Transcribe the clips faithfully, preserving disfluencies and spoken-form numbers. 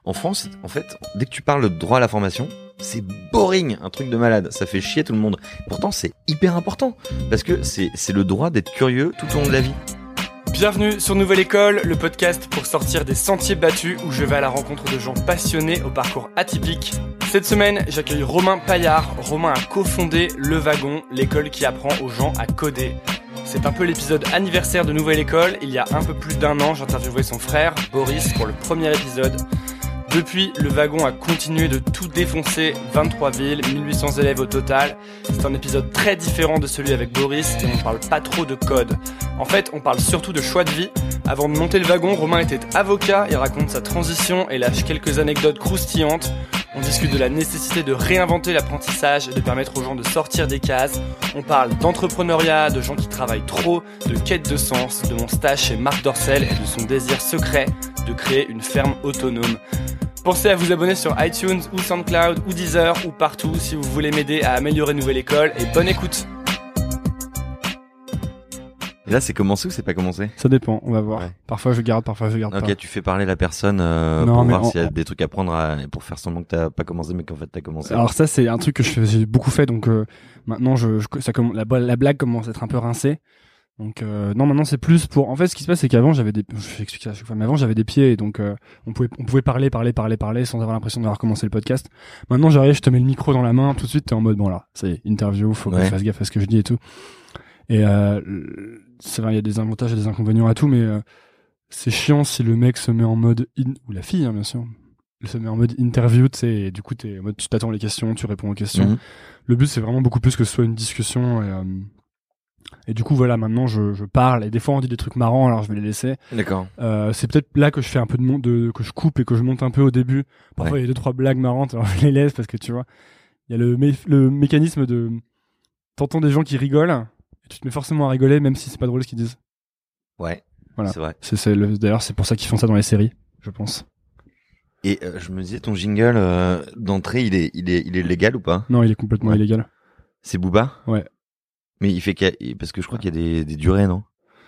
En France, en fait, dès que tu parles de droit à la formation, c'est boring, un truc de malade. Ça fait chier tout le monde. Pourtant, c'est hyper important parce que c'est, c'est le droit d'être curieux tout au long de la vie. Bienvenue sur Nouvelle École, le podcast pour sortir des sentiers battus où je vais à la rencontre de gens passionnés au parcours atypique. Cette semaine, j'accueille Romain Paillard. Romain a cofondé Le Wagon, l'école qui apprend aux gens à coder. C'est un peu l'épisode anniversaire de Nouvelle École. Il y a un peu plus d'un an, j'interviewais son frère, Boris, pour le premier épisode. Depuis, Le Wagon a continué de tout défoncer, vingt-trois villes, mille huit cents élèves au total. C'est un épisode très différent de celui avec Boris et on parle pas trop de code. En fait, on parle surtout de choix de vie. Avant de monter Le Wagon, Romain était avocat, il raconte sa transition et lâche quelques anecdotes croustillantes. On discute de la nécessité de réinventer l'apprentissage et de permettre aux gens de sortir des cases. On parle d'entrepreneuriat, de gens qui travaillent trop, de quête de sens, de mon stage chez Marc Dorcel et de son désir secret de créer une ferme autonome. Pensez à vous abonner sur iTunes ou SoundCloud ou Deezer ou partout si vous voulez m'aider à améliorer Nouvelle École et bonne écoute. Et là, c'est commencé ou c'est pas commencé ? Ça dépend, on va voir. Ouais. Parfois je garde, parfois je garde okay, pas. Ok, tu fais parler la personne euh, non, pour voir on, s'il y a on... des trucs à prendre à, pour faire semblant que t'as pas commencé mais qu'en fait t'as commencé. Alors ça, c'est un truc que je fais, j'ai beaucoup fait, donc euh, maintenant je, je ça comm... la, la blague commence à être un peu rincée. Donc euh, non, maintenant c'est plus pour. En fait, ce qui se passe, c'est qu'avant j'avais des. Je vais expliquer à chaque fois, mais avant j'avais des pieds, et donc euh, on pouvait on pouvait parler, parler, parler, parler, sans avoir l'impression d'avoir commencé le podcast. Maintenant, j'arrive, je te mets le micro dans la main, tout de suite t'es en mode bon là, ça y est, interview, faut ouais. que je fasse gaffe à ce que je dis et tout. Et euh, c'est vrai, il y a des avantages et des inconvénients à tout, mais euh, c'est chiant si le mec se met en mode in... ou la fille, hein, bien sûr, se met en mode interview, tu sais, et du coup t'es en mode tu t'attends les questions, tu réponds aux questions. Mm-hmm. Le but c'est vraiment beaucoup plus que ce soit une discussion et euh, Et du coup, voilà, maintenant, je, je parle. Et des fois, on dit des trucs marrants, alors je vais les laisser. D'accord. Euh, c'est peut-être là que je fais un peu de, mon- de que je coupe et que je monte un peu au début. Parfois, il ouais. y a deux, trois blagues marrantes, alors je les laisse parce que tu vois, il y a le, mé- le mécanisme de. T'entends des gens qui rigolent, et tu te mets forcément à rigoler, même si c'est pas drôle ce qu'ils disent. Ouais. Voilà. C'est vrai. C'est, c'est le, d'ailleurs, c'est pour ça qu'ils font ça dans les séries, je pense. Et euh, je me disais, ton jingle euh, d'entrée, il est, il est, il est légal ou pas ? Non, il est complètement ouais. illégal. C'est Booba ? Ouais. Mais il fait qu'il parce que je crois qu'il y a des, des durées, non ?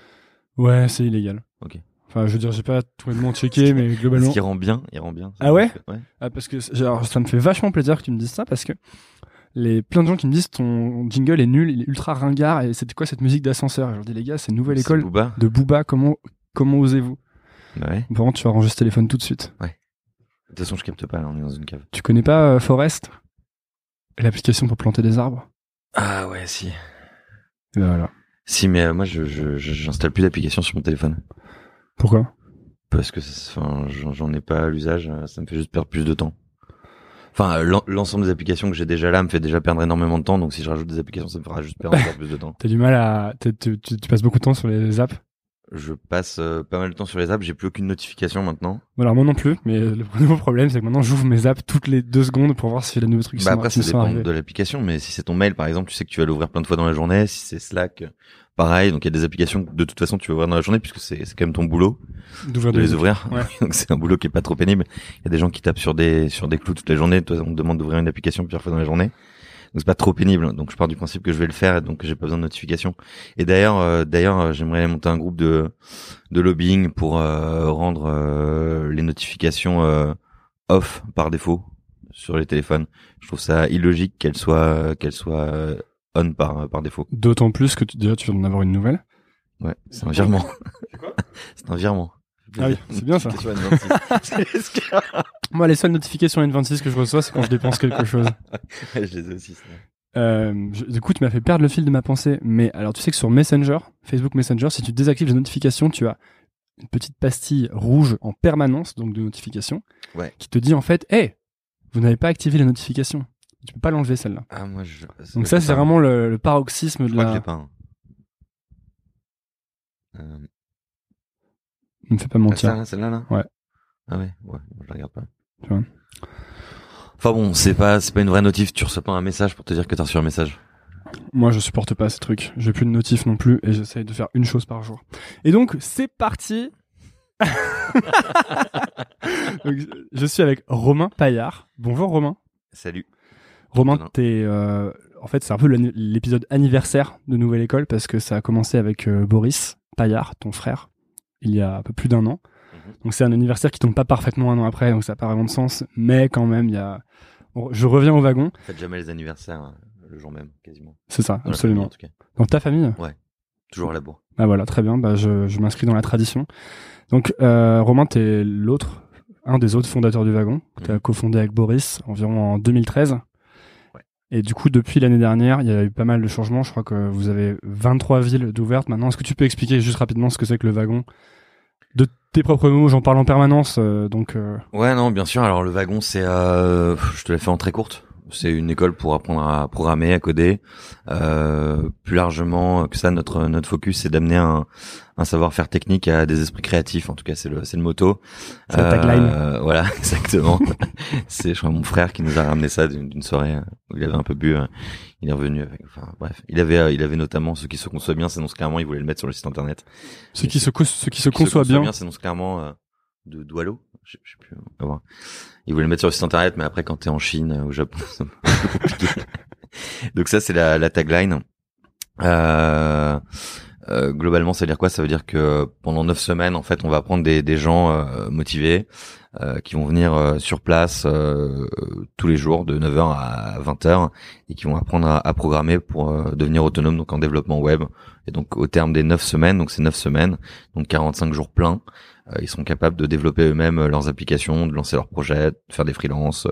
Ouais, c'est illégal. Ok. Enfin, je veux dire, j'ai pas tout le monde checké, mais globalement. Ce qui rend bien, il rend bien. Ah ouais ? Ouais. Ah, parce que genre, ça me fait vachement plaisir que tu me dises ça, parce que les plein de gens qui me disent ton jingle est nul, il est ultra ringard, et c'était quoi cette musique d'ascenseur ? Et je leur dis les gars, c'est une nouvelle école Booba. de Booba. Comment comment osez-vous ? Bah ouais. Vraiment, tu vas ranger ce téléphone tout de suite. Ouais. De toute façon, je capte pas. Là, on est dans une cave. Tu connais pas euh, Forest ? L'application pour planter des arbres ? Ah ouais, si. Et ben voilà. Si, mais euh, moi, je, je, je j'installe plus d'application sur mon téléphone. Pourquoi ? Parce que, enfin, j'en, j'en ai pas à l'usage. Ça me fait juste perdre plus de temps. Enfin, l'en, l'ensemble des applications que j'ai déjà là me fait déjà perdre énormément de temps. Donc, si je rajoute des applications, ça me fera juste perdre encore plus de temps. T'as du mal à, tu, tu, tu passes beaucoup de temps sur les apps ? Je passe euh, pas mal de temps sur les apps. J'ai plus aucune notification maintenant. Bon, alors moi non plus, mais le nouveau problème, c'est que maintenant j'ouvre mes apps toutes les deux secondes pour voir si le nouveau truc. Bah après, ça dépend de l'application, mais si c'est ton mail, par exemple, tu sais que tu vas l'ouvrir plein de fois dans la journée. Si c'est Slack, pareil. Donc il y a des applications que de toute façon tu vas ouvrir dans la journée puisque c'est c'est quand même ton boulot d'ouvrir de les ouvrir. Ouais. Donc c'est un boulot qui est pas trop pénible. Il y a des gens qui tapent sur des sur des clous toute la journée. Toi, on te demande d'ouvrir une application plusieurs fois dans la journée. Donc c'est pas trop pénible. Donc je pars du principe que je vais le faire et donc j'ai pas besoin de notification. Et d'ailleurs, euh, d'ailleurs, euh, j'aimerais monter un groupe de de lobbying pour euh, rendre euh, les notifications euh, off par défaut sur les téléphones. Je trouve ça illogique qu'elles soient qu'elles soient euh, on par par défaut. D'autant plus que tu, déjà tu viens d'en avoir une nouvelle. Ouais, c'est un virement. C'est quoi ? C'est un virement. Ah oui, c'est bien ça. Moi, les seules notifications N vingt-six que je reçois, c'est quand je dépense quelque chose. Ouais, je les ai aussi. Ça. Euh, je, du coup, tu m'as fait perdre le fil de ma pensée. Mais alors, tu sais que sur Messenger, Facebook Messenger, si tu désactives les notifications, tu as une petite pastille rouge en permanence, donc de notifications, ouais. qui te dit en fait, hé, hey, vous n'avez pas activé les notifications. Tu peux pas l'enlever celle-là. Ah moi, je. Donc ça, c'est pas. Vraiment le, le paroxysme je de la. Je crois que je l'ai pas. Hein. Euh... Ne me fais pas mentir. Ah, celle-là, là ouais. Ah ouais, ouais, je la regarde pas. Tu vois. Enfin bon, c'est pas, c'est pas une vraie notif. Tu reçois pas un message pour te dire que t'as reçu un message. Moi, je supporte pas ces trucs. J'ai plus de notif non plus et j'essaye de faire une chose par jour. Et donc, c'est parti. Donc, je suis avec Romain Paillard. Bonjour Romain. Salut. Romain, t'es, euh, en fait, c'est un peu l'épisode anniversaire de Nouvelle École parce que ça a commencé avec euh, Boris Paillard, ton frère, il y a un peu plus d'un an. Mm-hmm. Donc c'est un anniversaire qui tombe pas parfaitement un an après, donc ça n'a pas vraiment de sens. Mais quand même, il y a. Bon, je reviens au wagon. Faites jamais les anniversaires hein, le jour même, quasiment. C'est ça, Dans absolument. La famille, en tout cas. Dans ta famille? Ouais. Toujours à la bourre. Ah voilà, très bien. Bah je, je m'inscris dans la tradition. Donc euh, Romain, t'es l'autre, un des autres fondateurs du wagon. T'as mmh. cofondé avec Boris environ en deux mille treize. Ouais. Et du coup, depuis l'année dernière, il y a eu pas mal de changements. Je crois que vous avez vingt-trois villes d'ouvertes maintenant. Est-ce que tu peux expliquer juste rapidement ce que c'est que le wagon? De tes propres mots, j'en parle en permanence. Euh, donc. Euh... Ouais, non, bien sûr. Alors le wagon, c'est, euh, je te l'ai fait en très courte. C'est une école pour apprendre à programmer, à coder. Euh, plus largement que ça, notre notre focus, c'est d'amener un, un savoir-faire technique à des esprits créatifs. En tout cas, c'est le c'est le motto. C'est la tagline. Euh, voilà, exactement. C'est je crois mon frère qui nous a ramené ça d'une, d'une soirée où il avait un peu bu. Il est revenu avec. Enfin bref, il avait il avait notamment ce qui se conçoit bien. S'énonce clairement. Il voulait le mettre sur le site internet. Ce qui se co- ce qui se conçoit bien. bien s'énonce clairement euh, de Doualo. Je, je sais plus. On va voir. Ils voulaient le mettre sur le site internet, mais après, quand t'es en Chine, au Japon, c'est un peu compliqué. Donc ça, c'est la, la tagline. Euh, euh, globalement, ça veut dire quoi? Ça veut dire que pendant neuf semaines, en fait, on va prendre des, des gens euh, motivés euh, qui vont venir euh, sur place euh, tous les jours de neuf heures à vingt heures et qui vont apprendre à, à programmer pour euh, devenir autonome donc en développement web. Et donc, au terme des neuf semaines, donc c'est neuf semaines, donc quarante-cinq jours pleins. Euh, ils sont capables de développer eux-mêmes leurs applications, de lancer leurs projets, de faire des freelances,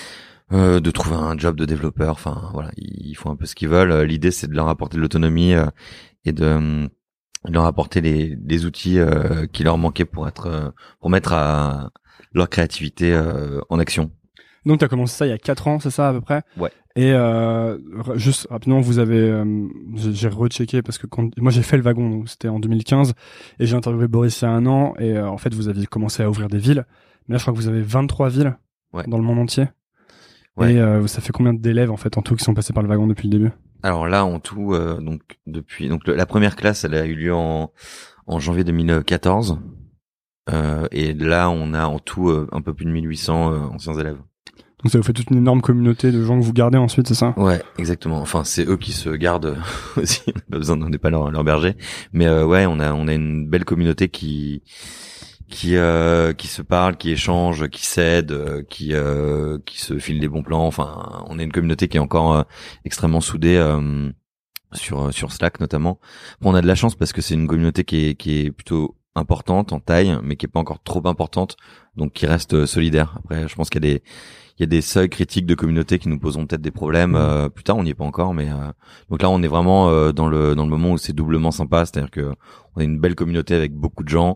euh, de trouver un job de développeur. Enfin, voilà, ils font un peu ce qu'ils veulent. L'idée, c'est de leur apporter de l'autonomie euh, et de, de leur apporter les, les outils euh, qui leur manquaient pour être, euh, pour mettre à leur créativité euh, en action. Donc, tu as commencé ça il y a quatre ans, c'est ça à peu près? Ouais. Et euh, juste rapidement, vous avez, euh, j'ai rechecké parce que quand, moi j'ai fait le wagon, donc c'était en deux mille quinze, et j'ai interviewé Boris il y a un an, et euh, en fait vous aviez commencé à ouvrir des villes. Mais là, je crois que vous avez vingt-trois villes ouais. dans le monde entier. Ouais. Et euh, ça fait combien d'élèves en fait en tout qui sont passés par le wagon depuis le début? Alors là, en tout, euh, donc depuis, donc le, la première classe, elle a eu lieu en en janvier deux mille quatorze, euh, et là, on a en tout euh, un peu plus de mille huit cents euh, anciens élèves. Donc ça vous fait toute une énorme communauté de gens que vous gardez ensuite, c'est ça? Ouais, exactement. Enfin, c'est eux qui se gardent aussi. On n'a pas besoin, on n'est pas leur, leur berger. Mais euh, ouais, on a on a une belle communauté qui qui euh, qui se parle, qui échange, qui s'aide, euh, qui euh, qui se file des bons plans. Enfin, on est une communauté qui est encore euh, extrêmement soudée euh, sur sur Slack notamment. Bon, on a de la chance parce que c'est une communauté qui est qui est plutôt importante en taille, mais qui est pas encore trop importante, donc qui reste solidaire. Après, je pense qu'il y a des il y a des seuils critiques de communauté qui nous poseront peut-être des problèmes. Euh, plus tard, on n'y est pas encore, mais euh, donc là, on est vraiment euh, dans le dans le moment où c'est doublement sympa, c'est-à-dire que on a une belle communauté avec beaucoup de gens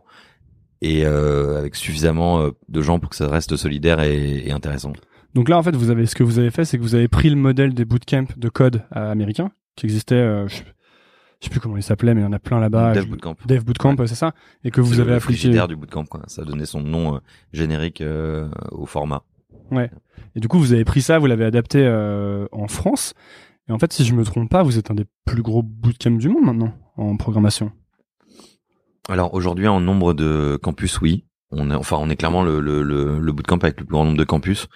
et euh, avec suffisamment euh, de gens pour que ça reste solidaire et, et intéressant. Donc là, en fait, vous avez ce que vous avez fait, c'est que vous avez pris le modèle des bootcamps de code euh, américains qui existaient. Euh, je, je sais plus comment ils s'appelaient, mais il y en a plein là-bas. Dev Bootcamp. Dev Bootcamp, ouais. C'est ça. Et que vous c'est avez le appliqué. frigidaire du bootcamp, quoi. Ça a donné son nom euh, générique euh, au format. Ouais. Et du coup, vous avez pris ça, vous l'avez adapté euh, en France. Et en fait, si je me trompe pas, vous êtes un des plus gros bootcamps du monde maintenant en programmation. Alors aujourd'hui, en nombre de campus, oui. On est, enfin, on est clairement le, le, le, le bootcamp avec le plus grand nombre de campus.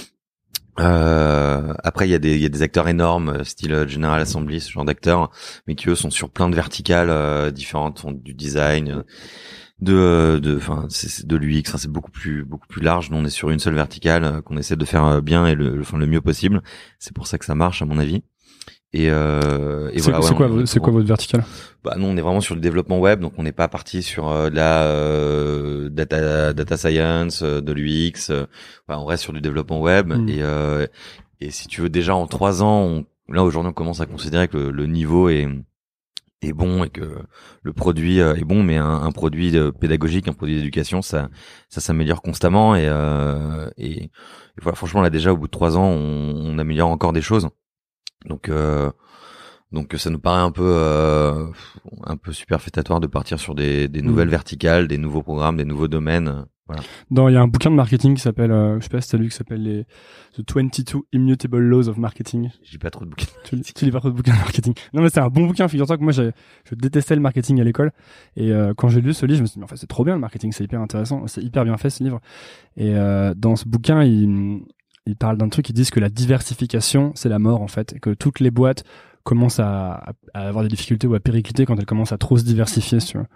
Euh, après, il y a des, il y a des acteurs énormes, style General Assembly, ce genre d'acteurs, mais qui eux sont sur plein de verticales euh, différentes, font du design, de, de, enfin, c'est de l'U X. Enfin, c'est beaucoup plus, beaucoup plus large. Nous, on est sur une seule verticale euh, qu'on essaie de faire bien et le, enfin, le mieux possible. C'est pour ça que ça marche, à mon avis. Et, euh, et c'est, voilà. C'est ouais, quoi, on, c'est quoi votre verticale? Bah, nous, on est vraiment sur le développement web, donc on n'est pas parti sur euh, de la euh, data, data science, euh, de l'U X. Euh, voilà, on reste sur du développement web. Mmh. Et, euh, et si tu veux, déjà en trois ans, on, là aujourd'hui, on commence à considérer que le, le niveau est est bon et que le produit est bon, mais un, un produit pédagogique, un produit d'éducation, ça ça s'améliore constamment. Et, euh, et, et voilà, franchement, là déjà, au bout de trois ans, on, on améliore encore des choses. Donc euh, donc ça nous paraît un peu euh, un peu superfétatoire de partir sur des, des nouvelles mmh. verticales, des nouveaux programmes, des nouveaux domaines. Voilà. Dans, il y a un bouquin de marketing qui s'appelle, euh, je sais pas si t'as lu, qui s'appelle les The twenty-two Immutable Laws of Marketing. J'ai pas trop de bouquins. Tu, tu lis pas trop de bouquins de marketing. Non, mais c'est un bon bouquin. Figure-toi que moi, j'ai, je détestais le marketing à l'école. Et euh, quand j'ai lu ce livre, je me suis dit, mais en fait, c'est trop bien le marketing, c'est hyper intéressant, c'est hyper bien fait ce livre. Et euh, dans ce bouquin, il, il parle d'un truc, ils disent que la diversification, c'est la mort en fait, et que toutes les boîtes commencent à, à avoir des difficultés ou à péricliter quand elles commencent à trop se diversifier, si tu vois.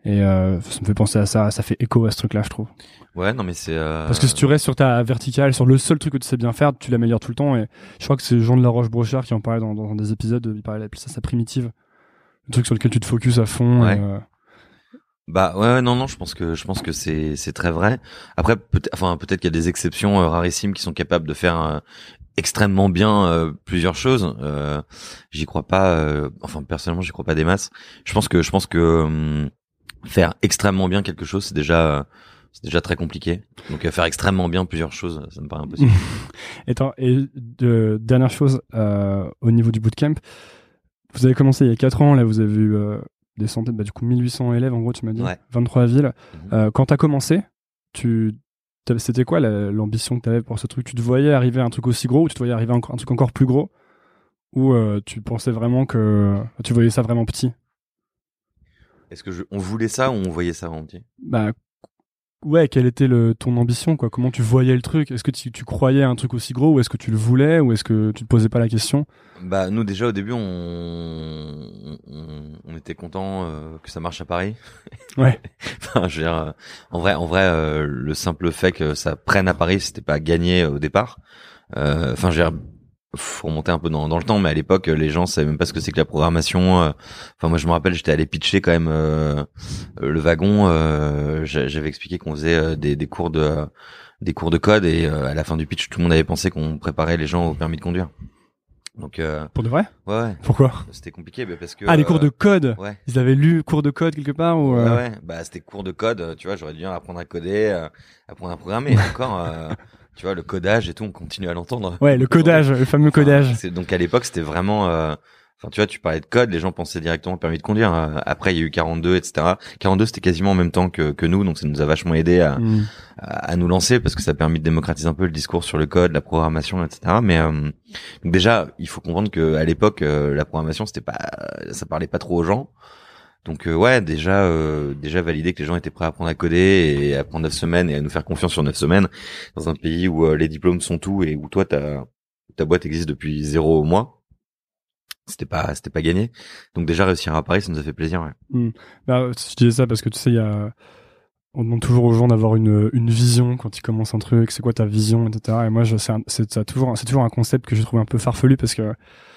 Et euh, ça me fait penser à ça, ça fait écho à ce truc-là, je trouve. Ouais, non mais c'est... Euh... Parce que si tu restes sur ta verticale, sur le seul truc que tu sais bien faire, tu l'améliores tout le temps. Et je crois que c'est Jean de la Roche-Brochard qui en parlait dans, dans des épisodes, il parlait d'appeler ça sa primitive. Le truc sur lequel tu te focuses à fond. Ouais. Et, euh... Bah ouais, non non, je pense que je pense que c'est c'est très vrai. Après peut-être enfin peut-être qu'il y a des exceptions euh, rarissimes qui sont capables de faire euh, extrêmement bien euh, plusieurs choses. Euh, j'y crois pas euh, enfin personnellement, j'y crois pas des masses. Je pense que je pense que euh, faire extrêmement bien quelque chose, c'est déjà euh, c'est déjà très compliqué. Donc euh, faire extrêmement bien plusieurs choses, ça me paraît impossible. et, attends, et de, dernière chose euh, au niveau du bootcamp, vous avez commencé il y a quatre ans, là vous avez eu euh, des centaines, bah du coup mille huit cents élèves en gros, tu m'as dit, ouais. vingt-trois villes. Mmh. Euh, quand t'as commencé, tu c'était quoi la, l'ambition que t'avais pour ce truc? Tu te voyais arriver à un truc aussi gros, ou tu te voyais arriver à un, un truc encore plus gros, ou euh, tu pensais vraiment que tu voyais ça vraiment petit? Est-ce que je, on voulait ça ou on voyait ça en petit? Bah ouais, quelle était le, ton ambition, quoi? Comment tu voyais le truc? Est-ce que tu, tu croyais à un truc aussi gros, ou est-ce que tu le voulais, ou est-ce que tu te posais pas la question? Bah nous déjà au début on on, on était content euh, que ça marche à Paris. Ouais. Enfin, je veux dire, euh, en vrai, en vrai, euh, le simple fait que ça prenne à Paris, c'était pas gagné au départ. Euh, Enfin, je veux dire, faut remonter un peu dans, dans le temps, mais à l'époque, les gens savaient même pas ce que c'est que la programmation. Euh, Enfin, moi, je me rappelle, j'étais allé pitcher quand même euh, le wagon. Euh, J'avais expliqué qu'on faisait euh, des, des cours de euh, des cours de code et euh, à la fin du pitch, tout le monde avait pensé qu'on préparait les gens au permis de conduire. Donc euh, pour de vrai? Ouais, ouais. Pourquoi? C'était compliqué, mais parce que ah les euh, cours de code. Ouais. Ils avaient lu cours de code quelque part ou euh... Ouais, ouais. Bah c'était cours de code. Tu vois, j'aurais dû apprendre à coder, euh, apprendre à programmer. Et encore, euh, tu vois, le codage et tout, on continue à l'entendre. Ouais, le codage, le fameux enfin, codage. C'est, donc à l'époque, c'était vraiment. Euh, Enfin, tu vois, tu parlais de code, les gens pensaient directement au permis de conduire. Après, il y a eu quarante-deux, et cetera. quarante-deux, c'était quasiment en même temps que, que nous, donc ça nous a vachement aidé à, mmh. à, à nous lancer parce que ça a permis de démocratiser un peu le discours sur le code, la programmation, et cetera. Mais euh, donc déjà, il faut comprendre que à l'époque, euh, la programmation, c'était pas, ça parlait pas trop aux gens. Donc euh, ouais, déjà, euh, déjà valider que les gens étaient prêts à apprendre à coder et à prendre neuf semaines et à nous faire confiance sur neuf semaines dans un pays où euh, les diplômes sont tout et où toi, ta ta boîte existe depuis zéro mois. C'était pas, c'était pas gagné. Donc déjà réussir à Paris, ça nous a fait plaisir. Ouais. Mmh. Bah, je disais ça parce que tu sais, il y a, on demande toujours aux gens d'avoir une une vision quand ils commencent un truc. C'est quoi ta vision, et cetera. Et moi, je, c'est, un, c'est, c'est toujours, c'est toujours un concept que je trouve un peu farfelu parce que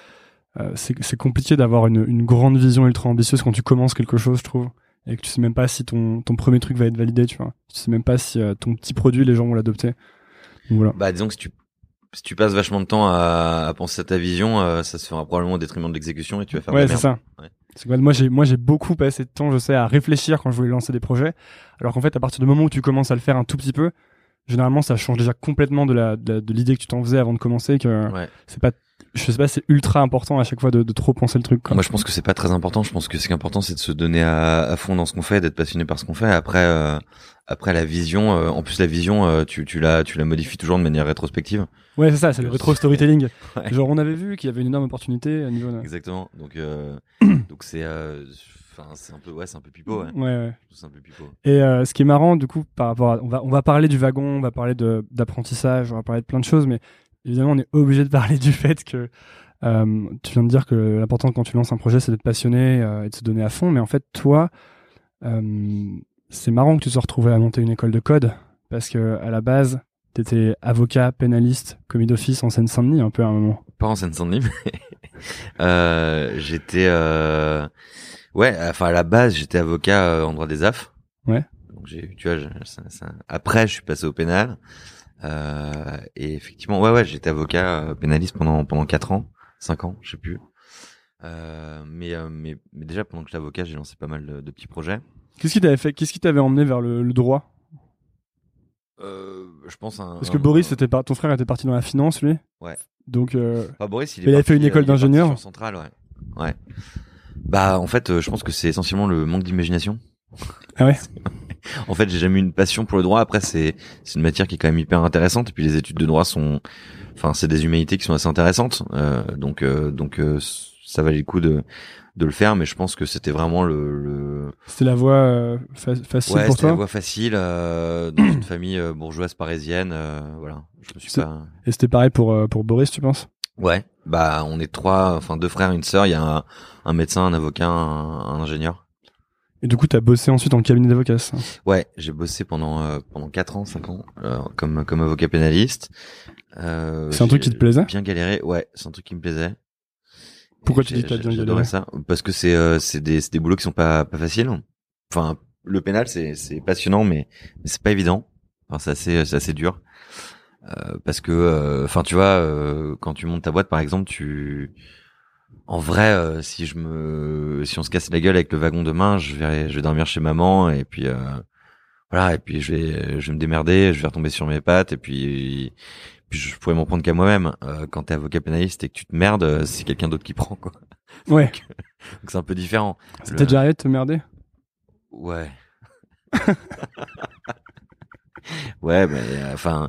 euh, c'est c'est compliqué d'avoir une une grande vision ultra ambitieuse quand tu commences quelque chose, je trouve, et que tu sais même pas si ton ton premier truc va être validé, tu vois. Tu sais même pas si euh, ton petit produit les gens vont l'adopter. Donc voilà. Bah disons que si tu Si tu passes vachement de temps à, à penser à ta vision, euh, ça se fera probablement au détriment de l'exécution et tu vas faire ouais, de la merde. C'est ça. Ouais, c'est ça. Moi, j'ai, moi, j'ai beaucoup passé de temps, je sais, à réfléchir quand je voulais lancer des projets. Alors qu'en fait, à partir du moment où tu commences à le faire un tout petit peu, généralement, ça change déjà complètement de la, de, la, de l'idée que tu t'en faisais avant de commencer. Que ouais. c'est pas, je sais pas, c'est ultra important à chaque fois de, de trop penser le truc, quoi. Moi, je pense que c'est pas très important. Je pense que ce qui est important, c'est de se donner à, à fond dans ce qu'on fait, d'être passionné par ce qu'on fait. Après, euh, après la vision, euh, en plus la vision, euh, tu, tu la, tu la modifies toujours de manière rétrospective. Ouais, c'est ça, c'est le rétro storytelling. Ouais. Genre, on avait vu qu'il y avait une énorme opportunité à niveau. De... Exactement. Donc, euh, donc c'est, euh, enfin, c'est un peu, ouais, c'est un peu pipeau, ouais. Ouais, ouais. C'est un peu pipeau. Et euh, ce qui est marrant, du coup, par rapport à, on va, on va parler du wagon, on va parler de d'apprentissage, on va parler de plein de choses, mais évidemment, on est obligé de parler du fait que euh, tu viens de dire que l'important quand tu lances un projet, c'est d'être passionné euh, et de se donner à fond. Mais en fait, toi, euh, c'est marrant que tu te sois retrouvé à monter une école de code parce que à la base, t'étais avocat, pénaliste, commis d'office en Seine-Saint-Denis un peu à un moment. Pas en Seine-Saint-Denis, mais euh, j'étais, euh... ouais, enfin à la base j'étais avocat en droit des affres. Ouais. Donc j'ai, tu vois, je, ça, ça... après je suis passé au pénal. Euh, et effectivement, ouais, ouais, j'étais avocat euh, pénaliste pendant pendant quatre ans, cinq ans, je sais plus. Euh, mais, euh, mais mais déjà pendant que j'étais avocat, j'ai lancé pas mal de, de petits projets. Qu'est-ce qui t'avait fait, qu'est-ce qui t'avait emmené vers le, le droit? Euh, je pense un, parce un, que Boris, un... c'était par... ton frère était parti dans la finance, lui. Ouais. Donc, euh... enfin, Boris, il, est il parti, avait fait une école euh, d'ingénieur. Centrale, ouais. Ouais. Bah, en fait, euh, je pense que c'est essentiellement le manque d'imagination. Ah ouais. En fait, j'ai jamais eu une passion pour le droit. Après, c'est c'est une matière qui est quand même hyper intéressante. Et puis les études de droit sont, enfin, c'est des humanités qui sont assez intéressantes. Euh, donc euh, donc euh, ça valait le coup de de le faire. Mais je pense que c'était vraiment le. le... C'était la voie euh, fa- facile ouais, pour c'était toi. la voie facile euh, dans une famille euh, bourgeoise parisienne. Euh, voilà. Je me suis c'est... pas. Et c'était pareil pour euh, pour Boris, tu penses? Ouais. Bah, on est trois, enfin deux frères, une sœur. Il y a un, un médecin, un avocat, un, un ingénieur. Et du coup, t'as bossé ensuite en cabinet d'avocat, ça? Ouais, j'ai bossé pendant euh, pendant quatre ans, cinq ans, euh, comme comme avocat pénaliste. Euh, c'est un truc qui te plaisait? Bien galéré, ouais, c'est un truc qui me plaisait. Pourquoi tu dis que t'as bien galéré? ça parce que c'est euh, c'est des c'est des boulots qui sont pas pas faciles. Enfin, le pénal c'est c'est passionnant, mais, mais c'est pas évident. Enfin, c'est assez c'est assez dur. Euh, parce que, enfin, euh, tu vois, euh, quand tu montes ta boîte, par exemple, tu, en vrai, euh, si je me, si on se casse la gueule avec le wagon demain, je vais, je vais dormir chez maman et puis euh, voilà, et puis je vais, je vais me démerder, je vais retomber sur mes pattes et puis, puis je pourrais m'en prendre qu'à moi-même. Euh, quand t'es avocat pénaliste et que tu te merdes, c'est quelqu'un d'autre qui prend quoi. Ouais. Donc, donc c'est un peu différent. Ça t'est déjà arrivé de te merder? Ouais. Ouais, mais enfin.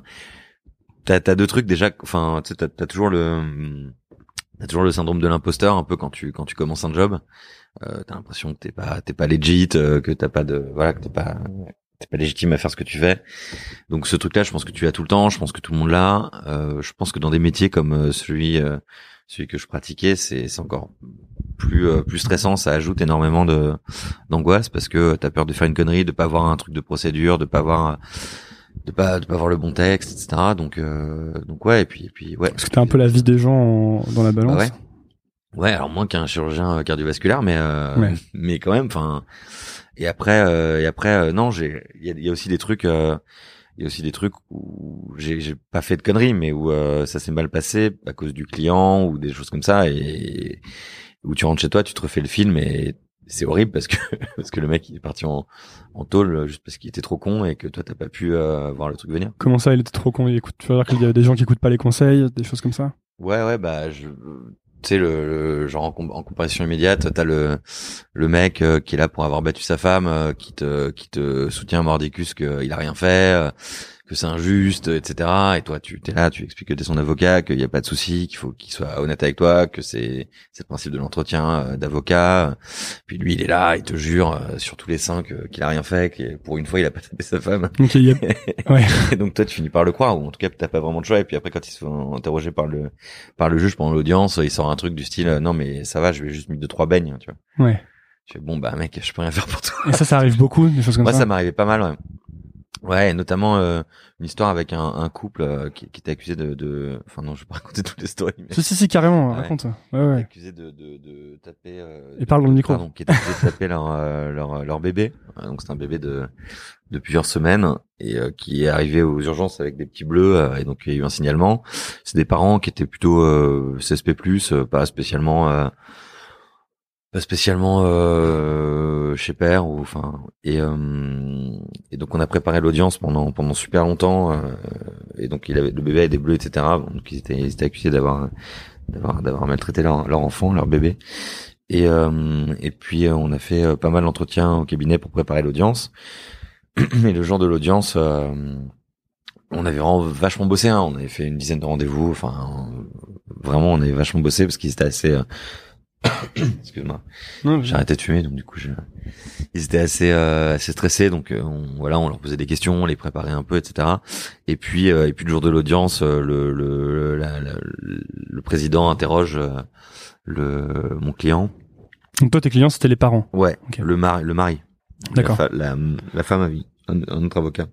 T'as, t'as deux trucs déjà, enfin, tu sais, t'as, t'as toujours le, t'as toujours le syndrome de l'imposteur un peu quand tu, quand tu commences un job. Euh, t'as l'impression que t'es pas, t'es pas legit, euh, que t'as pas de, voilà, que t'es pas, t'es pas légitime à faire ce que tu fais. Donc ce truc-là, je pense que tu l'as tout le temps. Je pense que tout le monde l'a. Euh, je pense que dans des métiers comme celui, euh, celui que je pratiquais, c'est, c'est encore plus, euh, plus stressant. Ça ajoute énormément de, d'angoisse parce que t'as peur de faire une connerie, de pas avoir un truc de procédure, de pas avoir de pas de pas avoir le bon texte, et cetera. Donc euh, donc ouais, et puis et puis ouais. Parce que t'as un peu la vie des gens en, dans la balance. Bah ouais. Ouais, alors moins qu'un chirurgien cardiovasculaire, mais euh, ouais. mais quand même. Enfin. Et après euh, et après euh, non, j'ai il y a, y a aussi des trucs. Euh, il y a aussi des trucs où j'ai j'ai pas fait de conneries, mais où euh, ça s'est mal passé à cause du client ou des choses comme ça, et où tu rentres chez toi, tu te refais le film et c'est horrible parce que parce que le mec il est parti en en tôle juste parce qu'il était trop con et que toi t'as pas pu euh, voir le truc venir. Comment ça, il était trop con? Il écoute, tu veux dire qu'il y a des gens qui écoutent pas les conseils, des choses comme ça? Ouais ouais bah je tu sais le, le genre en, com- en comparaison immédiate, t'as le le mec euh, qui est là pour avoir battu sa femme, euh, qui te qui te soutient à mordicus qu'il a rien fait, euh, que c'est injuste, et cetera. Et toi, tu t'es là, tu expliques que t'es son avocat, qu'il y a pas de souci, qu'il faut qu'il soit honnête avec toi, que c'est c'est le principe de l'entretien euh, d'avocat. Puis lui, il est là, il te jure euh, sur tous les cinq euh, qu'il a rien fait, que pour une fois, il a pas tapé sa femme. Donc il y a... ouais. Et donc toi, tu finis par le croire, ou en tout cas, t'as pas vraiment de choix. Et puis après, quand il se fait interroger par le par le juge pendant l'audience, il sort un truc du style, non mais ça va, je vais juste mis deux trois beignes, tu vois. Ouais. Je fais bon bah mec, je peux rien faire pour toi. Et ça, ça arrive beaucoup, des choses comme Moi, ça. Moi, ça m'arrivait pas mal. Ouais. Ouais, notamment euh, une histoire avec un, un couple euh, qui, qui était accusé de, de, enfin non, je vais pas raconter toutes les stories. Mais... Si si si carrément, ouais. raconte. Ouais ouais. Accusé de, de, de taper. Euh, Et parle dans le micro. Pardon, qui était accusé de taper leur euh, leur leur bébé. Donc c'est un bébé de de plusieurs semaines et euh, qui est arrivé aux urgences avec des petits bleus euh, et donc il y a eu un signalement. C'est des parents qui étaient plutôt euh, C S P plus, euh, pas spécialement. Euh, pas spécialement euh, chez père ou enfin et euh, et donc on a préparé l'audience pendant pendant super longtemps euh, et donc il avait le bébé avait des bleus, etc. Donc ils étaient ils étaient accusés d'avoir d'avoir d'avoir maltraité leur leur enfant, leur bébé. Et euh, et puis on a fait euh, pas mal d'entretiens au cabinet pour préparer l'audience. Et le jour de l'audience, euh, on avait vraiment vachement bossé, hein. On avait fait une dizaine de rendez-vous, enfin vraiment on avait vachement bossé parce qu'ils étaient assez euh, excuse-moi, non, j'ai arrêté de fumer, donc du coup, je... ils étaient assez euh, assez stressés, donc euh, on, voilà, on leur posait des questions, on les préparait un peu, et cetera. Et puis euh, et puis le jour de l'audience, euh, le le la, la, le président interroge euh, le mon client. Donc toi, tes clients, c'était les parents. Ouais, okay. le mari, le mari. D'accord. La, fa- la, la femme a vu un, un autre avocat.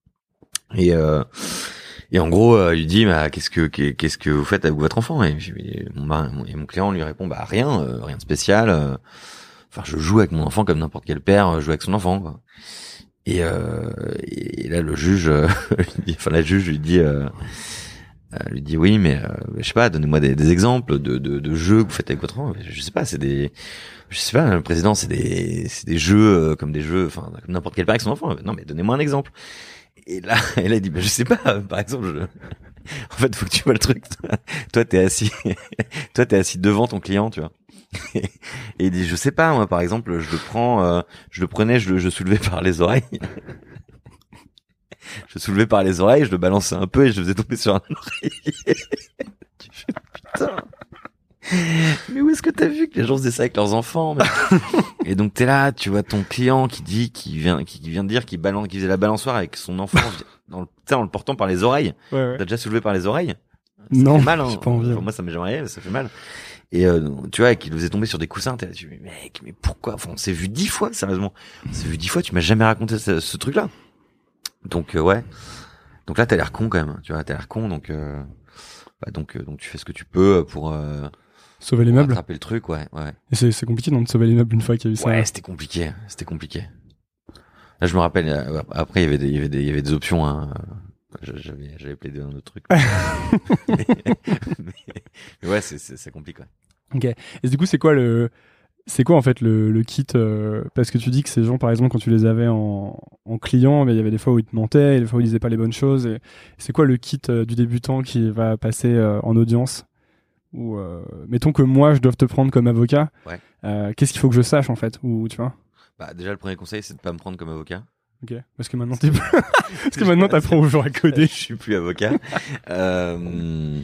Et euh, Et en gros, euh, il lui dit, bah, qu'est-ce que qu'est-ce que vous faites avec votre enfant? Et, et, mon, et mon client lui répond, bah rien, euh, rien de spécial. Euh, enfin, je joue avec mon enfant comme n'importe quel père euh, joue avec son enfant, quoi. Et, euh, et là, le juge, euh, enfin la juge lui dit, euh, euh, lui dit oui, mais euh, je sais pas, donnez-moi des, des exemples de, de, de jeux que vous faites avec votre enfant. Je sais pas, c'est des, je sais pas, le président, c'est des, c'est des jeux euh, comme des jeux, enfin comme n'importe quel père avec son enfant. Non, mais donnez-moi un exemple. Et là, elle a dit, bah, je sais pas, par exemple, je... en fait, faut que tu vois le truc. Toi, t'es assis, toi, t'es assis devant ton client, tu vois. Et il dit, je sais pas, moi, par exemple, je le prends, euh, je le prenais, je le, je soulevais par les oreilles. Je le soulevais par les oreilles, je le balançais un peu et je le faisais tomber sur un oreiller. Tu fais, putain. Mais où est-ce que t'as vu que les gens faisaient ça avec leurs enfants, mec? Et donc t'es là, tu vois ton client qui dit, qui vient, qui vient de dire qu'il balance, qu'il faisait la balançoire avec son enfant, dans le, en le portant par les oreilles. Ouais, ouais. T'as déjà soulevé par les oreilles? Ça non, fait mal, hein. j'ai pas envie. Enfin, moi ça m'est jamais arrivé, ça fait mal. et euh, tu vois, et qu'il le faisait tomber sur des coussins. T'es là, tu dis, mais mec, mais pourquoi? Enfin, on s'est vu dix fois, sérieusement. On s'est vu dix fois, tu m'as jamais raconté ce, ce truc-là. Donc euh, ouais. Donc là, t'as l'air con quand même. Tu vois, t'as l'air con, donc euh, bah, donc euh, donc tu fais ce que tu peux pour euh, sauver les pour meubles. attraper le truc, ouais, ouais. Et c'est c'est compliqué donc de sauver les meubles une fois qu'il y a eu ça. Ouais, c'était compliqué, c'était compliqué. Là, je me rappelle. euh, Après, il y avait des, il y avait des, il y avait des options. Hein. J'avais, j'avais plaidé un autre truc. mais, mais, mais ouais, c'est, c'est, ça complique. Ouais. Ok. Et du coup, c'est quoi le, c'est quoi en fait le, le kit euh, parce que tu dis que ces gens, par exemple, quand tu les avais en, en client, mais il y avait des fois où ils te mentaient, et des fois où ils disaient pas les bonnes choses. Et c'est quoi le kit euh, du débutant qui va passer euh, en audience? Ou euh, mettons que moi, je dois te prendre comme avocat. Ouais. Euh, qu'est-ce qu'il faut que je sache en fait? Ou tu vois? Bah déjà, le premier conseil, c'est de pas me prendre comme avocat. Ok. Parce que maintenant t'es parce que maintenant t'apprends aux gens à coder. Je suis plus avocat. euh...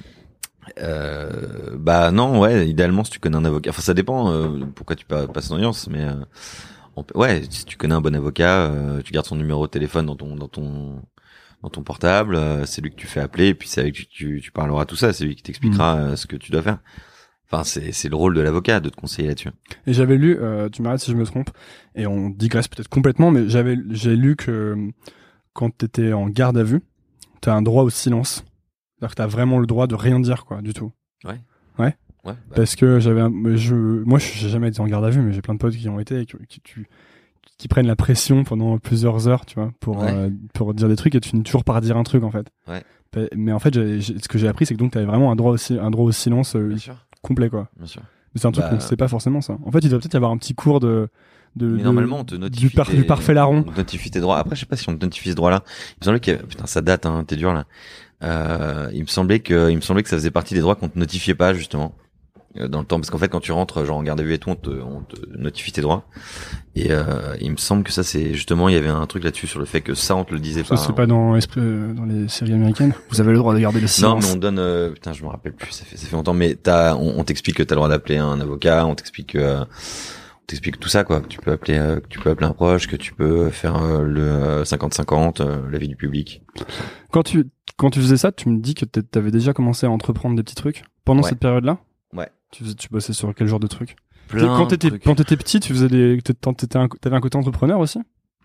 Euh, bah non, ouais, idéalement si tu connais un avocat, enfin ça dépend euh, pourquoi tu passes en audience, mais euh, on peut... ouais, si tu connais un bon avocat, euh, tu gardes son numéro de téléphone dans ton dans ton dans ton portable, euh, c'est lui que tu fais appeler, et puis c'est avec lui que tu, tu parleras tout ça, c'est lui qui t'expliquera mmh. euh, ce que tu dois faire. Enfin, c'est c'est le rôle de l'avocat de te conseiller là-dessus. Et j'avais lu, euh, tu m'arrêtes si je me trompe, et on digresse peut-être complètement, mais j'avais j'ai lu que quand t'étais en garde à vue, t'as un droit au silence. C'est-à-dire que t'as vraiment le droit de rien dire, quoi, du tout. Ouais. Ouais. Ouais. Bah. Parce que j'avais, un, je, moi, j'ai jamais été en garde à vue, mais j'ai plein de potes qui ont été, et qui, qui, qui, qui prennent la pression pendant plusieurs heures, tu vois, pour ouais. euh, pour dire des trucs, et tu finis toujours par dire un truc, en fait. Ouais. Mais en fait, j'ai, j'ai, ce que j'ai appris, c'est que donc t'avais vraiment un droit aussi, un droit au silence euh, complet, quoi. Bien sûr. Mais c'est un truc bah. qu'on ne sait pas forcément, ça. En fait, il doit peut-être y avoir un petit cours de. De, mais de, normalement, on te notifie du, par, tes, du parfait larron. On te notifie tes droits. Après, je sais pas si on te notifie ce droit-là. Il me semblait que putain, ça date, hein, t'es dur là. Euh, il me semblait que, il me semblait que ça faisait partie des droits qu'on te notifiait pas justement euh, dans le temps, parce qu'en fait, quand tu rentres, genre en garde à vue et tout, on te, on te notifie tes droits. Et euh, il me semble que ça, c'est justement, il y avait un truc là-dessus sur le fait que ça, on te le disait ça, pas. Ça, c'est hein. pas dans, euh, dans les séries américaines. Vous avez le droit de garder le silence. Non, mais on donne. Euh, putain, je me rappelle plus. Ça fait, ça fait longtemps. Mais t'as, on, on t'explique que t'as le droit d'appeler un avocat. On t'explique que. Euh, t'explique tout ça, quoi, que tu peux appeler euh, que tu peux appeler un proche, que tu peux faire euh, le euh, cinquante cinquante, euh, l'avis du public. Quand tu quand tu faisais ça, tu me dis que t'avais déjà commencé à entreprendre des petits trucs pendant ouais. cette période-là. Ouais. Tu faisais, tu bossais sur quel genre de trucs? Plein quand t'étais trucs. Quand t'étais petit, tu faisais des t'étais un, t'avais un côté entrepreneur aussi?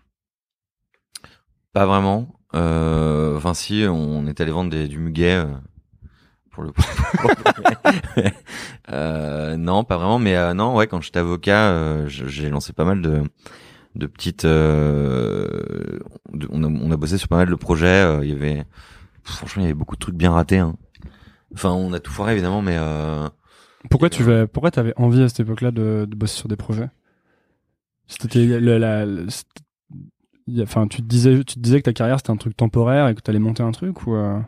Pas vraiment. Euh, enfin si, on est allé vendre des, du muguet. Euh... Pour le euh, non, pas vraiment, mais euh, non, ouais, quand j'étais avocat, euh, j'ai lancé pas mal de de petites. Euh, de, on, a, on a bossé sur pas mal de projets. Euh, il y avait, franchement, il y avait beaucoup de trucs bien ratés. Hein. Enfin, on a tout foiré évidemment, mais. Euh, pourquoi tu vas, pourquoi t'avais envie à cette époque-là de, de bosser sur des projets? C'était la, la, la enfin, tu te disais, tu te disais que ta carrière c'était un truc temporaire et que t'allais monter un truc ou? Euh...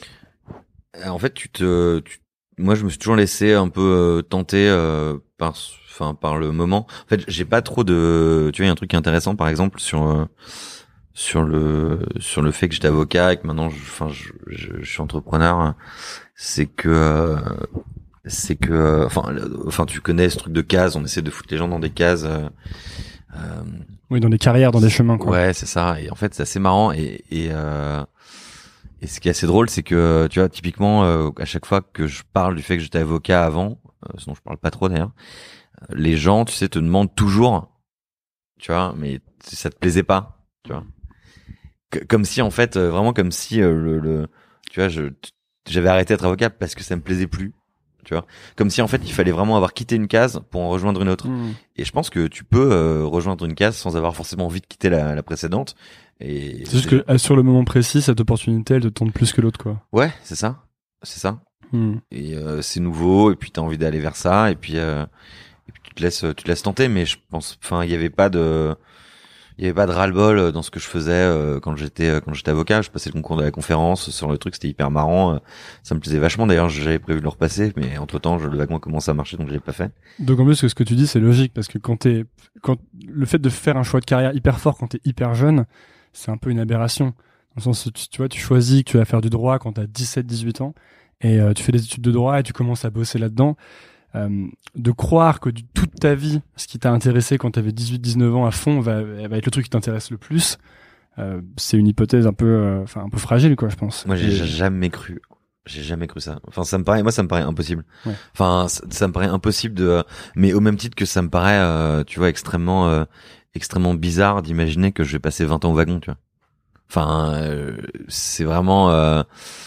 En fait, tu te, tu, moi, je me suis toujours laissé un peu euh, tenter euh, par, enfin, par le moment. En fait, j'ai pas trop de, tu vois, il y a un truc intéressant, par exemple, sur euh, sur le sur le fait que j'étais avocat et que maintenant, enfin, je, je, je suis entrepreneur. C'est que, euh, c'est que, enfin, enfin, tu connais ce truc de cases. On essaie de foutre les gens dans des cases. Euh, euh, oui, dans des carrières, dans des chemins, quoi. Ouais, c'est ça. Et en fait, c'est assez marrant et et euh, Et ce qui est assez drôle, c'est que, tu vois, typiquement, euh, à chaque fois que je parle du fait que j'étais avocat avant, euh, sinon je parle pas trop d'ailleurs, euh, les gens, tu sais, te demandent toujours, tu vois, mais ça te plaisait pas, tu vois. Que, comme si, en fait, euh, vraiment comme si, euh, le, le, tu vois, je, j'avais arrêté d'être avocat parce que ça me plaisait plus, tu vois. Comme si, en fait, il fallait vraiment avoir quitté une case pour en rejoindre une autre. Mmh. Et je pense que tu peux euh, rejoindre une case sans avoir forcément envie de quitter la, la précédente. Et c'est juste que euh, sur le moment précis, cette opportunité, elle te tente plus que l'autre, quoi. Ouais, c'est ça, c'est ça. Mmh. Et euh, c'est nouveau, et puis t'as envie d'aller vers ça, et puis, euh, et puis tu te laisses, tu te laisses tenter. Mais je pense, enfin, il y avait pas de, il y avait pas de ras-le-bol dans ce que je faisais euh, quand j'étais, quand j'étais avocat. Je passais le concours de la conférence sur le truc, c'était hyper marrant. Ça me plaisait vachement. D'ailleurs, j'avais prévu de le repasser, mais entre temps, je le vaguement commencé à marcher, donc je l'ai pas fait. Donc en plus, ce que tu dis, c'est logique parce que quand t'es, quand le fait de faire un choix de carrière hyper fort quand t'es hyper jeune, c'est un peu une aberration. Dans le sens où tu, tu vois, tu choisis que tu vas faire du droit quand t'as dix-sept dix-huit ans et euh, tu fais des études de droit et tu commences à bosser là-dedans. Euh, de croire que du, toute ta vie, ce qui t'a intéressé quand t'avais dix-huit dix-neuf ans à fond va, va être le truc qui t'intéresse le plus, euh, c'est une hypothèse un peu, enfin, euh, un peu fragile, quoi, je pense. Moi, j'ai et... jamais cru. J'ai jamais cru ça. Enfin, ça me paraît, moi, ça me paraît impossible. Ouais. Enfin, ça, ça me paraît impossible de, mais au même titre que ça me paraît, euh, tu vois, extrêmement, euh, extrêmement bizarre d'imaginer que je vais passer vingt ans au wagon, tu vois. Enfin, euh, c'est vraiment, euh,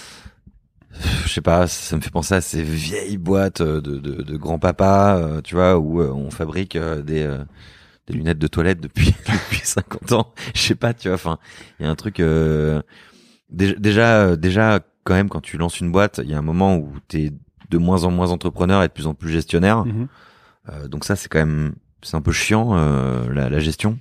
je sais pas, ça me fait penser à ces vieilles boîtes de, de, de grand-papa, euh, tu vois, où euh, on fabrique euh, des, euh, des lunettes de toilette depuis depuis cinquante ans. Je sais pas, tu vois. Enfin, il y a un truc. Euh, déjà, déjà, déjà, quand même, quand tu lances une boîte, il y a un moment où t'es de moins en moins entrepreneur et de plus en plus gestionnaire. Mm-hmm. Euh, donc ça, c'est quand même, c'est un peu chiant euh, la, la gestion.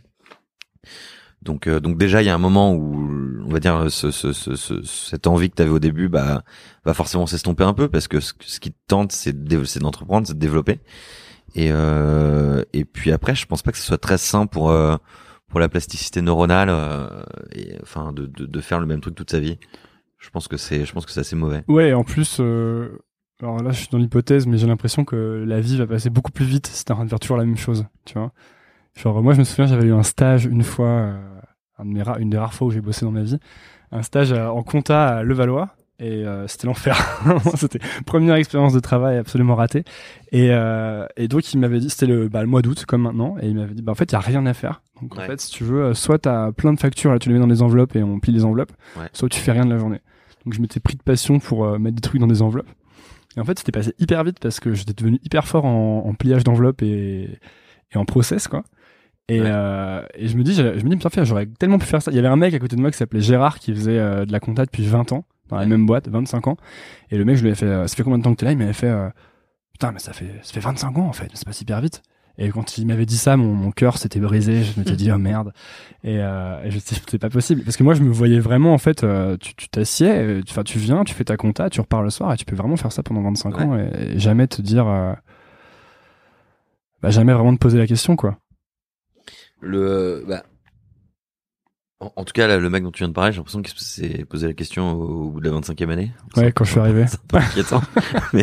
Donc, euh, donc déjà, il y a un moment où, on va dire, ce, ce, ce, ce, cette envie que tu avais au début, bah, va forcément s'estomper un peu parce que ce, ce qui te tente, c'est de, c'est d'entreprendre, c'est de développer. Et euh, et puis après, je pense pas que ce soit très sain pour euh, pour la plasticité neuronale, euh, et enfin de, de de faire le même truc toute sa vie. Je pense que c'est, je pense que c'est assez mauvais. Ouais, en plus, euh, alors là, je suis dans l'hypothèse, mais j'ai l'impression que la vie va passer beaucoup plus vite si t'es en train de faire toujours la même chose, tu vois. Genre, moi, je me souviens, j'avais eu un stage une fois, euh, un de mes ra- une des rares fois où j'ai bossé dans ma vie, un stage euh, en compta à Levallois, et euh, c'était l'enfer. C'était première expérience de travail absolument ratée. Et, euh, et donc, il m'avait dit, c'était le, bah, le mois d'août, comme maintenant, et il m'avait dit, bah, en fait, il y a rien à faire. Donc, Ouais. en fait, si tu veux, euh, soit t'as plein de factures, là, tu les mets dans des enveloppes et on plie les enveloppes, Ouais. soit tu fais rien de la journée. Donc, je m'étais pris de passion pour euh, mettre des trucs dans des enveloppes. Et en fait, c'était passé hyper vite parce que j'étais devenu hyper fort en, en pliage d'enveloppes et, et en process, quoi. Et, Ouais. euh, et je me dis, je me dis, putain, j'aurais tellement pu faire ça. Il y avait un mec à côté de moi qui s'appelait Gérard qui faisait euh, de la compta depuis vingt ans, dans la Ouais. même boîte, vingt-cinq ans. Et le mec, je lui ai fait, euh, ça fait combien de temps que t'es là? Il m'avait fait, euh, putain, mais ça fait, ça fait vingt-cinq ans, en fait. Ça passe hyper vite. Et quand il m'avait dit ça, mon, mon cœur s'était brisé. Je m'étais dit, oh merde. Et, euh, et je me suis dit, c'est pas possible. Parce que moi, je me voyais vraiment, en fait, euh, tu, tu t'assieds, enfin, tu, tu viens, tu fais ta compta, tu repars le soir et tu peux vraiment faire ça pendant vingt-cinq Ouais. ans et, et jamais te dire, euh, bah, jamais vraiment te poser la question, quoi. Le, bah, en, en tout cas, là, le mec dont tu viens de parler, j'ai l'impression qu'il s'est posé la question au, au bout de la vingt-cinquième année. Ouais, C'est quand je suis arrivé. C'est un peu inquiétant. Mais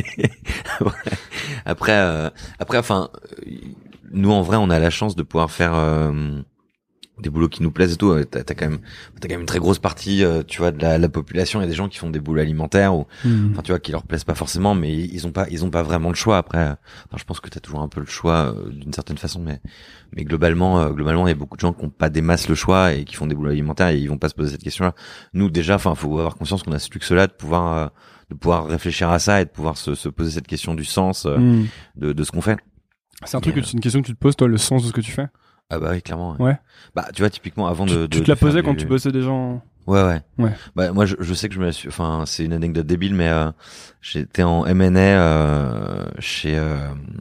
après, euh, après, enfin, nous en vrai, on a la chance de pouvoir faire euh, des boulots qui nous plaisent et tout. T'as, t'as quand même, t'as quand même une très grosse partie, euh, tu vois, de la, la population. Il y a des gens qui font des boulots alimentaires ou, Mmh. enfin, tu vois, qui leur plaisent pas forcément, mais ils ont pas, ils ont pas vraiment le choix. Après, enfin, je pense que t'as toujours un peu le choix euh, d'une certaine façon, mais, mais globalement, euh, globalement, il y a beaucoup de gens qui ont pas des masses le choix et qui font des boulots alimentaires et ils vont pas se poser cette question-là. Nous, déjà, enfin, faut avoir conscience qu'on a ce luxe-là de pouvoir, euh, de pouvoir réfléchir à ça et de pouvoir se, se poser cette question du sens euh, Mmh. de, de ce qu'on fait. C'est un truc Mais, que c'est une question que tu te poses, toi, le sens de ce que tu fais. Ah bah oui, clairement. Ouais. Ouais. Bah, tu vois, typiquement, avant Tu, de, tu de te la de faire posais quand du- tu bossais des gens. Ouais, ouais. Ouais. Bah, moi, je, je sais que je me la suis, enfin, c'est une anecdote débile, mais, euh, j'étais en M and A, euh, chez, euh,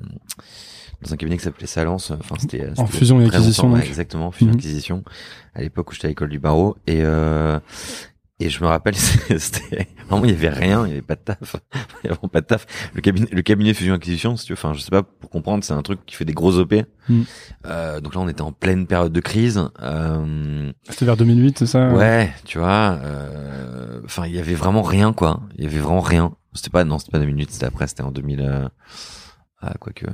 dans un cabinet qui s'appelait Salence. Enfin, c'était, En c'était fusion et très acquisition, longtemps, ouais, donc. exactement, fusion Mhm. acquisition. À l'époque où j'étais à l'école du barreau. Et, euh, et je me rappelle, c'était, vraiment, il y avait rien, il y avait pas de taf. Il y avait vraiment pas de taf. Le cabinet, le cabinet fusion acquisition, si tu veux, enfin, je sais pas, pour comprendre, c'est un truc qui fait des gros O P. Mhm. Euh, donc là, on était en pleine période de crise. Euh, C'était vers deux mille huit, c'est ça? Ouais, tu vois, euh, enfin, il y avait vraiment rien, quoi. Il y avait vraiment rien. C'était pas, non, c'était pas deux minutes, c'était après, c'était en deux mille, euh, ah, quoique.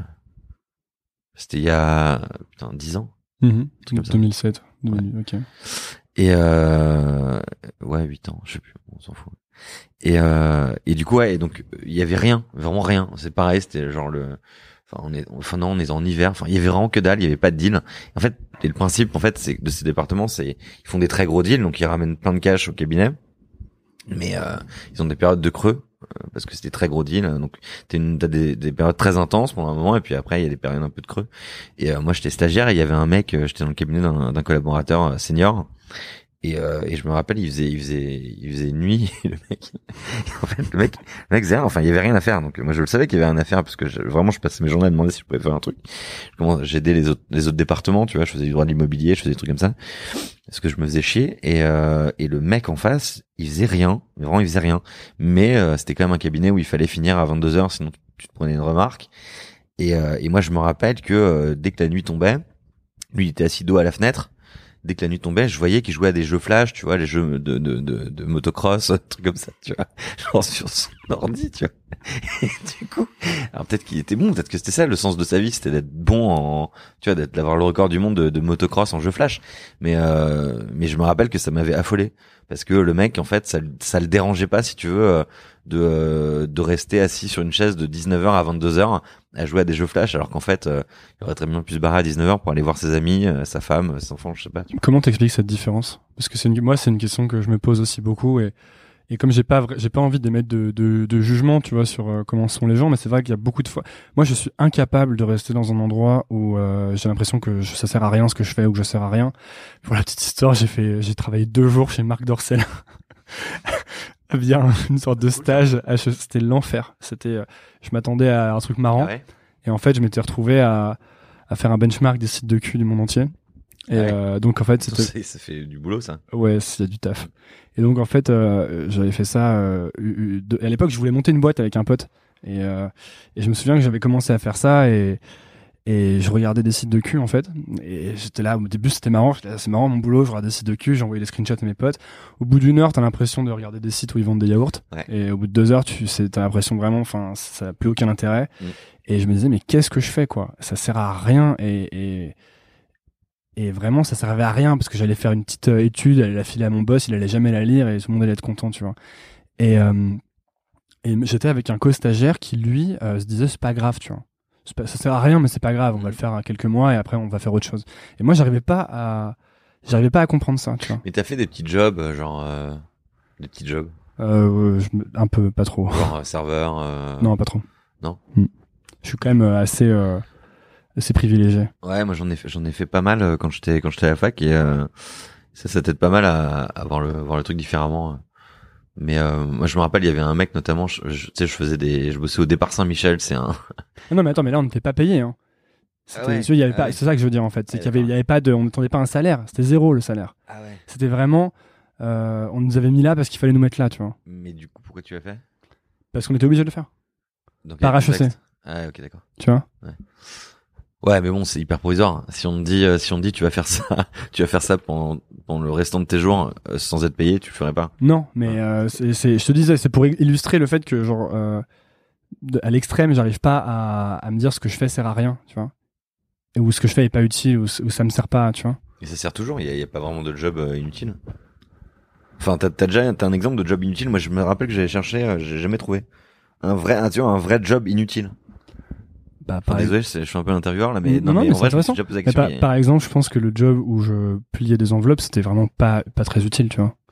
C'était il y a, putain, dix ans. Mhm. truc comme ça. deux mille sept. deux mille huit, ok. Et, euh, ouais, huit ans, je sais plus, on s'en fout. Et, euh, et du coup, ouais, et donc, il y avait rien, vraiment rien. C'est pareil, c'était genre le, enfin, on est, enfin, non, on est en hiver, enfin, il y avait vraiment que dalle, il y avait pas de deal. En fait, et le principe, en fait, c'est de ces départements, c'est, ils font des très gros deals, donc ils ramènent plein de cash au cabinet. Mais, euh, ils ont des périodes de creux, euh, parce que c'est des très gros deals. Donc, t'as une, t'as des, des périodes très intenses pendant un moment, et puis après, il y a des périodes un peu de creux. Et, euh, moi, j'étais stagiaire, et il y avait un mec, euh, j'étais dans le cabinet d'un, d'un collaborateur euh, senior. Et, euh, et je me rappelle, il faisait, il faisait, il faisait nuit. Et le mec, en fait, le mec, le mec faisait rien. Enfin, il y avait rien à faire. Donc, moi, je le savais qu'il y avait rien à faire parce que je, vraiment, je passais mes journées à demander si je pouvais faire un truc. Comment j'aidais les autres, les autres départements. Tu vois, je faisais du droit de l'immobilier, je faisais des trucs comme ça. Parce que je me faisais chier. Et, euh, et le mec en face, il faisait rien. Vraiment, il faisait rien. Mais euh, c'était quand même un cabinet où il fallait finir à vingt-deux heures, sinon tu te prenais une remarque. Et, euh, et moi, je me rappelle que euh, dès que la nuit tombait, lui, il était assis dos à la fenêtre. Dès que la nuit tombait, je voyais qu'il jouait à des jeux flash, tu vois, les jeux de de de, de motocross, des trucs comme ça, tu vois, genre sur son ordi, tu vois. Et du coup, alors peut-être qu'il était bon, peut-être que c'était ça le sens de sa vie, c'était d'être bon en, tu vois, d'être d'avoir le record du monde de, de motocross en jeu flash. Mais euh, mais je me rappelle que ça m'avait affolé parce que le mec, en fait, ça ça le dérangeait pas, si tu veux, de euh, de rester assis sur une chaise de dix-neuf heures à vingt-deux heures à jouer à des jeux flash, alors qu'en fait, euh, il aurait très bien pu se barrer à dix-neuf heures pour aller voir ses amis, euh, sa femme, ses enfants, je sais pas. Tu vois. Comment t'expliques cette différence? Parce que c'est une, moi, c'est une question que je me pose aussi beaucoup et Et comme j'ai pas, vra- j'ai pas envie d'émettre de, de, de jugement, tu vois, sur euh, comment sont les gens, mais c'est vrai qu'il y a beaucoup de fois. Moi, je suis incapable de rester dans un endroit où euh, j'ai l'impression que je, ça sert à rien ce que je fais ou que je sers à rien. Pour la petite histoire, j'ai fait, j'ai travaillé deux jours chez Marc Dorcel. Bien, une sorte de stage. À, c'était l'enfer. C'était, euh, je m'attendais à un truc marrant. Ah ouais. Et en fait, je m'étais retrouvé à, à faire un benchmark des sites de cul du monde entier. Et Ah ouais. euh, donc en fait, c'était C'est- ça fait du boulot, ça. ouais, il y a du taf. Et donc en fait, euh, j'avais fait ça. Euh, eu- eu- de- à l'époque, je voulais monter une boîte avec un pote, et, euh, et je me souviens que j'avais commencé à faire ça, et et je regardais des sites de cul en fait. Et j'étais là au début, c'était marrant. J'étais là, c'est marrant mon boulot. Je regardais des sites de cul, j'envoyais des screenshots à mes potes. Au bout d'une heure, t'as l'impression de regarder des sites où ils vendent des yaourts. Ouais. Et au bout de deux heures, tu sais, t'as l'impression vraiment, enfin, ça n'a plus aucun intérêt. Mm. Et je me disais, mais qu'est-ce que je fais quoi? Ça sert à rien. Et, et Et vraiment, ça servait à rien parce que j'allais faire une petite euh, étude, aller la filer à mon boss, il allait jamais la lire et tout le monde allait être content, tu vois. Et, euh, et j'étais avec un co-stagiaire qui, lui, euh, se disait c'est pas grave, tu vois. C'est pas, ça sert à rien, mais c'est pas grave, on va le faire à quelques mois et après on va faire autre chose. Et moi, j'arrivais pas à, j'arrivais pas à comprendre ça, tu vois. Mais t'as fait des petits jobs, euh, genre euh, des petits jobs, Euh, je me- un peu, pas trop. genre euh, serveur. Euh... Non, pas trop. Non. Hmm. Je suis quand même euh, assez, euh, assez privilégié. Ouais, moi j'en ai fait, j'en ai fait pas mal euh, quand j'étais quand j'étais à la fac et euh, ça, ça t'aide pas mal à, à voir le voir le truc différemment. Mais euh, moi je me rappelle, il y avait un mec notamment, je, je- tu sais, je faisais des, je bossais au départ Saint-Michel, c'est un. Ah non, mais attends, mais là, on n'était pas payé, hein. C'était, Ah ouais. tu vois, il y avait Ah pas, ouais. c'est ça que je veux dire, en fait. C'est Ouais, qu'il y avait, il d'accord. y avait pas de, on n'attendait pas un salaire. C'était zéro, le salaire. Ah ouais. C'était vraiment, euh, on nous avait mis là parce qu'il fallait nous mettre là, tu vois. Mais du coup, pourquoi tu l'as fait? Parce qu'on était obligé de le faire. Dans quel Par H E C. contexte? Ah ouais, ok, d'accord. Tu vois. Ouais, mais bon, c'est hyper provisoire. Si on te dit, euh, si on te dit, tu vas faire ça, tu vas faire ça pendant, pendant le restant de tes jours euh, sans être payé, tu le ferais pas. Non, mais, euh, c'est, c'est, je te disais, c'est pour illustrer le fait que, genre, euh, de- à l'extrême, j'arrive pas à, à me dire ce que je fais sert à rien, tu vois. Et ou ce que je fais est pas utile, ou, ou ça me sert pas, tu vois. Et ça sert toujours. Il y a, il y a pas vraiment de job euh, inutile. Enfin, t'as, t'as déjà, t'as un exemple de job inutile. Moi, je me rappelle que j'avais cherché, euh, j'ai jamais trouvé un vrai, un, tu vois, un vrai job inutile. Bah, Enfin, par désolé, je, je suis un peu l'intervieweur là, mais Non, non, non, mais, mais en c'est vrai, je me suis intéressant. déjà posé la Mais question. par, il y a- par exemple, je pense que le job où je pliais des enveloppes, c'était vraiment pas, pas très utile, tu vois.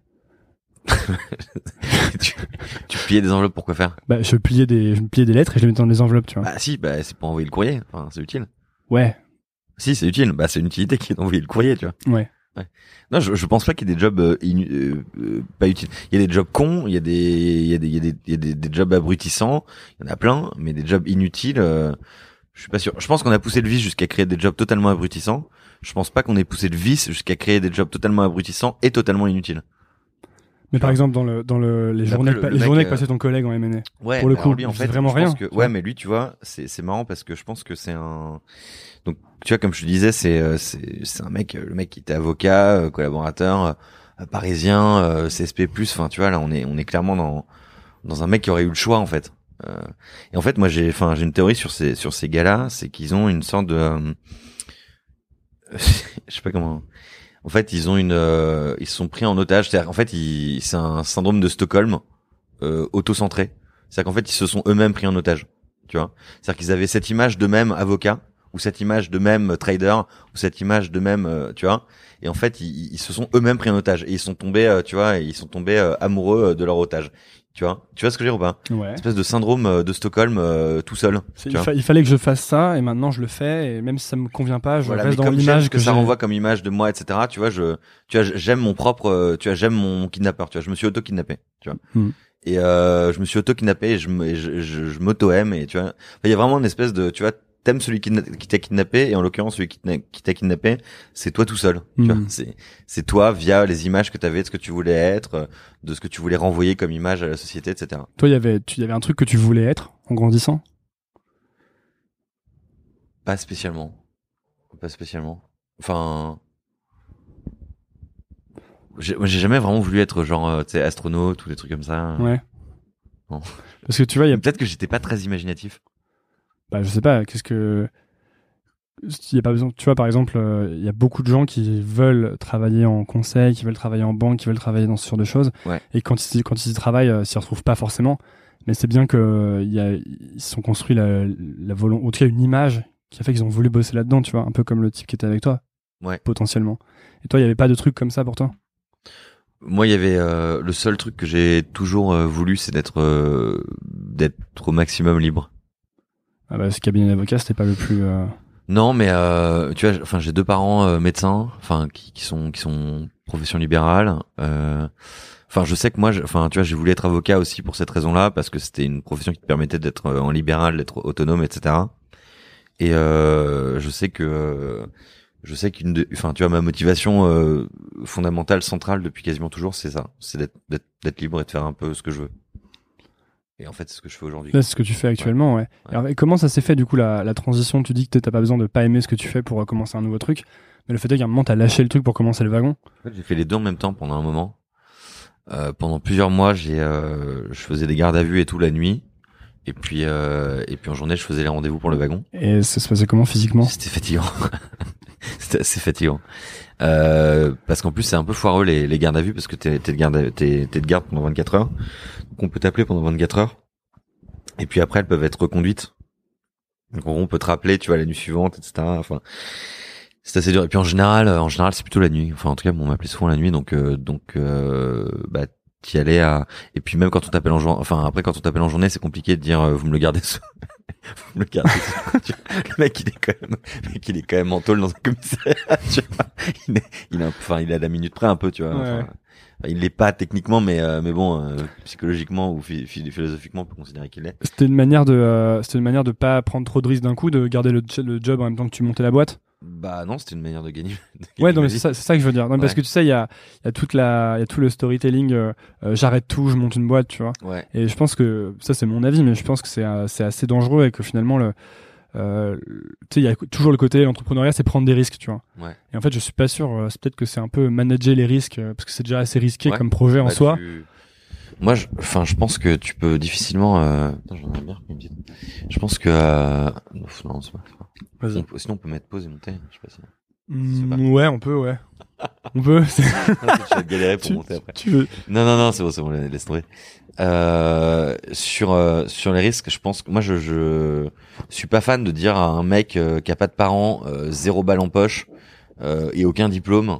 tu, tu pliais des enveloppes pour quoi faire? Bah, je pliais des, je pliais des lettres et je les mettais dans des enveloppes, tu vois. Bah si, bah c'est pour envoyer le courrier. Enfin, c'est utile. Ouais, Si, c'est utile. Bah c'est une utilité qui est d'envoyer le courrier, tu vois. ouais. Non, je, je pense pas qu'il y ait des jobs euh, inu- euh, euh, pas utiles. Il y a des jobs cons, il y a des, il y a des, il y a des, il y a des, des jobs abrutissants. Il y en a plein, mais des jobs inutiles. Euh, je suis pas sûr. Je pense qu'on a poussé le vice jusqu'à créer des jobs totalement abrutissants. Je pense pas qu'on ait poussé le vice jusqu'à créer des jobs totalement abrutissants et totalement inutiles. Mais Tu par vois. exemple, dans le, dans le, les Après, journées, le- que pa- le les mec, journées que euh, passait ton collègue en M and A. Ouais. Pour le alors coup, lui, en c'est fait, vraiment je pense rien, que- tu vois. ouais, mais lui, tu vois, c'est, c'est marrant parce que je pense que c'est un. Donc, tu vois, comme je te disais, c'est, euh, c'est, c'est un mec, euh, le mec qui était avocat, euh, collaborateur, euh, parisien, euh, C S P plus. Enfin, tu vois, là, on est, on est clairement dans, dans un mec qui aurait eu le choix, en fait. Euh, et en fait, moi, j'ai, enfin, j'ai une théorie sur ces, sur ces gars-là, c'est qu'ils ont une sorte de, euh, je sais pas comment. En fait, ils ont une, euh, ils se sont pris en otage. C'est-à-dire, en fait, ils, c'est un syndrome de Stockholm euh, auto-centré. C'est-à-dire qu'en fait, ils se sont eux-mêmes pris en otage. Tu vois. C'est-à-dire qu'ils avaient cette image d'eux-mêmes avocats, ou cette image d'eux-mêmes trader, ou cette image d'eux-mêmes, euh, tu vois. Et en fait, ils, ils se sont eux-mêmes pris en otage et ils sont tombés, euh, tu vois, et ils sont tombés euh, amoureux euh, de leur otage. Tu vois. Tu vois ce que je veux dire ou pas? Ouais. Une espèce de syndrome euh, de Stockholm euh, tout seul. C'est- tu il, vois. fa- il fallait que je fasse ça et maintenant je le fais et même si ça me convient pas, je Voilà, reste mais dans comme l'image j'aime que, que ça j'ai. renvoie comme image de moi, et cetera. Tu vois, je, tu vois, j'aime mon propre, euh, tu vois, j'aime mon kidnappeur. Tu vois, je me suis auto-kidnappé. Tu vois. Hmm. Et euh, je me suis auto-kidnappé et je, me- et je, je, je m'auto-aime et tu vois. Enfin, il y a vraiment une espèce de, tu vois, t'aimes celui qui, n'a- qui t'a kidnappé et en l'occurrence celui qui t'a qui t'a kidnappé, c'est toi tout seul. Tu Hmm. vois, c'est c'est toi via les images que t'avais de ce que tu voulais être, euh, de ce que tu voulais renvoyer comme image à la société, et cetera. Toi, il y avait, tu, il y avait un truc que tu voulais être en grandissant. Pas spécialement. Pas spécialement. Enfin, j'ai moi, j'ai jamais vraiment voulu être genre, euh, tu sais, astronaute ou des trucs comme ça. Ouais. Non. Parce que tu vois, il y a, Peut-être que j'étais pas très imaginatif. bah, je sais pas, qu'est-ce que, il y a pas besoin, tu vois, par exemple, euh, il y a beaucoup de gens qui veulent travailler en conseil, qui veulent travailler en banque, qui veulent travailler dans ce genre de choses. Ouais. Et quand ils, quand ils y travaillent, euh, s'y retrouvent pas forcément. Mais c'est bien que euh, il y a, ils se sont construits la, la volonté, en tout cas une image qui a fait qu'ils ont voulu bosser là-dedans, tu vois, un peu comme le type qui était avec toi, Ouais. potentiellement. Et toi, il y avait pas de truc comme ça pour toi? Moi, il y avait euh, le seul truc que j'ai toujours euh, voulu, c'est d'être euh, d'être au maximum libre. Ah bah, ce cabinet d'avocat, c'était pas le plus. Euh... Non, mais euh, tu vois, enfin, j'ai deux parents euh, médecins, enfin, qui, qui sont qui sont profession libérale. Euh, Enfin, je sais que moi, enfin, tu vois, j'ai voulu être avocat aussi pour cette raison-là, parce que c'était une profession qui te permettait d'être en libéral, d'être autonome, et cetera. Et euh, je sais que, euh, je sais qu'une, de, enfin, tu vois, ma motivation euh, fondamentale, centrale depuis quasiment toujours, c'est ça, c'est d'être, d'être, d'être libre et de faire un peu ce que je veux. Et en fait, c'est ce que je fais aujourd'hui. Là, c'est ce que tu fais actuellement, ouais. ouais. ouais. Alors, et comment ça s'est fait du coup la, la transition? Tu dis que t'as pas besoin de pas aimer ce que tu fais pour commencer un nouveau truc, mais le fait est qu'à un moment t'as lâché le truc pour commencer le wagon. En fait, j'ai fait les deux en même temps pendant un moment. Euh, pendant plusieurs mois, j'ai, euh, je faisais des gardes à vue et tout la nuit, et puis, euh, et puis en journée, je faisais les rendez-vous pour le wagon. Et ça se passait comment physiquement? C'était fatigant. C'était assez fatigant. Euh, parce qu'en plus, c'est un peu foireux les, les gardes à vue, parce que t'es, t'es de garde, t'es, t'es de garde pendant vingt-quatre heures. Donc on peut t'appeler pendant vingt-quatre heures. Et puis après, elles peuvent être reconduites. Donc on peut te rappeler, tu vois, la nuit suivante, et cetera. Enfin, c'est assez dur. Et puis en général, en général, c'est plutôt la nuit. Enfin, en tout cas, on m'appelait souvent la nuit, donc, euh, donc, euh, bah, t'y allais à. Et puis même quand on t'appelle en journée, enfin après quand on t'appelle en journée, c'est compliqué de dire, euh, vous me le gardez. Sous... vous me le gardez. Sous... le mec, il est quand même, le mec, il est quand même en tôle dans un commissariat. Tu vois, il est, il est, un... enfin, il est à la minute près un peu, tu vois. Ouais. Enfin, il l'est pas techniquement, mais euh, mais bon, euh, psychologiquement ou phi- philosophiquement, on peut considérer qu'il l'est. C'était une manière de, euh, c'était une manière de pas prendre trop de risques d'un coup, de garder le, le job en même temps que tu montais la boîte. Bah non, c'était une manière de gagner. De gagner Ouais, non, mais vie. c'est ça, c'est ça que je veux dire. Non, Ouais. Parce que tu sais, il y a, il y a toute la, il y a tout le storytelling. Euh, euh, j'arrête tout, je monte une boîte, tu vois. Ouais. Et je pense que ça, c'est mon avis, mais je pense que c'est, euh, c'est assez dangereux et que finalement le, euh, tu sais, il y a toujours le côté l'entrepreneuriat, c'est prendre des risques, tu vois. Ouais. Et en fait, je suis pas sûr. Euh, c'est peut-être que c'est un peu manager les risques euh, parce que c'est déjà assez risqué Ouais. comme projet en Bah, soi. tu... Moi, je, enfin, je pense que tu peux difficilement. Euh... Attends, j'en ai bien repris une petite. Je pense que. Euh... Non, c'est pas. Vas-y. On peut... Sinon, on peut mettre pause et monter. Je sais pas si. Mmh, ouais, on peut, ouais. on peut. Tu vas galérer pour tu, monter après. tu veux. Non, non, non, c'est bon, c'est bon, laisse tomber. Euh, sur euh, sur les risques, je pense que moi, je je suis pas fan de dire à un mec euh, qui a pas de parents, euh, zéro balle en poche euh, et aucun diplôme.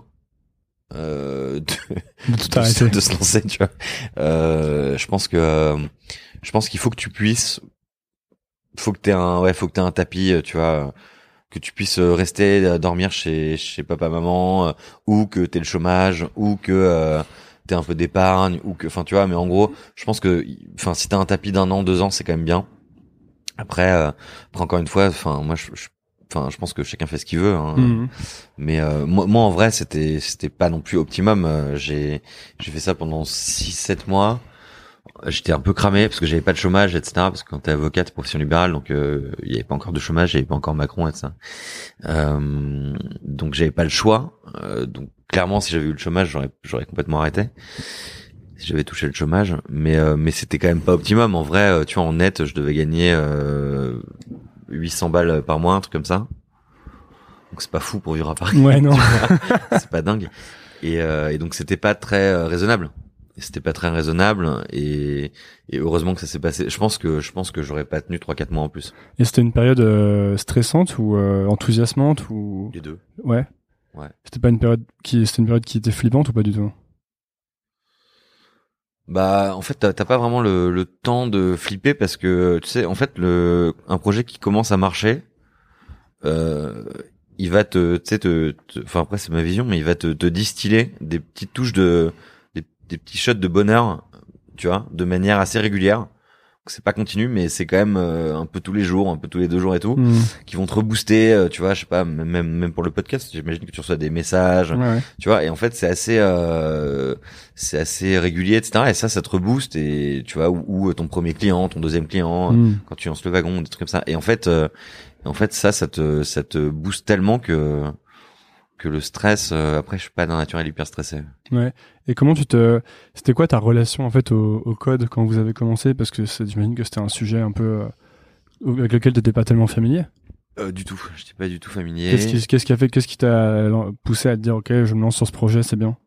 Euh, de, De tout de, arrêter. de se lancer, tu vois. Euh, je pense que euh, je pense qu'il faut que tu puisses, faut que t'aies un, ouais, faut que t'aies un tapis, tu vois, que tu puisses rester dormir chez chez papa maman, euh, ou que t'aies le chômage, ou que euh, t'aies un peu d'épargne, ou que, enfin, tu vois. Mais en gros, je pense que, enfin, si t'as un tapis d'un an, deux ans, c'est quand même bien. Après, euh, après encore une fois, enfin, moi, je, je Enfin, je pense que chacun fait ce qu'il veut, hein. Mmh. Mais euh, moi, moi, en vrai, c'était, c'était pas non plus optimum. Euh, j'ai, j'ai fait ça pendant six, sept mois. J'étais un peu cramé parce que j'avais pas de chômage, et cetera. Parce que quand t'es avocat, t'es profession libérale, donc euh, il y avait pas encore de chômage, il y avait pas encore Macron, et cetera. Euh, donc j'avais pas le choix. Euh, donc clairement, si j'avais eu le chômage, j'aurais, j'aurais complètement arrêté. Si j'avais touché le chômage, mais euh, mais c'était quand même pas optimum. En vrai, tu vois, en net, je devais gagner euh, huit cents balles par mois, un truc comme ça. Donc c'est pas fou pour vivre à Paris. Ouais, non. C'est pas dingue. Et, euh, et donc c'était pas très euh, raisonnable. Et c'était pas très raisonnable. Et, et heureusement que ça s'est passé. Je pense que je pense que j'aurais pas tenu trois quatre mois en plus. Et c'était une période euh, stressante ou euh, enthousiasmante ou Les deux. ouais. Ouais. C'était pas une période qui, c'était une période qui était flippante ou pas du tout? Bah en fait t'as, t'as pas vraiment le, le temps de flipper parce que tu sais en fait le un projet qui commence à marcher, euh, il va te, tu sais te, enfin après c'est ma vision mais il va te, te distiller des petites touches de, des, des petits shots de bonheur, tu vois, de manière assez régulière. C'est pas continu mais c'est quand même euh, un peu tous les jours, un peu tous les deux jours et tout, Mmh. qui vont te rebooster, euh, tu vois, je sais pas, même même pour le podcast, j'imagine que tu reçois des messages, Ouais, ouais. tu vois, et en fait c'est assez euh, c'est assez régulier, et cetera. Et ça ça te rebooste et tu vois, ou, ou ton premier client, ton deuxième client, Mmh. quand tu lances le wagon, des trucs comme ça. Et en fait euh, en fait ça ça te ça te booste tellement que que le stress, euh, après je suis pas d'un naturel hyper stressé. Ouais. Et comment tu te, c'était quoi ta relation en fait au, au code quand vous avez commencé? Parce que c'est- j'imagine que c'était un sujet un peu euh, avec lequel t'étais pas tellement familier. Euh, du tout, j'étais pas du tout familier. Qu'est-ce qui, qu'est-ce qui a fait, qu'est-ce qui t'a poussé à te dire, ok, je me lance sur ce projet, c'est bien?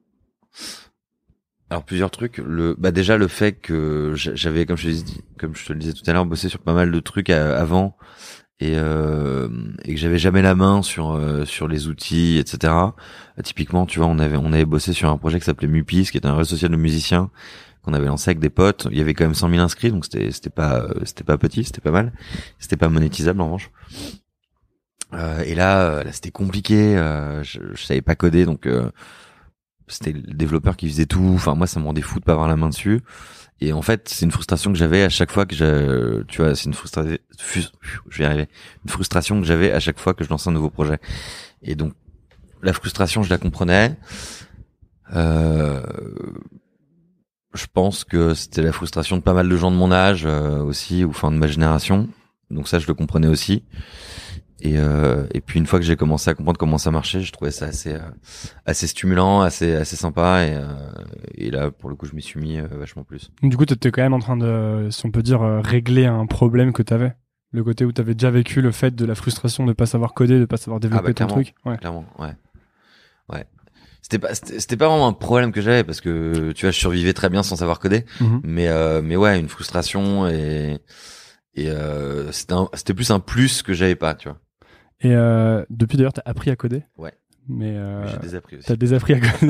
Alors plusieurs trucs. Le, bah déjà le fait que j'avais, comme je te dis, comme je te le disais tout à l'heure, bossé sur pas mal de trucs à, avant et euh, et que j'avais jamais la main sur euh, sur les outils, et cetera. Euh, typiquement, tu vois, on avait on avait bossé sur un projet qui s'appelait Mupis, qui était un réseau social de musiciens qu'on avait lancé avec des potes. Il y avait quand même cent mille inscrits, donc c'était c'était pas euh, c'était pas petit, c'était pas mal. C'était pas monétisable en revanche. Euh, et là, là c'était compliqué. Euh, je, je savais pas coder, donc euh, c'était le développeur qui faisait tout. Enfin, moi, ça me rendait fou de pas avoir la main dessus. Et en fait, c'est une frustration que j'avais à chaque fois que je, tu vois, c'est une frustration, je vais y arriver, une frustration que j'avais à chaque fois que je lançais un nouveau projet. Et donc, la frustration, je la comprenais. Euh, je pense que c'était la frustration de pas mal de gens de mon âge euh, aussi, ou enfin de ma génération. Donc ça, je le comprenais aussi. Et, euh, et puis une fois que j'ai commencé à comprendre comment ça marchait, je trouvais ça assez, euh, assez stimulant, assez, assez sympa. Et, euh, et là, pour le coup, je m'y suis mis euh, vachement plus. Du coup, t'étais quand même en train de, si on peut dire, euh, régler un problème que t'avais. Le côté où t'avais déjà vécu le fait de la frustration de pas savoir coder, de pas savoir développer ah bah, ton truc. Ouais. Clairement, ouais. Ouais. C'était pas, c'était, c'était pas vraiment un problème que j'avais parce que, tu vois, je survivais très bien sans savoir coder. Mm-hmm. Mais, euh, mais ouais, une frustration et, et, euh, c'était un, c'était plus un plus que j'avais pas, tu vois. Et euh, depuis d'ailleurs, t'as appris à coder. Ouais. Mais, euh, mais j'ai désappris aussi. T'as désappris à coder.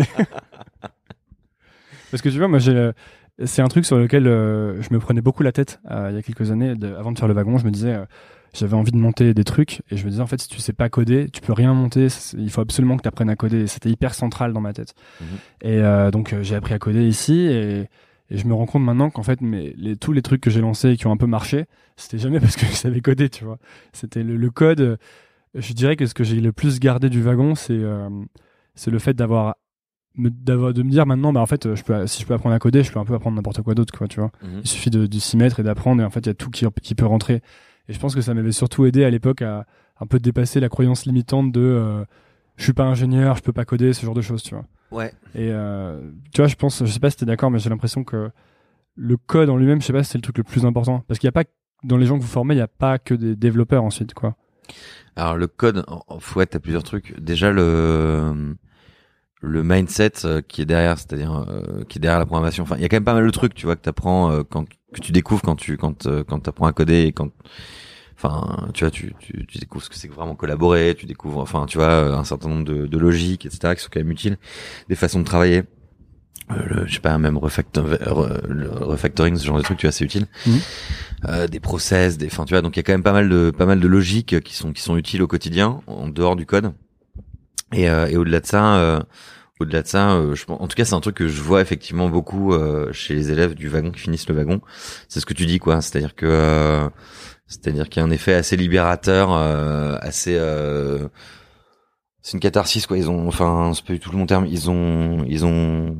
Parce que tu vois, moi, j'ai, c'est un truc sur lequel euh, je me prenais beaucoup la tête euh, il y a quelques années. De, avant de faire le wagon, je me disais, euh, j'avais envie de monter des trucs et je me disais en fait, si tu sais pas coder, tu peux rien monter. Il faut absolument que tu apprennes à coder. Et c'était hyper central dans ma tête. Mmh. Et euh, donc, euh, j'ai appris à coder ici et Et je me rends compte maintenant qu'en fait, mes, les, tous les trucs que j'ai lancés et qui ont un peu marché, c'était jamais parce que je savais coder, tu vois. C'était le, le code. Je dirais que ce que j'ai le plus gardé du wagon, c'est euh, c'est le fait d'avoir, d'avoir de me dire maintenant, bah en fait, je peux, si je peux apprendre à coder, je peux un peu apprendre n'importe quoi d'autre, quoi, tu vois. Mm-hmm. Il suffit de, de s'y mettre et d'apprendre, et en fait, il y a tout qui, qui peut rentrer. Et je pense que ça m'avait surtout aidé à l'époque à un peu dépasser la croyance limitante de euh, je suis pas ingénieur, je peux pas coder, ce genre de choses, tu vois. Ouais. Et euh, tu vois, je pense, je sais pas si t'es d'accord, mais j'ai l'impression que le code en lui-même, je sais pas si c'est le truc le plus important. Parce qu'il y a pas, dans les gens que vous formez, il y a pas que des développeurs ensuite, quoi. Alors, le code, en fait, t'as plusieurs trucs. Déjà, le, le mindset qui est derrière, c'est-à-dire, euh, qui est derrière la programmation. Enfin, il y a quand même pas mal de trucs, tu vois, que t'apprends, euh, quand, que tu découvres quand tu, quand, euh, quand t'apprends à coder et quand, enfin, tu vois, tu, tu, tu découvres ce que c'est que vraiment collaborer, tu découvres, enfin, tu vois, un certain nombre de, de logiques, et cetera, qui sont quand même utiles, des façons de travailler. Euh, le, je sais pas, même refactor, le refactoring, ce genre de trucs, tu vois, c'est utile. Mmh. Euh, des process, des, enfin, tu vois, donc il y a quand même pas mal de, pas mal de logiques qui sont, qui sont utiles au quotidien, en dehors du code. Et, euh, et au-delà de ça, euh, au-delà de ça, euh, je, en tout cas, c'est un truc que je vois effectivement beaucoup euh, chez les élèves du wagon qui finissent le wagon. C'est ce que tu dis, quoi. C'est-à-dire que, euh, c'est-à-dire qu'il y a un effet assez libérateur, euh, assez. Euh, c'est une catharsis, quoi. Ils ont, enfin, c'est pas du tout le long terme. Ils ont, ils ont.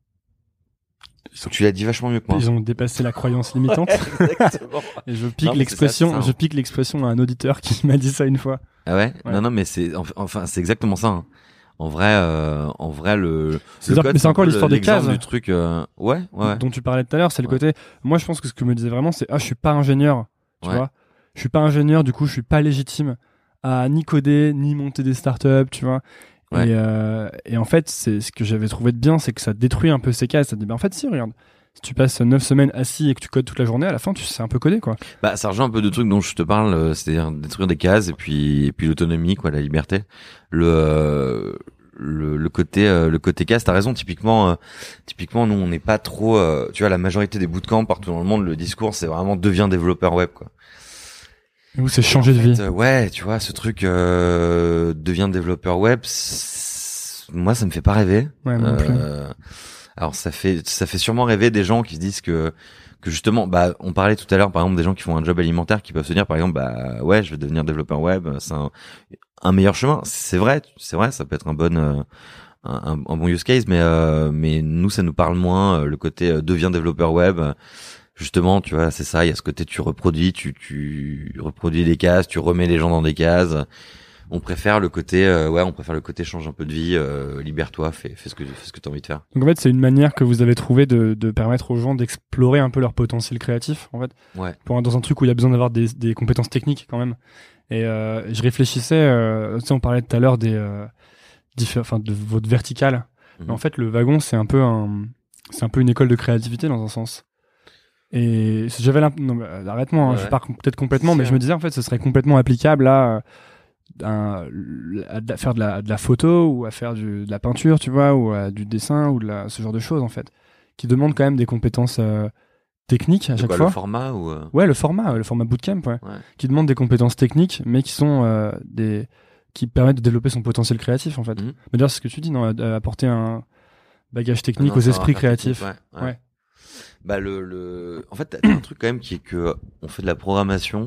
Tu l'as dit vachement mieux que moi. Ils ont dépassé la croyance limitante. Ouais, exactement. Et je pique non, l'expression, ça, ça, hein. je pique l'expression à un auditeur qui m'a dit ça une fois. Ah ouais, ouais. Non, non, mais c'est, enfin, c'est exactement ça. Hein. En vrai, euh, en vrai, le. C'est, le code, mais c'est encore l'histoire des cases. Du truc, euh, ouais, ouais. Dont tu parlais tout à l'heure, c'est le ouais. côté. Moi, je pense que ce que je me disais vraiment, c'est ah, je suis pas ingénieur, tu ouais. vois. Je suis pas ingénieur, du coup, je suis pas légitime à ni coder, ni monter des startups, tu vois. Ouais. Et, euh, et en fait, c'est ce que j'avais trouvé de bien, c'est que ça détruit un peu ces cases. Ça te dit, bah en fait, si, regarde, si tu passes neuf semaines assis et que tu codes toute la journée, à la fin, tu sais un peu coder, quoi. Bah, ça rejoint un peu de trucs dont je te parle, c'est-à-dire détruire des cases et puis, et puis l'autonomie, quoi, la liberté. Le, euh, le, le côté, euh, le côté case, t'as raison, typiquement, euh, typiquement, nous, on n'est pas trop, euh, tu vois, la majorité des bootcamps partout dans le monde, le discours, c'est vraiment deviens développeur web, quoi. Ou c'est changer de vie. Euh, ouais, tu vois, ce truc euh, devient développeur web, moi ça me fait pas rêver. Ouais, non plus. Euh, alors ça fait ça fait sûrement rêver des gens qui se disent que que justement, bah on parlait tout à l'heure par exemple des gens qui font un job alimentaire qui peuvent se dire par exemple bah ouais je vais devenir développeur web, c'est un, un meilleur chemin. C'est vrai, c'est vrai, ça peut être un bon euh, un, un bon use case, mais euh, mais nous ça nous parle moins euh, le côté euh, devient développeur web. Justement, tu vois, c'est ça, il y a ce côté tu reproduis, tu tu reproduis des cases, tu remets les gens dans des cases. on préfère le côté, euh, ouais, on préfère le côté change un peu de vie, euh, libère-toi, fais, fais ce que, fais ce que t'as envie de faire. Donc en fait, c'est une manière que vous avez trouvé de, de permettre aux gens d'explorer un peu leur potentiel créatif, en fait. Ouais. Pour, dans un truc où il y a besoin d'avoir des, des compétences techniques quand même. Et euh, je réfléchissais, euh, tu sais, on parlait tout à l'heure des, euh, diffé- enfin, de votre verticale. Mhm. Mais en fait, le wagon, c'est un peu un, c'est un peu une école de créativité dans un sens. Et j'avais l'imp... non, mais, euh, arrête-moi, hein, Ouais, je ouais. pars peut-être complètement, Si, mais hein. je me disais en fait, ce serait complètement applicable à, euh, à, à de la- faire de la, de la photo ou à faire du, de la peinture, tu vois, ou à du dessin ou de la, ce genre de choses en fait, qui demandent quand même des compétences euh, techniques à De chaque quoi, fois. le format ou euh... Ouais, le format, le format bootcamp, ouais, ouais. qui demandent des compétences techniques, mais qui sont euh, des, qui permettent de développer son potentiel créatif en fait. Mhm. Mais d'ailleurs, c'est ce que tu dis, non, euh, apporter un bagage technique Non, aux savoir esprits faire créatifs. technique, ouais, ouais. Ouais. Bah le, le, en fait, t'as, t'as un truc quand même qui est que on fait de la programmation.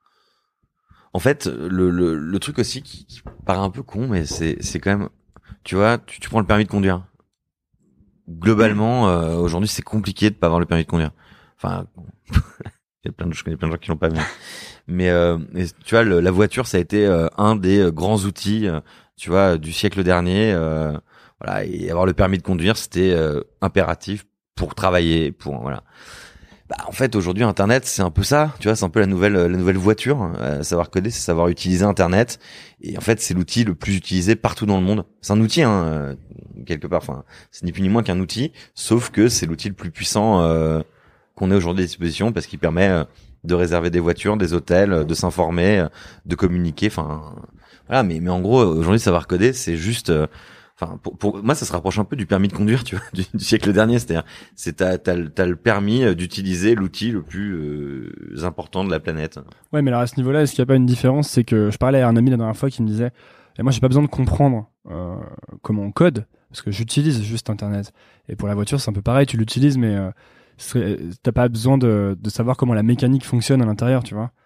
En fait, le, le, le truc aussi qui, qui paraît un peu con, mais c'est, c'est quand même, tu vois, tu, tu prends le permis de conduire. Globalement, euh, aujourd'hui, c'est compliqué de pas avoir le permis de conduire. Enfin, il y a plein de, je connais plein de gens qui l'ont pas, mais, mais euh, et tu vois, le, la voiture, ça a été euh, un des euh, grands outils, euh, tu vois, du siècle dernier. Euh, voilà, et avoir le permis de conduire, c'était euh, impératif pour travailler, pour voilà. Bah, en fait, aujourd'hui, Internet, c'est un peu ça. Tu vois, c'est un peu la nouvelle, la nouvelle voiture. Euh, savoir coder, c'est savoir utiliser Internet. Et en fait, c'est l'outil le plus utilisé partout dans le monde. C'est un outil, hein, euh, quelque part. Enfin, c'est ni plus ni moins qu'un outil, sauf que c'est l'outil le plus puissant euh, qu'on ait aujourd'hui à disposition parce qu'il permet euh, de réserver des voitures, des hôtels, euh, de s'informer, euh, de communiquer. Enfin, voilà. Mais, mais en gros, aujourd'hui, savoir coder, c'est juste. Euh, Enfin, pour, pour moi, ça se rapproche un peu du permis de conduire, tu vois, du, du siècle dernier. C'est-à-dire, c'est t'as, t'as, t'as le permis d'utiliser l'outil le plus euh, important de la planète. Ouais, mais alors à ce niveau-là, est-ce qu'il n'y a pas une différence? C'est que je parlais à un ami la dernière fois qui me disait, et moi, j'ai pas besoin de comprendre euh, comment on code, parce que j'utilise juste Internet. Et pour la voiture, c'est un peu pareil, tu l'utilises, mais euh, c'est- t'as pas besoin de, de savoir comment la mécanique fonctionne à l'intérieur, tu vois.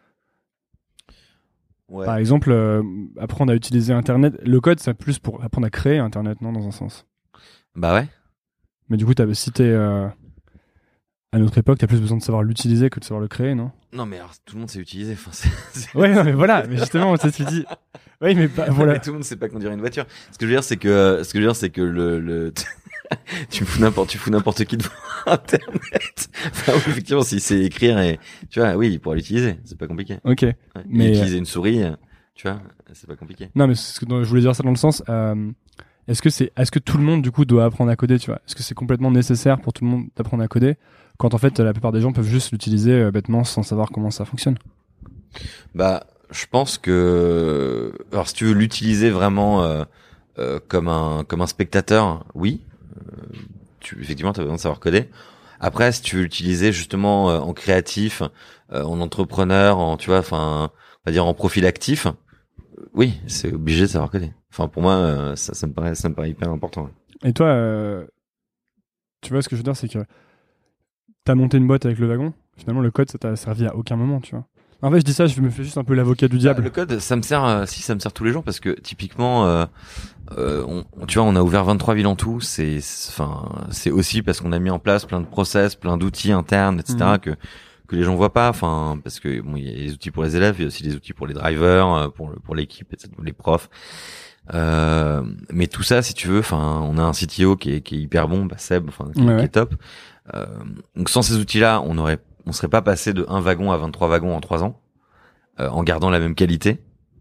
Ouais. Par exemple, euh, apprendre à utiliser Internet, le code, c'est plus pour apprendre à créer Internet, non, dans un sens. Bah ouais. Mais du coup, t'as, si t'es euh, à notre époque, t'as plus besoin de savoir l'utiliser que de savoir le créer, non? Non, mais alors, tout le monde sait utiliser. Enfin, c'est, c'est... Ouais, non, mais voilà, mais justement, tu te dis, oui, mais pas, voilà. Mais tout le monde sait pas conduire une voiture. Ce que je veux dire, c'est que, ce que je veux dire, c'est que le, le... tu fous n'importe, tu fous n'importe qui devant Internet. Enfin, oui, effectivement, s'il sait écrire et, tu vois, oui, il pourra l'utiliser. C'est pas compliqué. Ok. Ouais. Mais- Et utiliser une souris, tu vois, c'est pas compliqué. Non, mais c'est ce que je voulais dire ça dans le sens. Euh, est-ce que c'est, est-ce que tout le monde du coup doit apprendre à coder, tu vois? Est-ce que c'est complètement nécessaire pour tout le monde d'apprendre à coder quand en fait la plupart des gens peuvent juste l'utiliser euh, bêtement sans savoir comment ça fonctionne? Bah, je pense que, alors si tu veux l'utiliser vraiment euh, euh, comme un comme un spectateur, oui, euh, tu effectivement t'as besoin de savoir coder. Après, si tu veux l'utiliser justement euh, en créatif, euh, en entrepreneur, en tu vois, enfin, on va dire en profil actif, euh, oui, c'est obligé de savoir coder. Enfin, pour moi, euh, ça, ça me paraît, ça me paraît hyper important. Ouais. Et toi, euh, tu vois ce que je veux dire, c'est que t'as monté une boîte avec le wagon. Finalement, le code, ça t'a servi à aucun moment, tu vois. En fait, je dis ça, je me fais juste un peu l'avocat du diable. Bah, le code, ça me sert, euh, si ça me sert tous les jours parce que typiquement, euh, euh, on, on- tu vois, on a ouvert vingt-trois villes en tout. C'est, enfin, c'est aussi parce qu'on a mis en place plein de process, plein d'outils internes, et cetera Mhm. que que les gens voient pas. Enfin, parce que bon, il y a les outils pour les élèves, il y a aussi les outils pour les drivers, euh, pour le, pour l'équipe, et cetera, les profs. Euh, mais tout ça, si tu veux, enfin, on a un C T O qui est, qui est hyper bon, bah Seb, enfin, qui, Ouais, qui ouais. est top. Euh, donc sans ces outils-là, on aurait, on serait pas passé de un wagon à vingt-trois wagons en trois ans. Euh, en gardant la même qualité.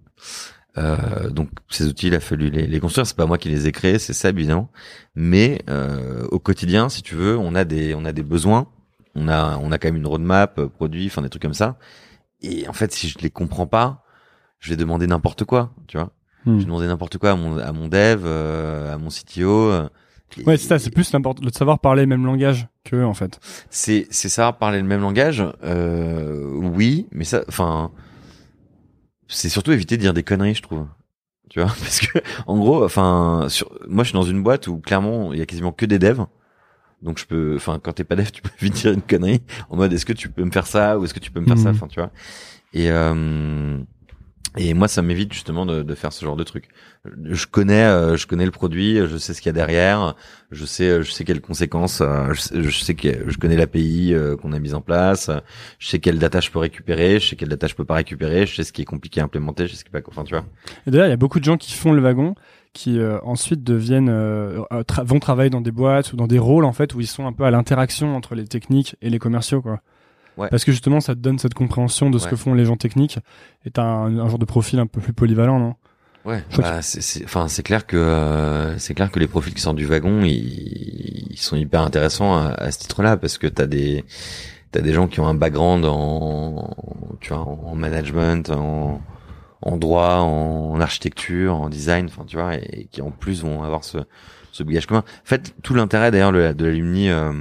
Euh, donc ces outils, il a fallu les, les construire. C'est pas moi qui les ai créés, c'est ça évidemment. Mais euh, au quotidien, si tu veux, on a des on a des besoins. On a on a quand même une roadmap, euh, produit, enfin des trucs comme ça. Et en fait, si je les comprends pas, je vais demander n'importe quoi, tu vois. Hmm. Je vais demander n'importe quoi à mon à mon dev, euh, à mon C T O. euh, et- Ouais, c'est ça, c'est plus n'importe, le de savoir parler le même langage qu'eux, en fait. C'est c'est ça, parler le même langage. Euh, oui, mais ça, enfin. C'est surtout éviter de dire des conneries, je trouve. Tu vois, parce que en gros, enfin, sur, moi, je suis dans une boîte où clairement, il y a quasiment que des devs. Donc je peux, enfin, quand t'es pas dev, tu peux vite dire une connerie en mode, est-ce que tu peux me faire ça ou est-ce que tu peux me faire ça, Mhm. enfin, tu vois. Et euh, Et moi, ça m'évite justement de, de faire ce genre de truc. Je connais, euh, je connais le produit, je sais ce qu'il y a derrière, je sais, je sais quelles conséquences, euh, je, sais, je sais que je connais l'A P I euh, qu'on a mise en place, je sais quelle data je peux récupérer, je sais quelle data je peux pas récupérer, je sais ce qui est compliqué à implémenter, je sais ce qui est pas, enfin tu vois. Et d'ailleurs, il y a beaucoup de gens qui font le wagon, qui euh, ensuite deviennent, euh, tra- vont travailler dans des boîtes ou dans des rôles en fait où ils sont un peu à l'interaction entre les techniques et les commerciaux, quoi. Ouais. Parce que justement, ça te donne cette compréhension de ce Ouais. que font les gens techniques. Et t'as un, un genre de profil un peu plus polyvalent, non? Ouais. Bah, c'est, c'est, enfin, c'est clair que euh, c'est clair que les profils qui sortent du wagon, ils, ils sont hyper intéressants à, à ce titre-là parce que t'as des t'as des gens qui ont un background en tu vois en management, en en droit, en architecture, en design, enfin tu vois, et, et qui en plus vont avoir ce ce bagage commun. En fait, tout l'intérêt d'ailleurs de, de l'alumni euh,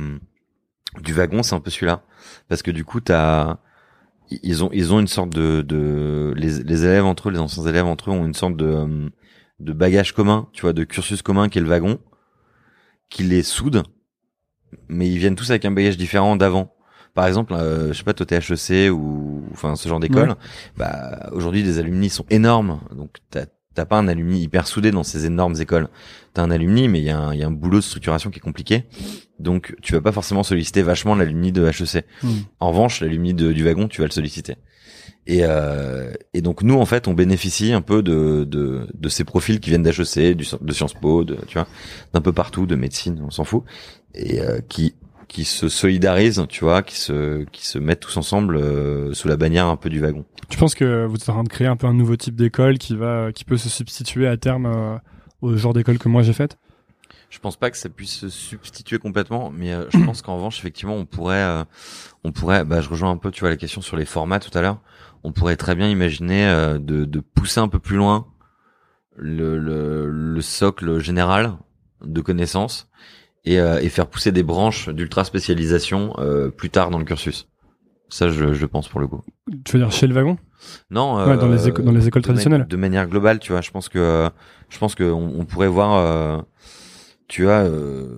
du wagon, c'est un peu celui-là. Parce que du coup, t'as, ils ont, ils ont une sorte de, de, les, les élèves entre eux, les anciens élèves entre eux ont une sorte de, de bagage commun, tu vois, de cursus commun qui est le wagon, qui les soude, mais ils viennent tous avec un bagage différent d'avant. Par exemple, euh, je sais pas, toi t'es H E C ou, enfin, ce genre d'école. Ouais. Bah, aujourd'hui, des alumni sont énormes, donc t'as, t'as pas un alumni hyper soudé dans ces énormes écoles. T'as un alumni, mais il y a un, il y a un boulot de structuration qui est compliqué. Donc, tu vas pas forcément solliciter vachement l'alumni de H E C. Mmh. En revanche, l'alumni de, du wagon, tu vas le solliciter. Et, euh, et donc, nous, en fait, on bénéficie un peu de, de, de ces profils qui viennent d'H E C, du, de Sciences Po, de, tu vois, d'un peu partout, de médecine, on s'en fout. Et, euh, qui, qui se solidarisent, tu vois, qui se, qui se mettent tous ensemble, euh, sous la bannière un peu du wagon. Tu penses que vous êtes en train de créer un peu un nouveau type d'école qui va, qui peut se substituer à terme, euh, au genre d'école que moi j'ai faite? Je pense pas que ça puisse se substituer complètement, mais euh, je pense qu'en revanche, effectivement, on pourrait, euh, on pourrait, bah, je rejoins un peu, tu vois, la question sur les formats tout à l'heure. On pourrait très bien imaginer euh, de, de pousser un peu plus loin le, le, le socle général de connaissances et, euh, et faire pousser des branches d'ultra spécialisation euh, plus tard dans le cursus. Ça, je, je pense pour le coup. Tu veux dire chez le wagon? Non, ouais, euh, dans les éco- dans les écoles de traditionnelles. Ma- de manière globale, tu vois, je pense que, je pense que on, on pourrait voir. Euh, Tu vois, euh,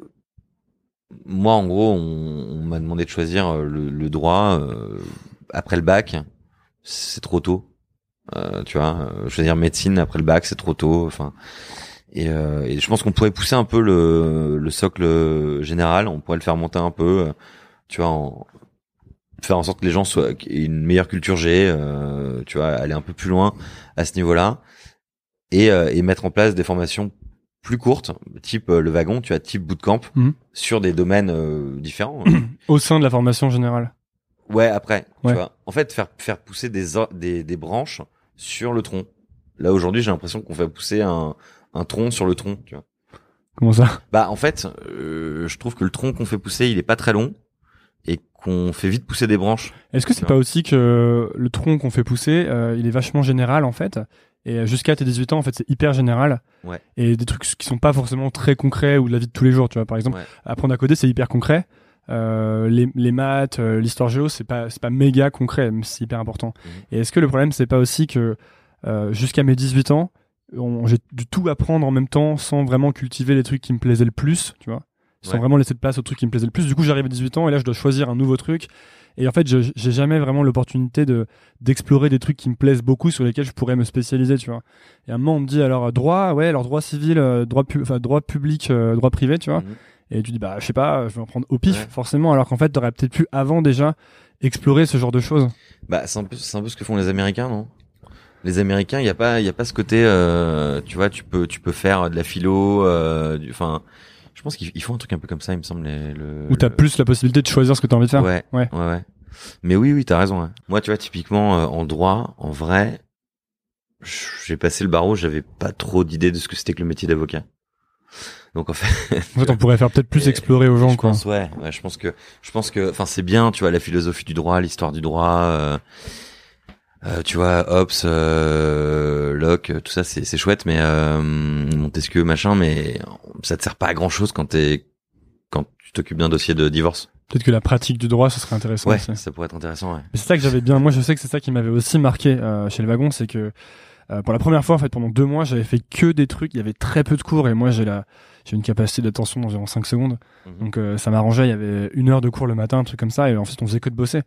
moi en gros, on, on m'a demandé de choisir le, le droit euh, après le bac, c'est trop tôt. Euh, tu vois, choisir médecine après le bac, c'est trop tôt. Enfin, et, euh, et je pense qu'on pourrait pousser un peu le, le socle général. On pourrait le faire monter un peu. Tu vois, en, faire en sorte que les gens soient aient une meilleure culture G. Euh, tu vois, aller un peu plus loin à ce niveau-là et, euh, et mettre en place des formations plus courte, type euh, le wagon, tu as type bootcamp, mmh. sur des domaines euh, différents. Au sein de la formation générale. Ouais, après, ouais. tu vois. En fait, faire faire pousser des des des branches sur le tronc. Là aujourd'hui, j'ai l'impression qu'on fait pousser un un tronc sur le tronc, tu vois. Comment ça? Bah en fait, euh, je trouve que le tronc qu'on fait pousser, il est pas très long et qu'on fait vite pousser des branches. Est-ce que c'est pas aussi que le tronc qu'on fait pousser, euh, il est vachement général en fait? Et jusqu'à tes dix-huit ans, en fait, c'est hyper général. Ouais. Et des trucs qui sont pas forcément très concrets ou de la vie de tous les jours, tu vois. Par exemple, ouais. apprendre à coder, c'est hyper concret. Euh, les, les maths, euh, l'histoire géo, c'est pas, c'est pas méga concret, mais c'est hyper important. Mmh. Et est-ce que le problème, c'est pas aussi que, euh, jusqu'à mes dix-huit ans, on, j'ai dû tout apprendre en même temps sans vraiment cultiver les trucs qui me plaisaient le plus, tu vois. Sans ouais. vraiment laisser de place aux trucs qui me plaisaient le plus. Du coup, j'arrive à dix-huit ans et là, je dois choisir un nouveau truc. Et en fait, je, j'ai jamais vraiment l'opportunité de, d'explorer des trucs qui me plaisent beaucoup, sur lesquels je pourrais me spécialiser, tu vois. Et à un moment, on me dit, alors, droit, ouais, alors droit civil, euh, droit, pu- enfin, droit public, euh, droit privé, tu vois. Mmh. Et tu dis, bah, je sais pas, je vais en prendre au pif, ouais. forcément, alors qu'en fait, t'aurais peut-être pu avant déjà explorer ce genre de choses. Bah, c'est un peu, c'est un peu ce que font les Américains, non? Les Américains, il y a pas, il y a pas ce côté, euh, tu vois, tu peux, tu peux faire de la philo, euh, du, enfin, je pense qu'ils font un truc un peu comme ça, il me semble. Les, le, Où t'as le... plus la possibilité de choisir ce que t'as envie de faire. Ouais, ouais, ouais. ouais. Mais oui, oui, t'as raison. Hein. Moi, tu vois, typiquement, euh, en droit, en vrai, j'ai passé le barreau, j'avais pas trop d'idées de ce que c'était que le métier d'avocat. Donc en fait, en fait, on pourrait faire peut-être plus et, explorer aux gens, je quoi. Pense, ouais, ouais, je pense que, je pense que, enfin, c'est bien, tu vois, la philosophie du droit, l'histoire du droit. Euh, Euh, tu vois, Hobbes, euh, Locke, tout ça, c'est, c'est chouette, mais euh, Montesquieu, machin, mais ça te sert pas à grand chose quand t'es, quand tu t'occupes d'un dossier de divorce. Peut-être que la pratique du droit, ce serait intéressant. Ouais, aussi. Ça pourrait être intéressant. Ouais. Mais c'est ça que j'avais bien. Moi, je sais que c'est ça qui m'avait aussi marqué euh, chez le wagon, c'est que euh, pour la première fois, en fait, pendant deux mois, j'avais fait que des trucs. Il y avait très peu de cours et moi, j'ai la, j'ai une capacité d'attention d'environ cinq secondes. Mmh. Donc, euh, ça m'arrangeait. Il y avait une heure de cours le matin, un truc comme ça, et ensuite, on faisait que de bosser.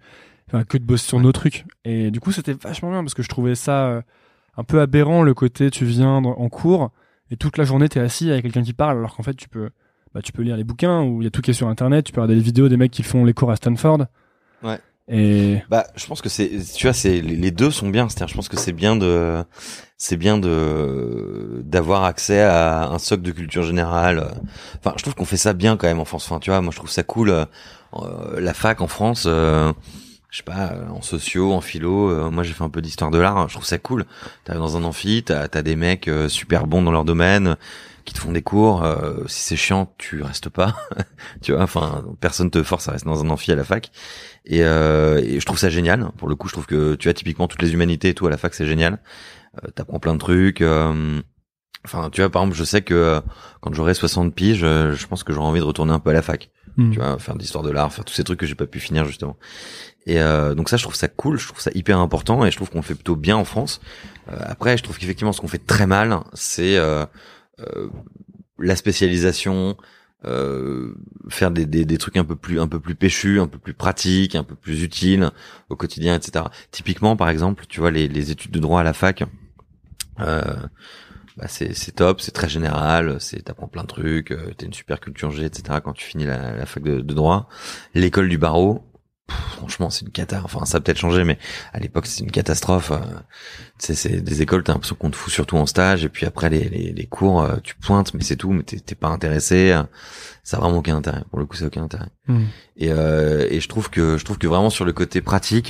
enfin, que de bosser sur nos trucs. Et du coup, c'était vachement bien parce que je trouvais ça euh, un peu aberrant, le côté tu viens dans- en cours et toute la journée t'es assis avec quelqu'un qui parle, alors qu'en fait tu peux, bah, tu peux lire les bouquins ou il y a tout qui est sur internet, tu peux regarder des vidéos des mecs qui font les cours à Stanford. Ouais. Et Bah, je pense que c'est, tu vois, c'est les les deux sont bien. C'est-à-dire, je pense que c'est bien de, c'est bien de d'avoir accès à un socle de culture générale. Enfin, je trouve qu'on fait ça bien quand même en France. Enfin, tu vois, moi je trouve ça cool. Euh, la fac en France, euh, je sais pas, en sociaux, en philo. Euh, moi, j'ai fait un peu d'histoire de l'art. Je trouve ça cool. T'arrives dans un amphi, t'as t'as des mecs euh, super bons dans leur domaine qui te font des cours. Euh, si c'est chiant, tu restes pas. Tu vois, enfin, personne te force à rester dans un amphi à la fac. Et, euh, et je trouve ça génial. Pour le coup, je trouve que tu as typiquement toutes les humanités et tout à la fac, c'est génial. Euh, t'apprends plein de trucs. Euh, enfin, tu vois, par exemple, je sais que euh, quand j'aurai soixante piges, euh, je pense que j'aurai envie de retourner un peu à la fac. mmh. Tu vois, faire de l'histoire de l'art, faire tous ces trucs que j'ai pas pu finir justement. Et euh, donc ça, je trouve ça cool. Je trouve ça hyper important et je trouve qu'on le fait plutôt bien en France. Euh, après, je trouve qu'effectivement, ce qu'on fait très mal, c'est euh, euh, la spécialisation. Euh, faire des, des des trucs un peu plus un peu plus péchus, un peu plus pratiques, un peu plus utiles au quotidien, et cetera. Typiquement, par exemple, tu vois les les études de droit à la fac, euh, bah c'est c'est top, c'est très général, c'est t'apprends plein de trucs, euh, t'as une super culture G, et cetera. Quand tu finis la, la fac de, de droit, l'école du barreau. Pff, franchement, c'est une cata. Enfin, ça a peut-être changé, mais à l'époque, c'est une catastrophe. Euh, c'est, c'est des écoles, t'as l'impression qu'on te fout surtout en stage, et puis après les les, les cours, euh, tu pointes, mais c'est tout, mais t'es, t'es pas intéressé. Euh, ça a vraiment aucun intérêt. Pour le coup, ça a aucun intérêt. Mmh. Et euh, et je trouve que je trouve que vraiment sur le côté pratique,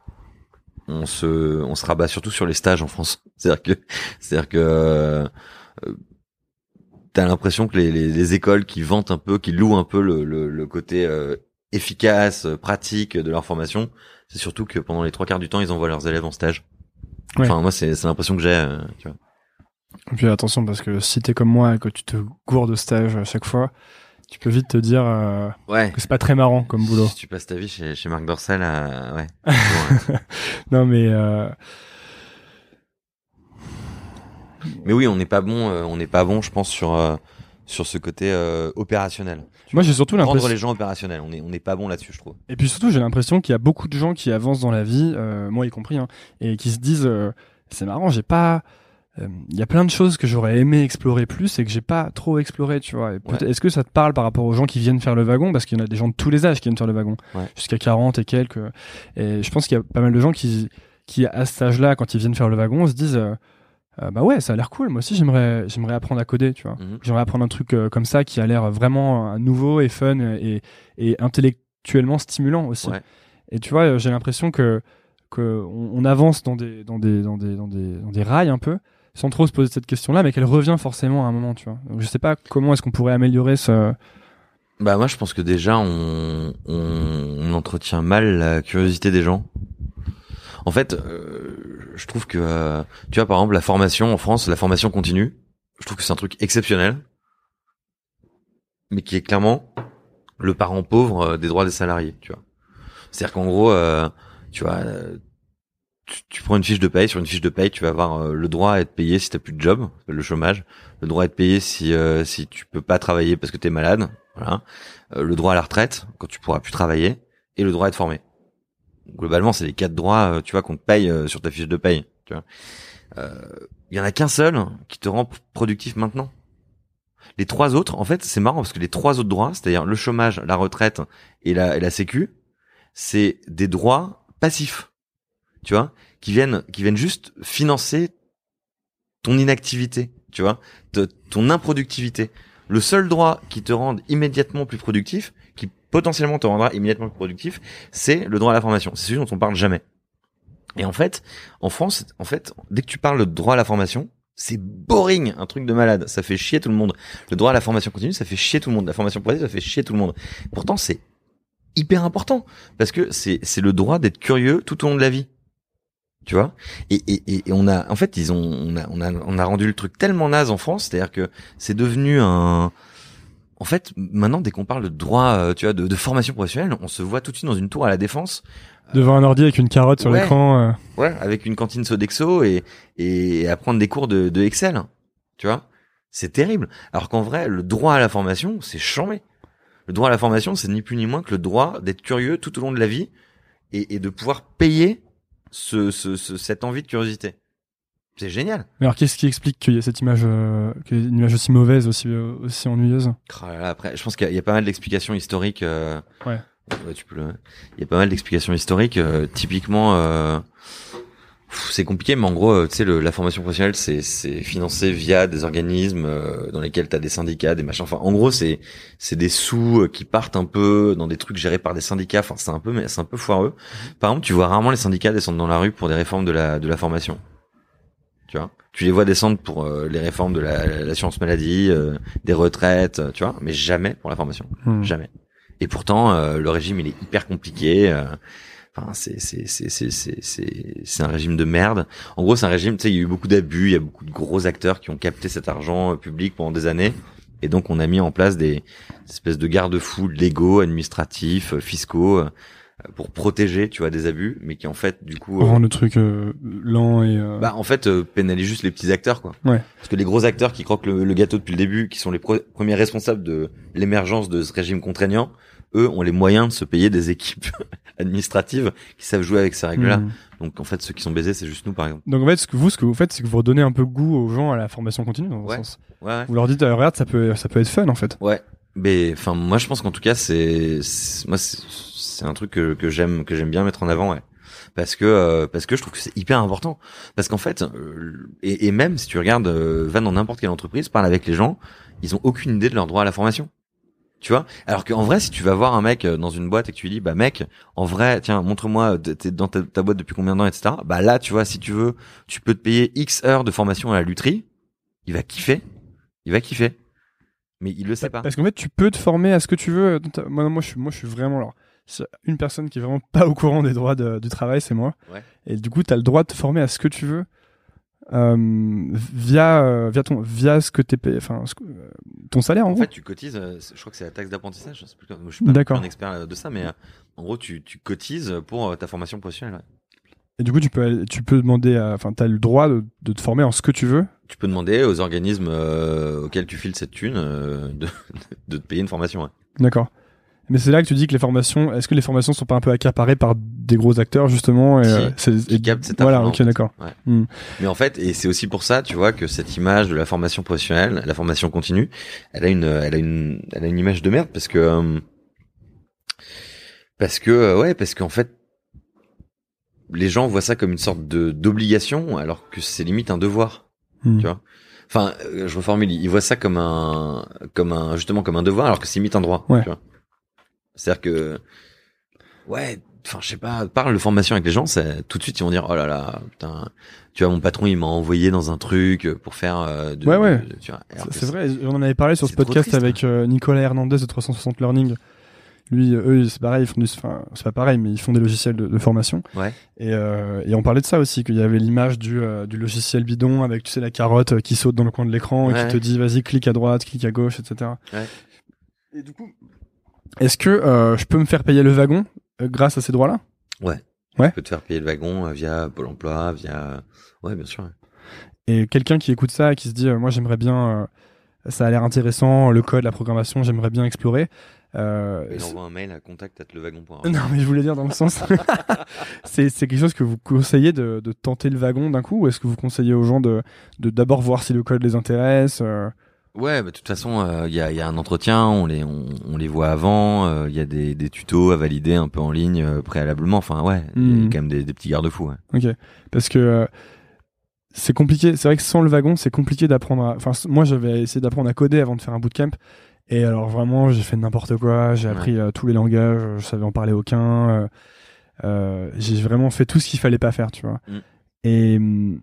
on se on se rabat surtout sur les stages en France. C'est-à-dire que c'est-à-dire que euh, t'as l'impression que les, les les écoles qui vantent un peu, qui louent un peu le le, le côté euh, efficace, pratique de leur formation, c'est surtout que pendant les trois quarts du temps, ils envoient leurs élèves en stage. Ouais. Enfin, moi, c'est, c'est l'impression que j'ai, euh, tu vois. Et puis attention, parce que si t'es comme moi et que tu te gourdes de stage à chaque fois, tu peux vite te dire euh, Ouais. que c'est pas très marrant comme boulot. Si tu passes ta vie chez, chez Marc Dorcel, euh, ouais. ouais. Non mais euh... Mais oui, on n'est pas bon, euh, on n'est pas bon, je pense, sur euh, sur ce côté euh, opérationnel. Moi, j'ai surtout Rendre l'impression. les gens opérationnels, on est on n'est pas bon là-dessus, je trouve. Et puis surtout, j'ai l'impression qu'il y a beaucoup de gens qui avancent dans la vie, euh, moi y compris, hein, et qui se disent euh, c'est marrant, j'ai pas. Il euh, y a plein de choses que j'aurais aimé explorer plus et que j'ai pas trop exploré, tu vois. Et Ouais. Est-ce que ça te parle par rapport aux gens qui viennent faire le wagon, parce qu'il y en a des gens de tous les âges qui viennent faire le wagon, Ouais. jusqu'à quarante et quelques. Et je pense qu'il y a pas mal de gens qui, qui à cet âge-là, quand ils viennent faire le wagon, se disent. Euh, Euh, bah ouais, ça a l'air cool. Moi aussi, j'aimerais, j'aimerais apprendre à coder, tu vois. Mm-hmm. J'aimerais apprendre un truc euh, comme ça qui a l'air vraiment euh, nouveau et fun et, et intellectuellement stimulant aussi. Ouais. Et tu vois, j'ai l'impression que que on, on avance dans des dans des dans des dans des dans des rails un peu sans trop se poser cette question-là, mais qu'elle revient forcément à un moment, tu vois. Donc je sais pas comment est-ce qu'on pourrait améliorer ce. Bah moi, je pense que déjà, on on, on entretient mal la curiosité des gens. En fait, euh, je trouve que, euh, tu vois, par exemple, la formation en France, la formation continue, je trouve que c'est un truc exceptionnel, mais qui est clairement le parent pauvre euh, des droits des salariés, tu vois. C'est-à-dire qu'en gros, euh, tu vois, euh, tu, tu prends une fiche de paye, sur une fiche de paye, tu vas avoir euh, le droit à être payé si t'as plus de job, le chômage, le droit à être payé si euh, si tu peux pas travailler parce que t'es malade, voilà, euh, le droit à la retraite quand tu pourras plus travailler, et le droit à être formé. Globalement, c'est les quatre droits, tu vois, qu'on te paye euh, sur ta fiche de paye. Tu vois, il euh, y en a qu'un seul qui te rend productif maintenant. Les trois autres, en fait, c'est marrant parce que les trois autres droits, c'est-à-dire le chômage, la retraite et la, et la sécu, c'est des droits passifs. Tu vois, qui viennent, qui viennent juste financer ton inactivité. Tu vois, te, ton improductivité. Le seul droit qui te rende immédiatement plus productif, qui potentiellement te rendra immédiatement plus productif, c'est le droit à la formation. C'est celui dont on parle jamais. Et en fait, en France, en fait, dès que tu parles de droit à la formation, c'est boring, un truc de malade. Ça fait chier tout le monde. Le droit à la formation continue, ça fait chier tout le monde. La formation pratique, ça fait chier tout le monde. Pourtant, c'est hyper important parce que c'est c'est le droit d'être curieux tout au long de la vie. Tu vois, et, et, et on a, en fait, ils ont, on a, on a, on a rendu le truc tellement naze en France, c'est-à-dire que c'est devenu un, en fait, maintenant, dès qu'on parle de droit, euh, tu vois, de, de formation professionnelle, on se voit tout de suite dans une tour à la Défense. Devant un ordi avec une carotte sur ouais, l'écran. Euh... Ouais, avec une cantine Sodexo et, et apprendre des cours de, de Excel. Tu vois, c'est terrible. Alors qu'en vrai, le droit à la formation, c'est chambé. Le droit à la formation, c'est ni plus ni moins que le droit d'être curieux tout au long de la vie et, et de pouvoir payer ce, ce, ce cette envie de curiosité. C'est génial. Mais alors, qu'est-ce qui explique qu'il y a cette image, euh, qu'il y ait une image aussi mauvaise, aussi, euh, aussi ennuyeuse? Oh là là, après, je pense qu'il y a, il y a pas mal d'explications historiques. Euh... Ouais. Ouais, tu peux le... Il y a pas mal d'explications historiques. Euh, typiquement, euh... Pff, c'est compliqué, mais en gros, euh, tu sais, le, la formation professionnelle, c'est, c'est financé via des organismes euh, dans lesquels t'as des syndicats, des machins. Enfin, en gros, c'est, c'est des sous euh, qui partent un peu dans des trucs gérés par des syndicats. Enfin, c'est un peu, mais c'est un peu foireux. Par exemple, tu vois rarement les syndicats descendre dans la rue pour des réformes de la de la formation. Tu vois, tu les vois descendre pour euh, les réformes de la, l'assurance maladie, euh, des retraites, tu vois, mais jamais pour la formation, mmh. jamais. Et pourtant, euh, le régime il est hyper compliqué. Euh, enfin, c'est c'est c'est c'est c'est c'est c'est un régime de merde. En gros, c'est un régime. Tu sais, il y a eu beaucoup d'abus, il y a beaucoup de gros acteurs qui ont capté cet argent euh, public pendant des années. Et donc, on a mis en place des, des espèces de garde-fous légaux, administratifs, euh, fiscaux. Euh, pour protéger, tu vois, des abus, mais qui en fait, du coup, rend euh, le truc euh, lent et euh... bah en fait euh, pénalise juste les petits acteurs, quoi. Ouais. Parce que les gros acteurs qui croquent le, le gâteau depuis le début, qui sont les pro- premiers responsables de l'émergence de ce régime contraignant, eux ont les moyens de se payer des équipes administratives qui savent jouer avec ces règles-là. Mmh. Donc en fait, ceux qui sont baisés, c'est juste nous, par exemple. Donc en fait, ce que vous, ce que vous faites, c'est que vous redonnez un peu goût aux gens à la formation continue, dans Ouais. un sens. Ouais. ouais. Vous leur dites, euh, regarde, ça peut, ça peut être fun, en fait. Ouais. Mais enfin, moi, je pense qu'en tout cas, c'est, c'est moi, c'est, c'est un truc que, que j'aime, que j'aime bien mettre en avant, ouais. Parce que, euh, parce que je trouve que c'est hyper important. Parce qu'en fait, euh, et, et même si tu regardes, euh, va dans n'importe quelle entreprise, parle avec les gens, ils ont aucune idée de leur droit à la formation. Tu vois? Alors qu'en vrai, si tu vas voir un mec dans une boîte et que tu lui dis, bah mec, en vrai, tiens, montre-moi, t'es dans ta, ta boîte depuis combien de temps, et cetera. Bah là, tu vois, si tu veux, tu peux te payer X heures de formation à la lutherie. Il va kiffer. Il va kiffer. Mais il le sait pas. Parce qu'en fait, tu peux te former à ce que tu veux. Moi, moi, je suis, moi, je suis vraiment là. Une personne qui est vraiment pas au courant des droits de, du travail, c'est moi. Ouais. Et du coup, t'as le droit de te former à ce que tu veux. Euh, via euh, via ton via ce que t'es payé, enfin ce que, euh, ton salaire en, en gros. fait tu cotises, euh, je crois que c'est la taxe d'apprentissage, je sais plus, je suis pas D'accord. un expert de ça, mais euh, en gros tu tu cotises pour euh, ta formation professionnelle. Ouais. Et du coup tu peux tu peux demander, enfin t'as le droit de, de te former en ce que tu veux. Tu peux demander aux organismes euh, auxquels tu files cette thune euh, de de te payer une formation. Ouais. D'accord. Mais c'est là que tu dis que les formations, est-ce que les formations sont pas un peu accaparées par des gros acteurs justement et, si, euh, c'est, qui et, captent cet voilà, argent, ok, en fait. d'accord. Ouais. Mm. Mais en fait, et c'est aussi pour ça, tu vois, que cette image de la formation professionnelle, la formation continue, elle a une, elle a une, elle a une image de merde parce que, euh, parce que, euh, ouais, parce qu'en fait, les gens voient ça comme une sorte de d'obligation, alors que c'est limite un devoir, Mm. tu vois. Enfin, euh, je reformule, ils voient ça comme un, comme un, justement comme un devoir, alors que c'est limite un droit, ouais. tu vois. C'est-à-dire que, ouais, enfin, je sais pas, parle de formation avec les gens, c'est, tout de suite, ils vont dire, oh là là, putain, tu vois, mon patron, il m'a envoyé dans un truc pour faire, euh, de, ouais, ouais. de, tu vois, c'est, c'est vrai, on en avait parlé sur ce podcast triste, avec euh, Nicolas Hernandez de trois cent soixante Learning. Lui, eux, c'est pareil, ils font du, enfin, c'est pas pareil, mais ils font des logiciels de, de formation. Ouais. Et, euh, et on parlait de ça aussi, qu'il y avait l'image du, euh, du logiciel bidon avec, tu sais, la carotte qui saute dans le coin de l'écran ouais. et qui te dit, vas-y, clique à droite, clique à gauche, et cetera. Ouais. Et du coup, est-ce que euh, je peux me faire payer le wagon euh, grâce à ces droits-là? Ouais. Ouais. Tu peux te faire payer le wagon euh, via Pôle emploi, via, ouais, bien sûr. Ouais. Et quelqu'un qui écoute ça et qui se dit, euh, moi, j'aimerais bien, euh, ça a l'air intéressant, le code, la programmation, j'aimerais bien explorer. Euh, il envoie un mail à contact arobase lewagon point org. Non, mais je voulais dire dans le sens, c'est c'est quelque chose que vous conseillez de, de tenter le wagon d'un coup, ou est-ce que vous conseillez aux gens de de d'abord voir si le code les intéresse? euh... Ouais, bah, de toute façon, il euh, y a il y a un entretien, on les on, on les voit avant, il euh, y a des des tutos à valider un peu en ligne euh, préalablement. Enfin ouais, il mmh. y a quand même des, des petits garde-fous. Ouais. Ok, parce que euh, c'est compliqué. C'est vrai que sans le wagon, c'est compliqué d'apprendre. À... Enfin, moi, j'avais essayé d'apprendre à coder avant de faire un bootcamp. Et alors vraiment, j'ai fait n'importe quoi. J'ai appris ouais. euh, tous les langages. Je savais en parler aucun. Euh, euh, j'ai vraiment fait tout ce qu'il fallait pas faire, tu vois. Mm. Et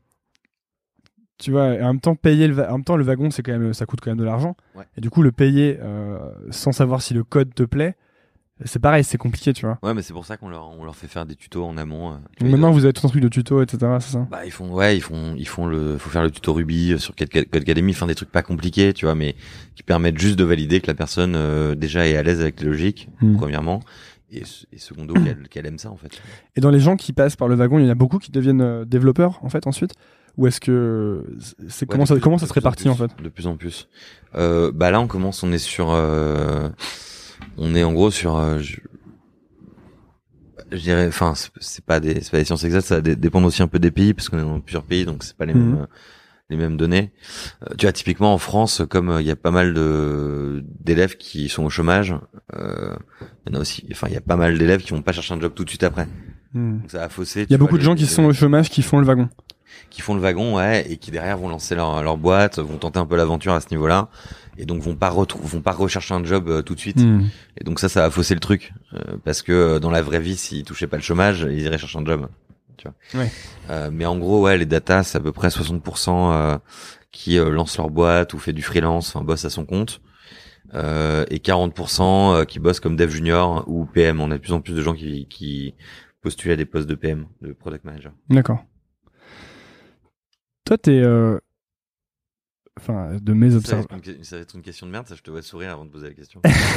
tu vois, en même temps, payer le, va- en même temps, le wagon, c'est quand même, ça coûte quand même de l'argent. Ouais. Et du coup, le payer euh, sans savoir si le code te plaît, c'est pareil, c'est compliqué, tu vois. Ouais, mais c'est pour ça qu'on leur, on leur fait faire des tutos en amont. Euh, Donc maintenant, vous avez tout un truc de tuto, et cetera. C'est ça? Bah, ils font, ouais, ils font, ils font le, faut faire le tuto Ruby sur Codecademy, enfin des trucs pas compliqués, tu vois, mais qui permettent juste de valider que la personne euh, déjà est à l'aise avec les logiques, mmh. premièrement, et, et secondo qu'elle, qu'elle aime ça en fait. Et dans les gens qui passent par le wagon, il y en a beaucoup qui deviennent euh, développeurs en fait ensuite. Ou est-ce que c'est ouais, comment ça plus, comment ça se répartit en, en fait? De plus en plus. Euh, bah là, on commence, on est sur, euh, on est en gros sur. Euh, je, Je dirais, enfin, c'est, c'est pas des, c'est pas des sciences exactes, ça dé- dépend aussi un peu des pays, parce qu'on est dans plusieurs pays, donc c'est pas les Mhm. mêmes, euh, les mêmes données. Euh, tu vois, typiquement en France, comme il euh, y a pas mal de d'élèves qui sont au chômage, euh, il y en a aussi, enfin, il y a pas mal d'élèves qui vont pas chercher un job tout de suite après. Hmm. Donc ça a faussé. Il y a beaucoup de gens qui sont au chômage qui font le wagon. Qui font le wagon, ouais, et qui derrière vont lancer leur leur boîte, vont tenter un peu l'aventure à ce niveau-là, et donc vont pas retrou- vont pas rechercher un job euh, tout de suite. Hmm. Et donc ça, ça a faussé le truc, euh, parce que euh, dans la vraie vie, s'ils touchaient pas le chômage, ils iraient chercher un job. Tu vois. Ouais. Euh, mais en gros, ouais, les data, c'est à peu près soixante pour cent euh, qui euh, lancent leur boîte ou fait du freelance, enfin bossent à son compte, euh, et quarante pour cent euh, qui bossent comme dev junior ou P M. On a de plus en plus de gens qui qui postulent à des postes de P M, de product manager. D'accord. Toi, t'es, euh... enfin, de mes Ça va, observations. être une, ça va être une question de merde, ça, je te vois sourire avant de poser la question.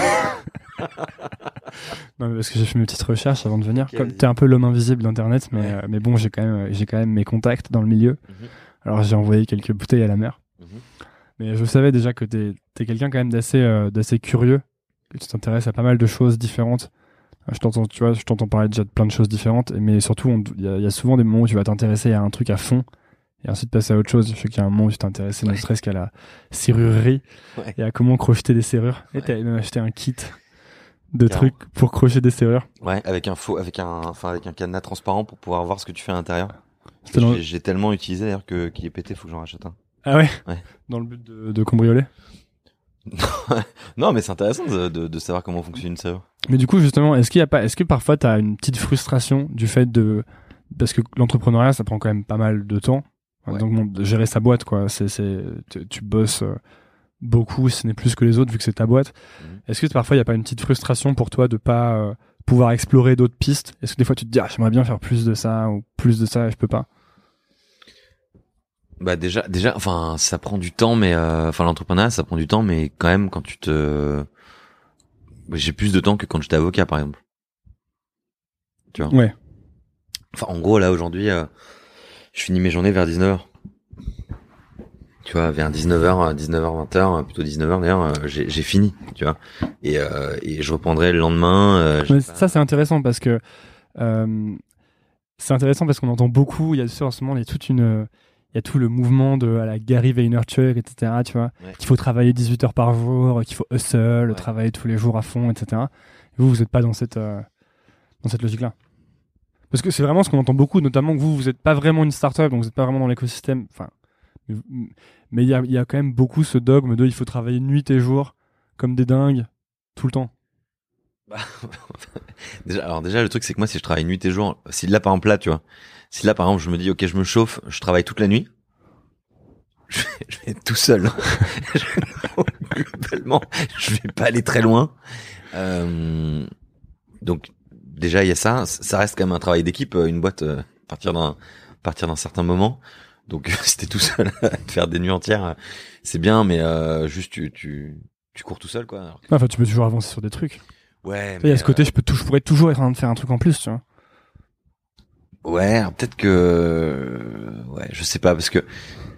Non, mais parce que j'ai fait mes petites recherches avant de venir. Okay, Comme vas-y. t'es un peu l'homme invisible d'Internet, mais Ouais. euh, mais bon, j'ai quand même j'ai quand même mes contacts dans le milieu. Mhm. Alors j'ai envoyé quelques bouteilles à la mer. Mhm. Mais je savais déjà que t'es t'es quelqu'un quand même d'assez euh, d'assez curieux, que tu t'intéresses à pas mal de choses différentes. Euh, Je t'entends, tu vois, je t'entends parler déjà de plein de choses différentes, et- mais surtout on- il y, a- il y a souvent des moments où tu vas t'intéresser à un truc à fond et ensuite passer à autre chose. Je sais qu'il y a un moment où tu t'es intéressé ne Ouais. serait-ce qu'à la serrurerie Ouais. et à comment crocheter des serrures. Et Ouais. t'avais même acheté un kit de Carrément. trucs pour crocheter des serrures. Ouais, avec un faux, avec un, enfin avec un cadenas transparent pour pouvoir voir ce que tu fais à l'intérieur. C'était dans- J'ai, j'ai tellement utilisé d'ailleurs que qu'il est pété, faut que j'en rachète un. Ah ouais, Ouais. Dans le but de, de cambrioler. Non, mais c'est intéressant de, de, de savoir comment fonctionne une serrure. Mais du coup, justement, est-ce qu'il y a pas, est-ce que parfois t'as une petite frustration du fait de, parce que l'entrepreneuriat, ça prend quand même pas mal de temps. Ouais. Donc, bon, de gérer sa boîte, quoi. C'est, c'est, tu, tu bosses euh, beaucoup, si ce n'est plus que les autres, vu que c'est ta boîte. Mhm. Est-ce que parfois il y a pas une petite frustration pour toi de pas euh, pouvoir explorer d'autres pistes? Est-ce que des fois tu te dis, ah, j'aimerais bien faire plus de ça ou plus de ça et je peux pas? Bah déjà, déjà, enfin, ça prend du temps, mais euh, enfin l'entrepreneuriat, ça prend du temps, mais quand même, quand tu te, j'ai plus de temps que quand j'étais avocat, par exemple. Tu vois. Ouais. Enfin, en gros, là aujourd'hui, euh, je finis mes journées vers dix-neuf heures. Tu vois, vers dix-neuf heures, dix-neuf heures, vingt heures, plutôt dix-neuf heures d'ailleurs, euh, j'ai, j'ai fini, tu vois. Et, euh, et je reprendrai le lendemain. Euh, j'ai Mais pas- ça, c'est intéressant parce que euh, c'est intéressant parce qu'on entend beaucoup. Il y a en ce moment, il y a toute une, il y a tout le mouvement de à la Gary Vaynerchuk, et cetera. Tu vois, Ouais. qu'il faut travailler dix-huit heures par jour, qu'il faut hustle, Ouais. travailler tous les jours à fond, et cetera. Et vous, vous n'êtes pas dans cette euh, dans cette logique-là. Parce que c'est vraiment ce qu'on entend beaucoup, notamment que vous, vous n'êtes pas vraiment une start-up, donc vous n'êtes pas vraiment dans l'écosystème. Enfin, mais mais il y a, il y a quand même beaucoup ce dogme de il faut travailler nuit et jour comme des dingues tout le temps. Déjà, alors déjà, le truc, c'est que moi, si je travaille nuit et jour, si là, par exemple, là, tu vois, si là, par exemple, je me dis, ok, je me chauffe, je travaille toute la nuit, je vais, je vais être tout seul. Globalement, je vais pas aller très loin. Euh, donc, déjà, il y a ça. Ça reste quand même un travail d'équipe, une boîte, euh, à partir d'un, à partir d'un certain moment. Donc, si t'es tout seul à te faire des nuits entières, c'est bien, mais euh, juste, tu, tu, tu cours tout seul, quoi. Alors que- Enfin, tu peux toujours avancer sur des trucs. Ouais, Il y a mais, ce côté, je peux tout, je pourrais toujours être en train de faire un truc en plus, tu vois. ouais, alors peut-être que, ouais, je sais pas, parce que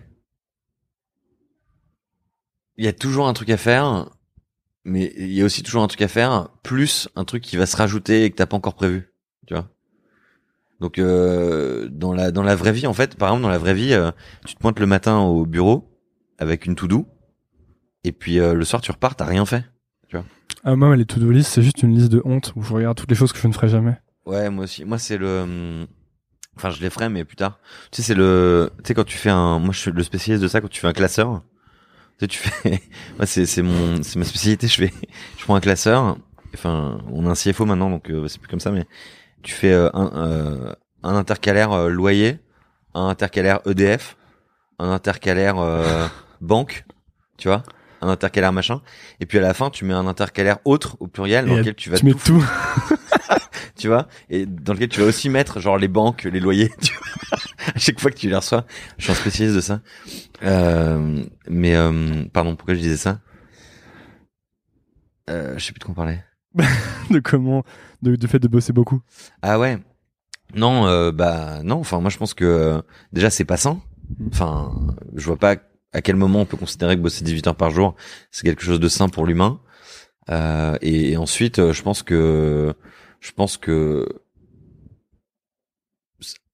il y a toujours un truc à faire, mais il y a aussi toujours un truc à faire, plus un truc qui va se rajouter et que t'as pas encore prévu, tu vois. Donc euh, dans la dans la vraie vie, en fait, par exemple dans la vraie vie, euh, tu te pointes le matin au bureau avec une to-do, et puis euh, le soir tu repars, t'as rien fait. Ah, moi, les to-do list, c'est juste une liste de honte où je regarde toutes les choses que je ne ferai jamais. Ouais, moi aussi. Moi, c'est le, hum, enfin, je les ferai, mais plus tard. Tu sais, c'est le, tu sais, quand tu fais un, moi, je suis le spécialiste de ça, quand tu fais un classeur. Tu sais, tu fais, moi, c'est, c'est mon, c'est ma spécialité. Je fais, je prends un classeur. Enfin, on a un C F O maintenant, donc euh, c'est plus comme ça, mais tu fais euh, un, euh, un intercalaire euh, loyer, un intercalaire E D F, un intercalaire euh, banque, tu vois, un intercalaire machin, et puis à la fin tu mets un intercalaire autre au pluriel dans Et lequel tu vas Tu mets tout, tout. tu vois, et dans lequel tu vas aussi mettre genre les banques, les loyers, tu vois. À chaque fois que tu les reçois, je suis un spécialiste de ça. Euh, mais euh, pardon, pourquoi je disais ça? Euh, je sais plus de quoi on parlait. de comment, de, du fait de bosser beaucoup. Ah ouais. Non, euh, bah non. Enfin, moi je pense que euh, déjà c'est pas sain. Enfin, je vois pas à quel moment on peut considérer que bosser dix-huit heures par jour c'est quelque chose de sain pour l'humain. Euh, et, et ensuite, euh, je pense que je pense que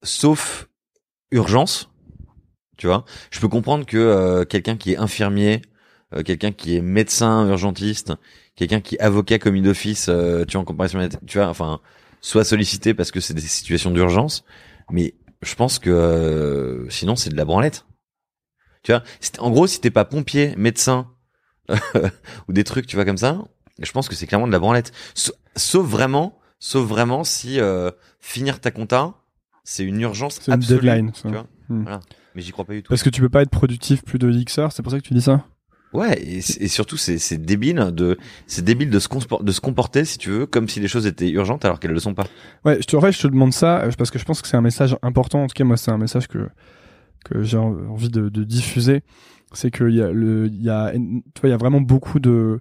sauf urgence, tu vois. Je peux comprendre que euh, quelqu'un qui est infirmier, euh, quelqu'un qui est médecin urgentiste, quelqu'un qui est avocat commis d'office, euh, tu vois, en comparaison, tu vois, enfin, soit sollicité parce que c'est des situations d'urgence, mais je pense que euh, sinon c'est de la branlette. Tu vois, en gros, si t'es pas pompier, médecin ou des trucs, tu vois, comme ça, je pense que c'est clairement de la branlette. Sauf vraiment, sauf vraiment si euh, finir ta compta, c'est une urgence c'est absolue. C'est une deadline, ça. Tu vois, hmm. voilà. Mais j'y crois pas du tout. Parce que tu peux pas être productif plus de X heures, c'est pour ça que tu dis ça? Ouais, et, et surtout c'est c'est débile de c'est débile de se comporter de se comporter si tu veux comme si les choses étaient urgentes alors qu'elles le sont pas. Ouais, je te en fait, je te demande ça parce que je pense que c'est un message important. En tout cas, moi, c'est un message que que j'ai envie de, de diffuser. C'est que il y a le il y a tu vois, il y a vraiment beaucoup de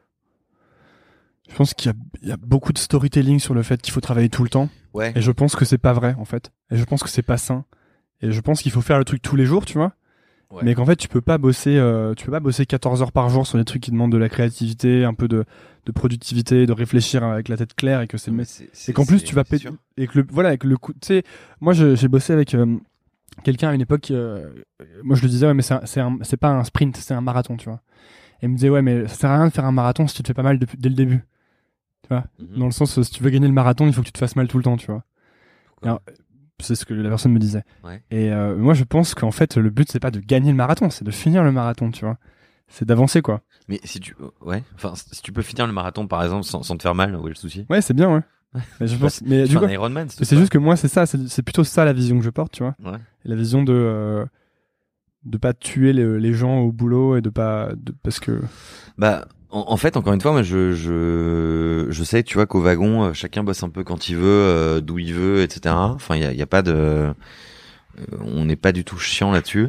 je pense qu'il y a il y a beaucoup de storytelling sur le fait qu'il faut travailler tout le temps. Ouais. Et je pense que c'est pas vrai en fait. Et je pense que c'est pas sain. Et je pense qu'il faut faire le truc tous les jours, tu vois. Ouais. Mais qu'en fait tu peux pas bosser euh, tu peux pas bosser quatorze heures par jour sur des trucs qui demandent de la créativité, un peu de de productivité, de réfléchir avec la tête claire et que c'est, mais c'est, c'est et qu'en plus tu vas péter et que le voilà avec le coup tu sais moi je, j'ai bossé avec euh, quelqu'un à une époque euh, moi je le disais ouais mais c'est un, c'est un, c'est pas un sprint, c'est un marathon, tu vois. Et il me disait ouais mais ça sert à rien de faire un marathon si tu te fais pas mal depuis, dès le début. Tu vois, mm-hmm. Dans le sens si tu veux gagner le marathon, il faut que tu te fasses mal tout le temps, tu vois. Alors, c'est ce que la personne me disait. Ouais. Et euh, moi, je pense qu'en fait, le but, c'est pas de gagner le marathon, c'est de finir le marathon, tu vois. C'est d'avancer, quoi. Mais si tu, ouais, enfin, si tu peux finir le marathon, par exemple, sans, sans te faire mal, où est le souci? Ouais, c'est bien, ouais. Mais je pense, mais du coup, un Ironman, c'est, c'est juste que moi, c'est ça, c'est, c'est plutôt ça la vision que je porte, tu vois. Ouais. Et la vision de, euh, de pas tuer les, les gens au boulot et de pas, de, parce que. Bah. En fait, encore une fois, moi, je, je, je sais, tu vois, qu'au wagon, euh, chacun bosse un peu quand il veut, euh, d'où il veut, et cetera. Enfin, il y a, y a pas de, euh, on n'est pas du tout chiant là-dessus.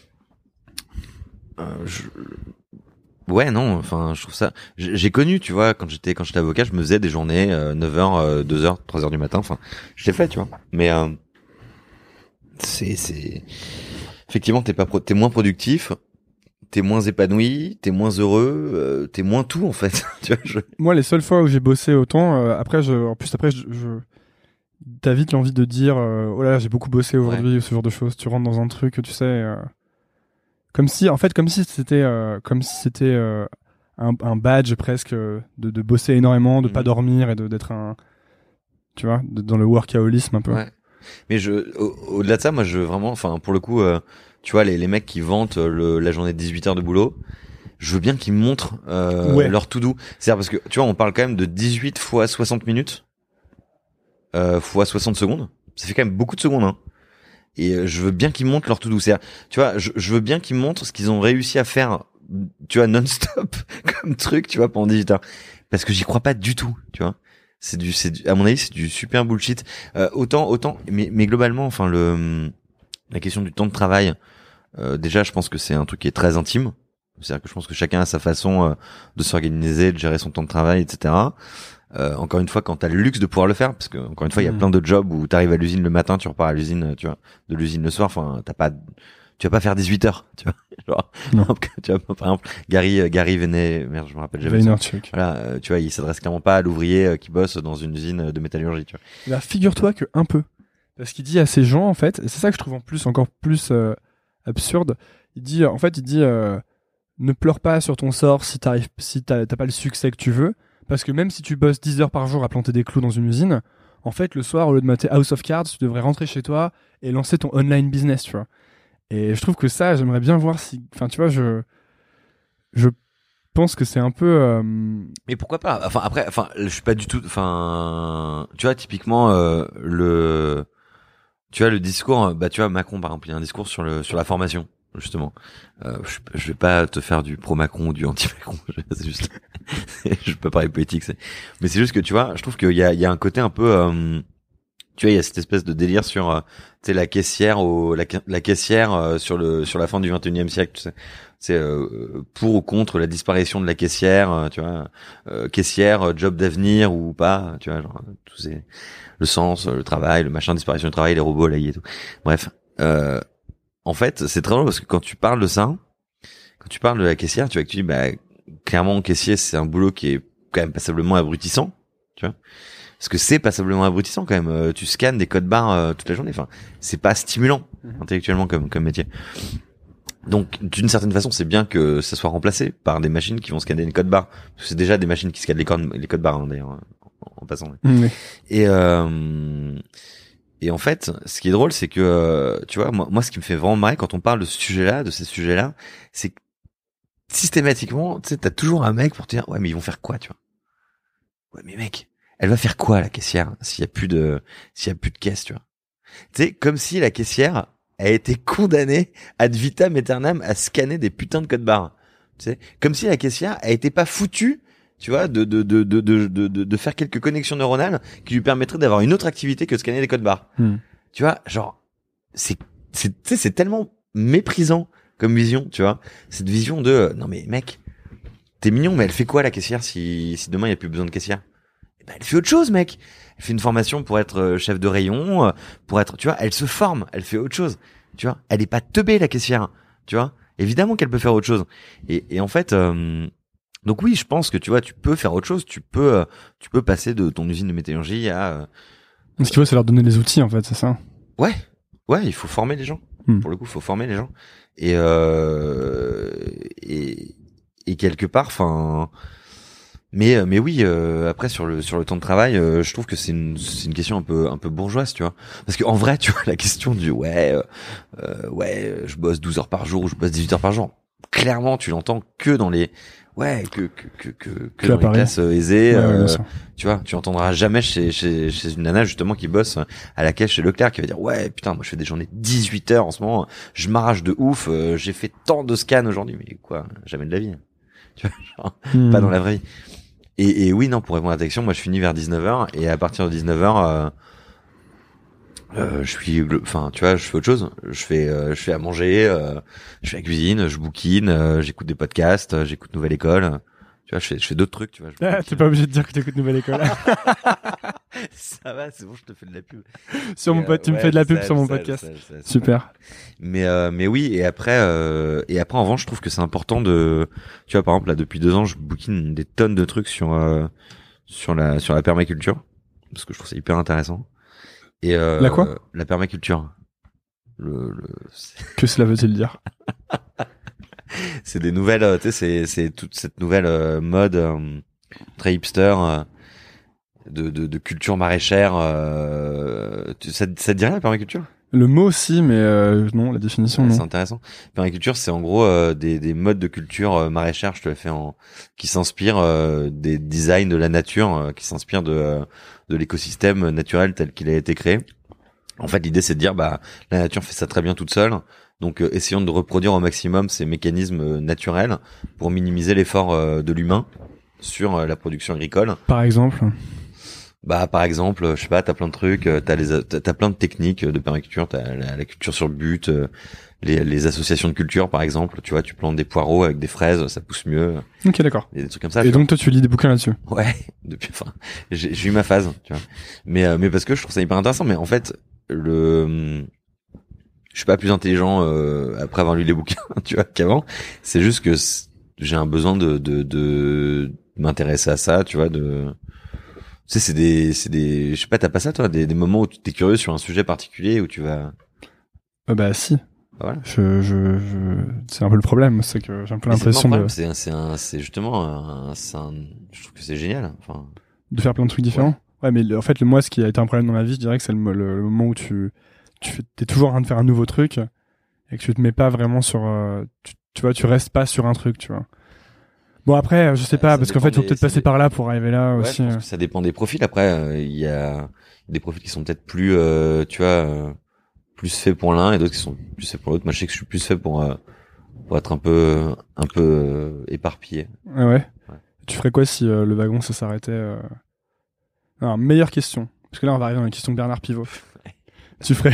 Euh, je... Ouais, non, enfin, je trouve ça. J'ai connu, tu vois, quand j'étais, quand j'étais avocat, je me faisais des journées euh, neuf heures, euh, deux heures, trois heures du matin. Enfin, je l'ai fait, tu vois. Mais euh, c'est, c'est, effectivement, t'es pas, pro... t'es moins productif. T'es moins épanoui, t'es moins heureux, euh, t'es moins tout en fait. Tu vois, je... Moi, les seules fois où j'ai bossé autant, euh, après, je, en plus après, je, je... t'as vite l'envie de dire, euh, oh là, là, j'ai beaucoup bossé aujourd'hui, ouais. Ce genre de choses. Tu rentres dans un truc, tu sais, euh, comme si, en fait, comme si c'était, euh, comme si c'était euh, un, un badge presque euh, de, de bosser énormément, de mmh. pas dormir et de d'être un, tu vois, de, dans le workaholisme un peu. Ouais. Mais je, au, au-delà de ça, moi, je vraiment, enfin, pour le coup. Euh... Tu vois, les, les mecs qui vantent le, la journée de dix-huit heures de boulot, je veux bien qu'ils me montrent euh, ouais. leur to-do. C'est-à-dire parce que, tu vois, on parle quand même de dix-huit fois soixante minutes, euh, fois soixante secondes. Ça fait quand même beaucoup de secondes, hein. Et euh, je veux bien qu'ils me montrent leur to-do. C'est-à-dire, tu vois, je, je veux bien qu'ils me montrent ce qu'ils ont réussi à faire, tu vois, non-stop, comme truc, tu vois, pendant dix-huit heures. Parce que j'y crois pas du tout, tu vois. C'est du, c'est du, à mon avis, c'est du super bullshit. Euh, autant, autant, mais, mais globalement, enfin, le... La question du temps de travail, euh, déjà, je pense que c'est un truc qui est très intime. C'est-à-dire que je pense que chacun a sa façon euh, de s'organiser, de gérer son temps de travail, et cetera. Euh, encore une fois, quand t'as le luxe de pouvoir le faire, parce que encore une fois, il y a mmh. plein de jobs où t'arrives à l'usine le matin, tu repars à l'usine, tu vois, de l'usine le soir. Enfin, t'as pas, tu vas pas faire dix-huit heures, tu vois. Genre, non. Tu vois, par exemple, Gary, Gary Venet, merde, je me rappelle jamais. Vaynerchuk. Voilà, euh, tu vois, il s'adresse clairement pas à l'ouvrier euh, qui bosse dans une usine de métallurgie, tu vois. Là, figure-toi que un peu. Parce qu'il dit à ces gens, en fait, et c'est ça que je trouve en plus encore plus euh, absurde, il dit, en fait, il dit, euh, ne pleure pas sur ton sort si t'arrives, si t'as, t'as pas le succès que tu veux, parce que même si tu bosses dix heures par jour à planter des clous dans une usine, en fait, le soir, au lieu de mater House of Cards, tu devrais rentrer chez toi et lancer ton online business, tu vois. Et je trouve que ça, j'aimerais bien voir si, enfin, tu vois, je, je pense que c'est un peu. Euh... Mais pourquoi pas ? Enfin, après, enfin, je suis pas du tout, enfin, tu vois, typiquement euh, le. Tu vois le discours, bah tu vois Macron par exemple, il y a un discours sur le sur la formation justement. Euh, je, je vais pas te faire du pro Macron ou du anti Macron, c'est juste, je peux parler politique, c'est. Mais c'est juste que tu vois, je trouve qu'il y a il y a un côté un peu, euh, tu vois, il y a cette espèce de délire sur, euh, tu sais, la caissière au la, la caissière euh, sur le sur la fin du vingt et unième siècle, tu sais. C'est euh, pour ou contre la disparition de la caissière, euh, tu vois, euh, caissière, job d'avenir ou pas, tu vois, genre tous ces le sens, le travail, le machin, disparition du travail, les robots, la I A et tout. Bref, euh, en fait, c'est très drôle parce que quand tu parles de ça, quand tu parles de la caissière, tu vois que tu dis, bah, clairement, caissier, c'est un boulot qui est quand même passablement abrutissant, tu vois. parce que c'est passablement abrutissant quand même. Euh, tu scannes des codes barres euh, toute la journée. Enfin, c'est pas stimulant mmh. intellectuellement comme comme métier. Donc, d'une certaine façon, c'est bien que ça soit remplacé par des machines qui vont scanner les codes barres. Parce que c'est déjà des machines qui scannent les codes, les codes barres, hein, d'ailleurs, en, en passant. Mmh. Et, euh, et en fait, ce qui est drôle, c'est que, euh, tu vois, moi, moi, ce qui me fait vraiment marrer quand on parle de ce sujet-là, de ces sujets-là, c'est que systématiquement, tu sais, t'as toujours un mec pour te dire, ouais, mais ils vont faire quoi, tu vois? Ouais, mais mec, elle va faire quoi, la caissière, s'il y a plus de, s'il y a plus de caisse, tu vois? Tu sais, comme si la caissière a été condamnée ad vitam aeternam à scanner des putains de codes barres. Tu sais, comme si la caissière a été pas foutue, tu vois, de de de de de de, de faire quelques connexions neuronales qui lui permettraient d'avoir une autre activité que de scanner des codes barres. Hmm. Tu vois, genre c'est c'est tu sais c'est tellement méprisant comme vision, tu vois. Cette vision de euh, non mais mec, t'es mignon mais elle fait quoi la caissière si si demain il y a plus besoin de caissière? Eh ben elle fait autre chose, mec. Elle fait une formation pour être chef de rayon, pour être, tu vois, elle se forme, elle fait autre chose, tu vois. Elle est pas teubée, la caissière, tu vois. Évidemment qu'elle peut faire autre chose. Et, et en fait, euh, donc oui, je pense que tu vois, tu peux faire autre chose, tu peux, euh, tu peux passer de ton usine de métallurgie à. Euh, Ce qu'il faut, c'est leur donner les outils, en fait, c'est ça. Ouais, ouais, il faut former les gens. Hmm. Pour le coup, il faut former les gens. Et euh, et et quelque part, enfin. Mais mais oui, euh, après sur le sur le temps de travail, euh, je trouve que c'est une c'est une question un peu un peu bourgeoise, tu vois. Parce que en vrai, tu vois, la question du ouais euh, euh, ouais, je bosse douze heures par jour ou je bosse dix-huit heures par jour. Clairement, tu l'entends que dans les ouais, que que que que, que, que dans les classes euh, aisées, ouais, euh, ouais, tu vois, tu entendras jamais chez chez chez une nana justement qui bosse à la caisse chez Leclerc qui va dire ouais, putain, moi je fais des journées dix-huit heures en ce moment, je m'arrache de ouf, euh, j'ai fait tant de scans aujourd'hui, mais quoi, jamais de la vie. Tu vois, genre, hmm. pas dans la vraie vie. Et, et oui, non, pour répondre à ta question, moi je finis vers dix-neuf heures et à partir de dix-neuf heures, euh, euh, je suis, enfin, tu vois, je fais autre chose. Je fais, euh, je fais à manger, euh, je fais la cuisine, je bouquine, euh, j'écoute des podcasts, euh, j'écoute Nouvelle École. Tu vois, je fais, je fais d'autres trucs, tu vois. Ah, t'es pas obligé de dire que t'écoutes Nouvelle École. Ça va, c'est bon, je te fais de la pub. Sur mon pote, tu ouais, me fais de la pub ça, sur mon ça, podcast. Ça, ça, ça, Super. Mais euh, mais oui, et après euh, et après en revanche, je trouve que c'est important de, tu vois, par exemple là depuis deux ans, je bouquine des tonnes de trucs sur euh, sur la sur la permaculture parce que je trouve ça hyper intéressant. Et euh, la quoi? La permaculture. Le, le... Que cela veut-il dire? C'est des nouvelles, tu sais, c'est c'est toute cette nouvelle euh, mode euh, très hipster. Euh, De, de, de culture maraîchère, euh, ça, ça te dit rien la permaculture? Le mot aussi, mais euh, non, la définition ouais, non. C'est intéressant. Permaculture, c'est en gros euh, des, des modes de culture euh, maraîchère, je te l'ai fait en, qui s'inspirent euh, des designs de la nature, euh, qui s'inspirent de euh, de l'écosystème naturel tel qu'il a été créé. En fait, l'idée c'est de dire bah la nature fait ça très bien toute seule. Donc euh, essayons de reproduire au maximum ces mécanismes euh, naturels pour minimiser l'effort euh, de l'humain sur euh, la production agricole. Par exemple. Bah par exemple, je sais pas, t'as plein de trucs, t'as les t'as, t'as plein de techniques de permaculture, t'as la, la culture sur but, les les associations de culture par exemple, tu vois, tu plantes des poireaux avec des fraises, ça pousse mieux. OK, d'accord. Et des trucs comme ça. Et donc toi tu lis des bouquins là-dessus? Ouais, depuis enfin, j'ai j'ai eu ma phase, tu vois. Mais euh, mais parce que je trouve ça hyper intéressant, mais en fait, le je suis pas plus intelligent euh, après avoir lu les bouquins, tu vois, qu'avant. C'est juste que j'ai un besoin de de de m'intéresser à ça, tu vois, de tu sais, c'est des, c'est des, je sais pas, t'as pas ça, toi, des, des moments où tu t'es curieux sur un sujet particulier où tu vas. Euh, bah, si. Voilà. Je, je, je, c'est un peu le problème, c'est que j'ai un peu mais l'impression de. C'est, c'est un, c'est justement un, c'est un, je trouve que c'est génial, enfin. De faire plein de trucs différents. Ouais, ouais mais le, en fait, le, moi, ce qui a été un problème dans ma vie, je dirais que c'est le, le, le moment où tu, tu fais, t'es toujours en train de faire un nouveau truc et que tu te mets pas vraiment sur, euh, tu, tu vois, tu restes pas sur un truc, tu vois. Bon après, je sais pas, ça parce qu'en fait, il faut peut-être passer des... par là pour arriver là ouais, aussi. Je pense que ça dépend des profils. Après, il euh, y a des profils qui sont peut-être plus, euh, tu vois, euh, plus faits pour l'un et d'autres qui sont plus faits pour l'autre. Moi, je sais que je suis plus fait pour, euh, pour être un peu, un peu euh, éparpillé. Ah ouais. ouais. Tu ferais quoi si euh, le wagon ça s'arrêtait euh... Alors, meilleure question, parce que là, on va arriver dans la question de Bernard Pivot. tu ferais,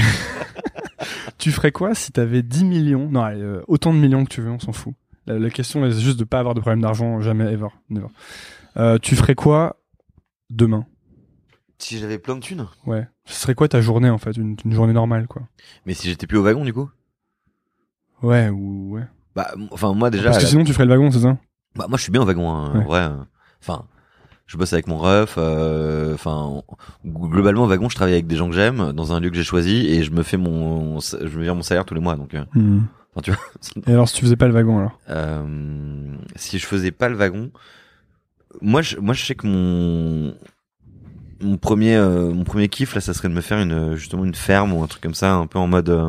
tu ferais quoi si t'avais dix millions, non, allez, euh, autant de millions que tu veux, on s'en fout. La, la question est juste de pas avoir de problème d'argent, jamais, ever, never. Euh, tu ferais quoi demain? Si j'avais plein de thunes? Ouais. Ce serait quoi ta journée, en fait? Une, une journée normale, quoi. Mais si j'étais plus au wagon, du coup? Ouais, ou, ouais. Bah, enfin, moi, déjà. Parce que la... sinon, tu ferais le wagon, c'est ça? Bah, moi, je suis bien au wagon, hein, ouais. En vrai. Enfin, je bosse avec mon ref. Enfin, euh, globalement, wagon, je travaille avec des gens que j'aime dans un lieu que j'ai choisi et je me fais mon, je me vire mon salaire tous les mois. Donc, euh, mmh. enfin, tu vois. Et alors, si tu faisais pas le wagon, alors euh, si je faisais pas le wagon, moi, je, moi, je sais que mon mon premier euh, mon premier kiff là, ça serait de me faire une justement une ferme ou un truc comme ça, un peu en mode euh,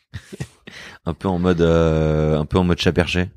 un peu en mode euh, un peu en mode chat perché.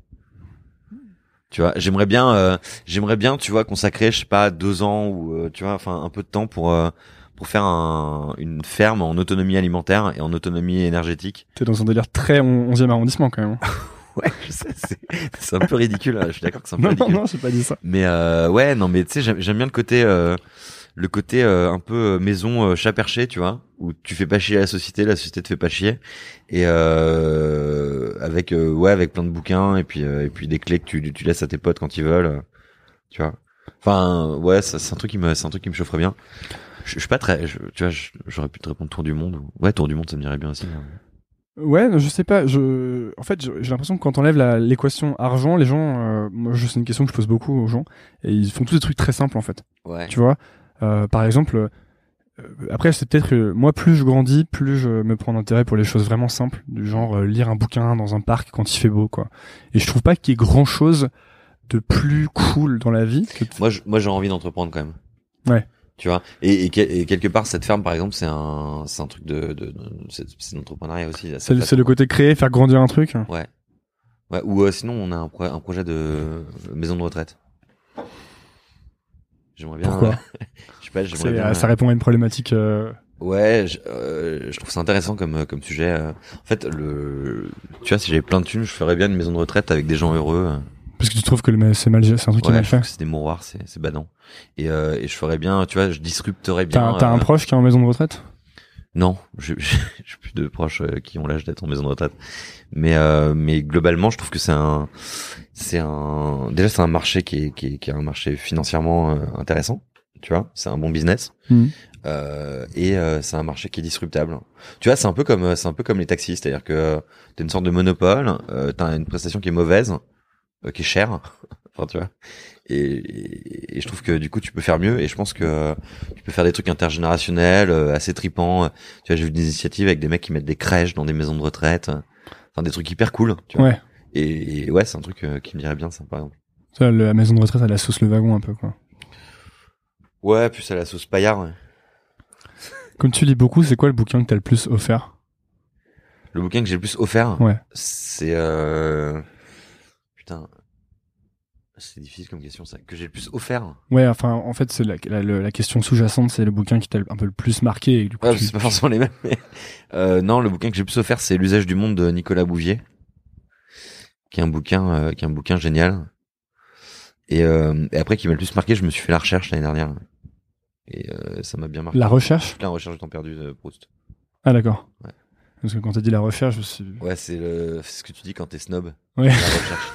Tu vois, j'aimerais bien euh, j'aimerais bien tu vois consacrer je sais pas deux ans ou euh, tu vois enfin un peu de temps pour euh, pour faire un une ferme en autonomie alimentaire et en autonomie énergétique. T'es dans un délire très onzième arrondissement quand même. Ouais, je sais, c'est c'est un peu ridicule, je suis d'accord que c'est un peu non, ridicule. Non non, j'ai pas dit ça. Mais euh, ouais, non mais tu sais j'aime, j'aime bien le côté euh, le côté euh, un peu maison euh, chat perché, tu vois, où tu fais pas chier la société, la société te fait pas chier, et euh, avec euh, ouais avec plein de bouquins et puis euh, et puis des clés que tu tu laisses à tes potes quand ils veulent, euh, tu vois. Enfin ouais, ça, c'est un truc qui me c'est un truc qui me chaufferait bien. Je, je suis pas très, je, tu vois, je, j'aurais pu te répondre tour du monde. Ouais, tour du monde, ça me dirait bien aussi. Hein. Ouais, je sais pas. Je, en fait, j'ai l'impression que quand on lève la, l'équation argent, les gens, euh, moi, c'est une question que je pose beaucoup aux gens, et ils font tous des trucs très simples en fait. Ouais. Tu vois, euh, par exemple, euh, après c'est peut-être que moi, plus je grandis, plus je me prends d'intérêt pour les choses vraiment simples, du genre euh, lire un bouquin dans un parc quand il fait beau, quoi. Et je trouve pas qu'il y ait grand chose de plus cool dans la vie. Que de... Moi, je, moi, j'ai envie d'entreprendre quand même. Ouais. Tu vois, et, et, et quelque part cette ferme par exemple c'est un c'est un truc de, de, de c'est, c'est l'entrepreneuriat aussi. Là, c'est, c'est le côté créer, faire grandir un truc. Ouais. Ouais. Ou euh, sinon on a un, pro- un projet de maison de retraite. J'aimerais bien. Pourquoi euh, Je sais pas. J'aimerais c'est, bien. euh, ça répond à une problématique. Euh... Ouais, je, euh, je trouve ça intéressant comme comme sujet. euh. En fait, le, tu vois, si j'avais plein de thunes, je ferais bien une maison de retraite avec des gens heureux. euh. Parce que tu trouves que le, c'est mal, c'est un truc qui est Ouais, mal je trouve fait. que c'est des mouroirs, c'est c'est badant. Et euh, et je ferais bien, tu vois, je disrupterais bien. T'as, t'as euh... un proche qui est en maison de retraite? Non, j'ai j'ai plus de proches euh, qui ont l'âge d'être en maison de retraite. Mais euh, mais globalement, je trouve que c'est un c'est un déjà c'est un marché qui est qui est qui est un marché financièrement euh, intéressant, tu vois, c'est un bon business. Mmh. Euh, et euh, c'est un marché qui est disruptable. Tu vois, c'est un peu comme c'est un peu comme les taxis, c'est-à-dire que euh, t'as une sorte de monopole, euh, t'as une prestation qui est mauvaise, euh, qui est chère, enfin tu vois. Et, et, et je trouve que du coup tu peux faire mieux et je pense que euh, tu peux faire des trucs intergénérationnels euh, assez tripants. Tu vois, j'ai vu des initiatives avec des mecs qui mettent des crèches dans des maisons de retraite, enfin des trucs hyper cool, tu vois. Ouais. Et, et ouais, c'est un truc euh, qui me dirait bien ça par exemple. Ça, le, la maison de retraite, elle a sauce le wagon un peu, quoi. Ouais, puis à la sauce paillard. Ouais. Comme tu lis beaucoup, c'est quoi le bouquin que t'as le plus offert? Le bouquin que j'ai le plus offert, ouais. c'est euh... putain. C'est difficile comme question, ça. Que j'ai le plus offert. Ouais, enfin, en fait, c'est la, la, la question sous-jacente, c'est le bouquin qui t'a un peu le plus marqué. Et du coup, ouais, tu... c'est pas forcément les mêmes. Mais... Euh, non, le bouquin que j'ai le plus offert, c'est L'usage du monde de Nicolas Bouvier, qui est un bouquin, euh, qui est un bouquin génial. Et, euh, et après, qui m'a le plus marqué, je me suis fait la recherche l'année dernière. Et euh, ça m'a bien marqué. La recherche? La recherche du temps perdu de Proust. Ah, d'accord. Ouais. Parce que quand t'as dit la recherche, je suis... Ouais, c'est, le... c'est ce que tu dis quand t'es snob. Ouais. La recherche.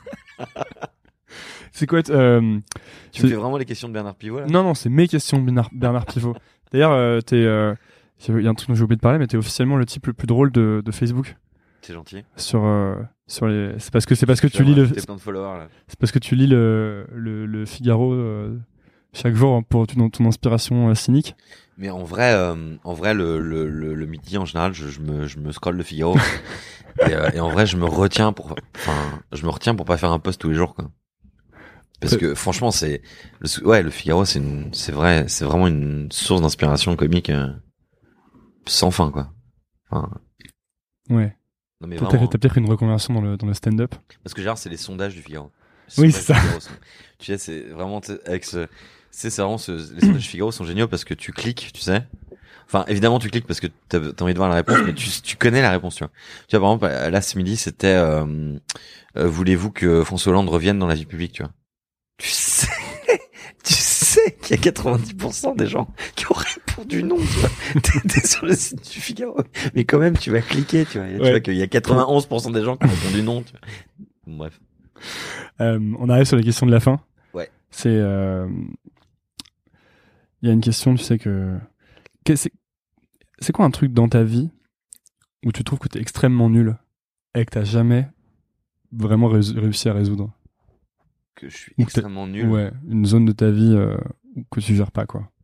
C'est quoi euh, Tu me fais vraiment les questions de Bernard Pivot là? Non, non, c'est mes questions de Bernard, Bernard Pivot. D'ailleurs, euh, t'es, euh, il y a un truc dont j'ai oublié de parler, mais t'es officiellement le type le plus drôle de, de Facebook. C'est gentil. Sur, euh, sur les, c'est parce que c'est parce que tu lis le, t'es plein de followers là. C'est parce que tu lis le, le, le Figaro euh, chaque jour pour ton, ton inspiration euh, cynique. Mais en vrai, euh, en vrai, le, le, le, le midi en général, je, je me, je me scrolle le Figaro. et, euh, et en vrai, je me retiens pour, enfin, je me retiens pour pas faire un post tous les jours, quoi. Parce que franchement, c'est, le, ouais, le Figaro, c'est une, c'est vrai, c'est vraiment une source d'inspiration comique euh, sans fin, quoi. Enfin, ouais. Non mais t'as, vraiment, t'as peut-être une reconversion dans le dans le stand-up. Parce que genre, c'est les sondages du Figaro. Oui, c'est ça. Sont, tu sais, c'est vraiment avec ce, c'est c'est vraiment ce, les sondages du Figaro sont géniaux parce que tu cliques, tu sais. Enfin, évidemment, tu cliques parce que t'as, t'as envie de voir la réponse, mais tu, tu connais la réponse, tu vois. Tu vois, par exemple, là, ce midi, c'était, euh, euh, voulez-vous que François Hollande revienne dans la vie publique, tu vois. Tu sais, tu sais qu'il y a quatre-vingt-dix pour cent des gens qui ont répondu non, tu vois. T'es, t'es sur le site du Figaro, mais quand même, tu vas cliquer, tu vois. Tu ouais. vois qu'il y a quatre-vingt-onze pour cent des gens qui ont répondu non, tu vois. Bref. Euh, on arrive sur les questions de la fin. Ouais. C'est, euh, il y a une question, tu sais que, que c'est, c'est quoi un truc dans ta vie où tu trouves que t'es extrêmement nul et que t'as jamais vraiment ré- réussi à résoudre? que je suis Ou extrêmement nul. Ouais, une zone de ta vie euh, que tu gères pas, quoi.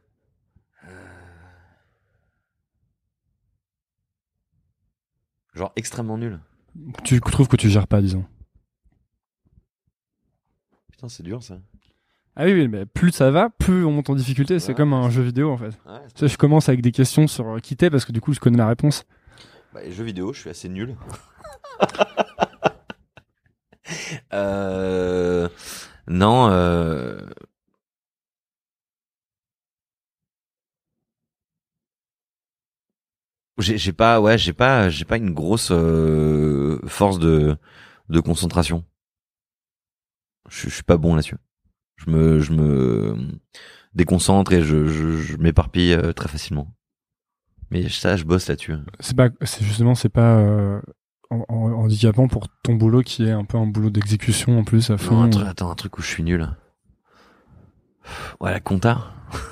Genre extrêmement nul. Tu trouves que tu gères pas, disons. Putain, c'est dur ça. Ah oui, oui, mais plus ça va, plus on monte en difficulté. C'est Ouais, comme un c'est- jeu vidéo, en fait. Ouais, Tu sais, je commence avec des questions sur euh, qui t'es parce que du coup, je connais la réponse. bah, les jeux vidéo, je suis assez nul. euh... Non, euh... j'ai j'ai pas, ouais, j'ai pas, j'ai pas une grosse euh, force de de concentration. Je je suis pas bon là-dessus. Je me je me déconcentre et je je, je m'éparpille euh, très facilement. Mais ça, je bosse là-dessus. C'est pas, c'est justement, c'est pas euh, en, en- handicapant pour ton boulot qui est un peu un boulot d'exécution en plus à Non, fond. un truc- attends, un truc où je suis nul. Ouais, la compta.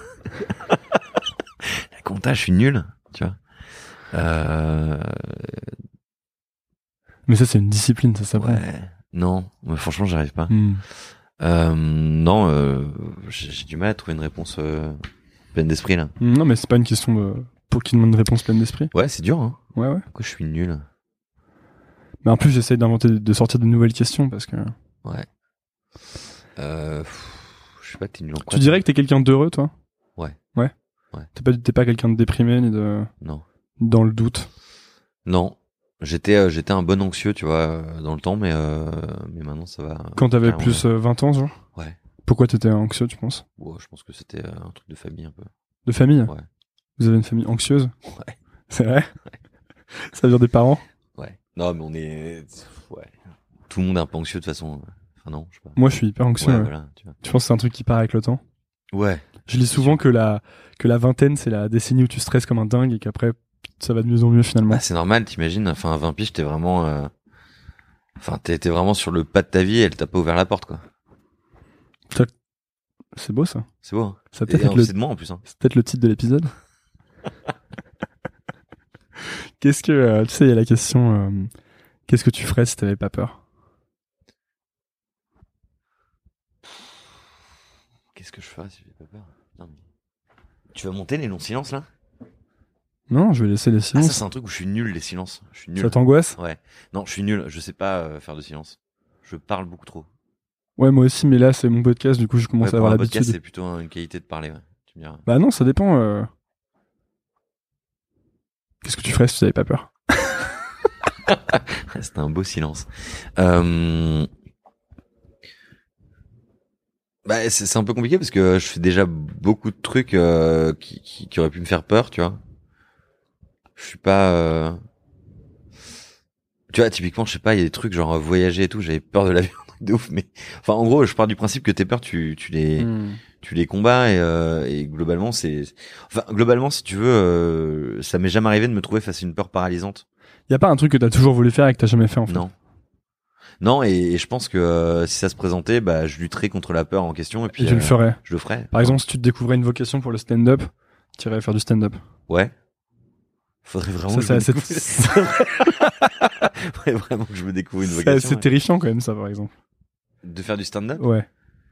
La compta, je suis nul, tu vois. Euh... Mais ça, c'est une discipline, ça s'apprend. Ouais. Non, mais franchement, j'arrive pas. Hmm. Euh, non, euh, j'ai j'ai du mal à trouver une réponse euh, pleine d'esprit là. Non, mais c'est pas une question de pour qui demande une réponse pleine d'esprit. Ouais, c'est dur, hein. Ouais, ouais. Pourquoi je suis nul? Mais en plus, j'essaye d'inventer, de sortir de nouvelles questions parce que. Ouais. Euh, pff, je sais pas, t'es nul en quoi? Tu dirais que t'es quelqu'un d'heureux, toi? Ouais. Ouais. Ouais. T'es pas, t'es pas quelqu'un de déprimé ni de Non. dans le doute. Non. J'étais, euh, j'étais un bon anxieux, tu vois, euh, dans le temps, mais euh, mais maintenant ça va. Quand t'avais carrément plus mieux. euh, vingt ans, genre. Ouais. Pourquoi t'étais anxieux, tu penses? Ouais, je pense que c'était euh, un truc de famille un peu. De famille? Ouais. Vous avez une famille anxieuse? Ouais. C'est vrai? Ça vient des parents? Ouais. Non, mais on est, ouais. Tout le monde est un peu anxieux de toute façon. Enfin non, je sais pas. Moi, je suis hyper anxieux. Ouais, ouais. voilà, tu vois. Tu penses que c'est un truc qui part avec le temps? Ouais. Je lis souvent que la, que la vingtaine, c'est la décennie où tu stresses comme un dingue et qu'après, ça va de mieux en mieux finalement. Bah, c'est normal, t'imagines. Enfin, à vingt piges, t'es vraiment, euh... enfin, t'es, t'es vraiment sur le pas de ta vie et elle t'a pas ouvert la porte, quoi. C'est beau ça. C'est beau, hein. Ça va Et, peut-être et être le, c'est de moi, en plus, hein. c'est peut-être le titre de l'épisode. Qu'est-ce que, euh, tu sais, il y a la question, euh, qu'est-ce que tu ferais si t'avais pas peur? Qu'est-ce que je ferais si j'ai pas peur? Non, mais... Tu vas monter les longs silences, là? Non, je vais laisser les Ah, ça, silences. c'est un truc où je suis nul, les silences. Je suis nul. Ça t'angoisse? Ouais. Non, je suis nul. Je sais pas euh, faire de silence. Je parle beaucoup trop. Ouais, moi aussi, mais là, c'est mon podcast, du coup, je commence Ouais, à pour avoir un podcast, l'habitude. c'est plutôt une qualité de parler, ouais. Tu me diras. Bah non, ça dépend. euh. Qu'est-ce que tu ferais si tu n'avais pas peur? C'était un beau silence. Euh... Bah, c'est, c'est un peu compliqué parce que je fais déjà beaucoup de trucs euh, qui, qui, qui auraient pu me faire peur, tu vois. Je suis pas... Euh... Tu vois, typiquement, je sais pas, il y a des trucs genre voyager et tout, j'avais peur de l'avion, de ouf, mais... Enfin, en gros, je pars du principe que tes peurs, tu, tu les... Hmm. tu les combats et, euh, et globalement c'est enfin globalement si tu veux euh, ça m'est jamais arrivé de me trouver face à une peur paralysante. Y a pas un truc que t'as toujours voulu faire et que t'as jamais fait en fait? Non non et, et je pense que euh, si ça se présentait bah je lutterais contre la peur en question et puis Et tu le euh, ferais. je le ferais. Par exemple, si tu te découvrais une vocation pour le stand-up, tu irais faire du stand-up. Ouais, faudrait vraiment Ça, que c'est je me assez, découvre... faudrait vraiment que je me découvre une c'est vocation assez ouais. terrifiant quand même, ça, par exemple. De faire du stand-up. Ouais.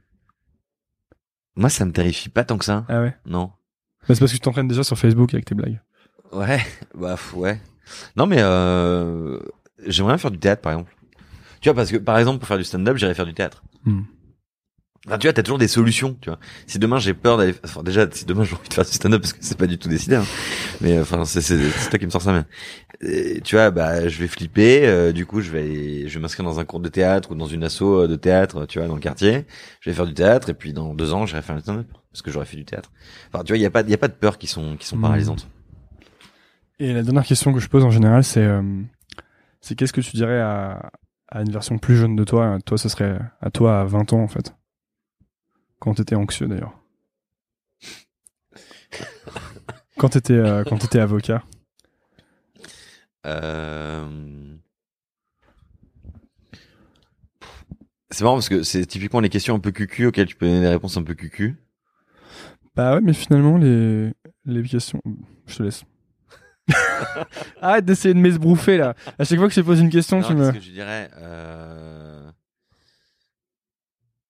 Moi ça me terrifie pas tant que ça. Ah ouais. Non. Bah, c'est parce que tu t'entraînes déjà sur Facebook avec tes blagues. Ouais, bah f- ouais. Non mais euh, j'aimerais bien faire du théâtre par exemple. Tu vois parce que par exemple pour faire du stand-up, j'irais faire du théâtre. Hmm. Enfin, tu vois, t'as toujours des solutions, tu vois. Si demain j'ai peur d'aller, enfin déjà, si demain j'ai envie de faire du stand-up parce que c'est pas du tout décidé, hein. Mais enfin, c'est c'est c'est toi qui me sors ça, mais et, tu vois, bah je vais flipper. Euh, du coup, je vais aller- je vais m'inscrire dans un cours de théâtre ou dans une asso de théâtre, tu vois, dans le quartier. Je vais faire du théâtre et puis dans deux ans, j'irai faire du stand-up parce que j'aurais fait du théâtre. Enfin, tu vois, il y a pas, il y a pas de peurs qui sont qui sont Hmm. paralysantes. Et la dernière question que je pose en général, c'est euh, c'est qu'est-ce que tu dirais à, à une version plus jeune de toi? Toi, ce serait à toi à vingt ans en fait. Quand t'étais anxieux d'ailleurs. Quand t'étais euh, quand t'étais avocat. Euh... C'est marrant parce que c'est typiquement les questions un peu cucu auxquelles tu peux donner des réponses un peu cucu. Bah ouais, mais finalement les les questions, je te laisse. Arrête d'essayer de m'esbrouffer là. À chaque fois que je te pose une question, Non, tu me. qu'est-ce que je dirais euh...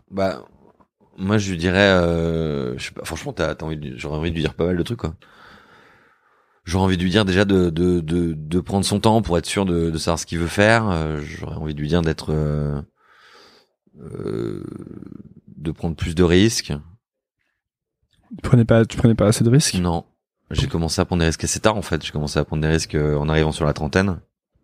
Bah, moi, je lui dirais, euh, je sais pas, franchement, t'as, t'as envie de, j'aurais envie de lui dire pas mal de trucs, quoi. J'aurais envie de lui dire déjà de, de, de, de prendre son temps pour être sûr de, de savoir ce qu'il veut faire. Euh, j'aurais envie de lui dire d'être, euh, euh, de prendre plus de risques. Tu prenais pas, tu prenais pas assez de risques? Non. J'ai commencé à prendre des risques assez tard, en fait. J'ai commencé à prendre des risques en arrivant sur la trentaine.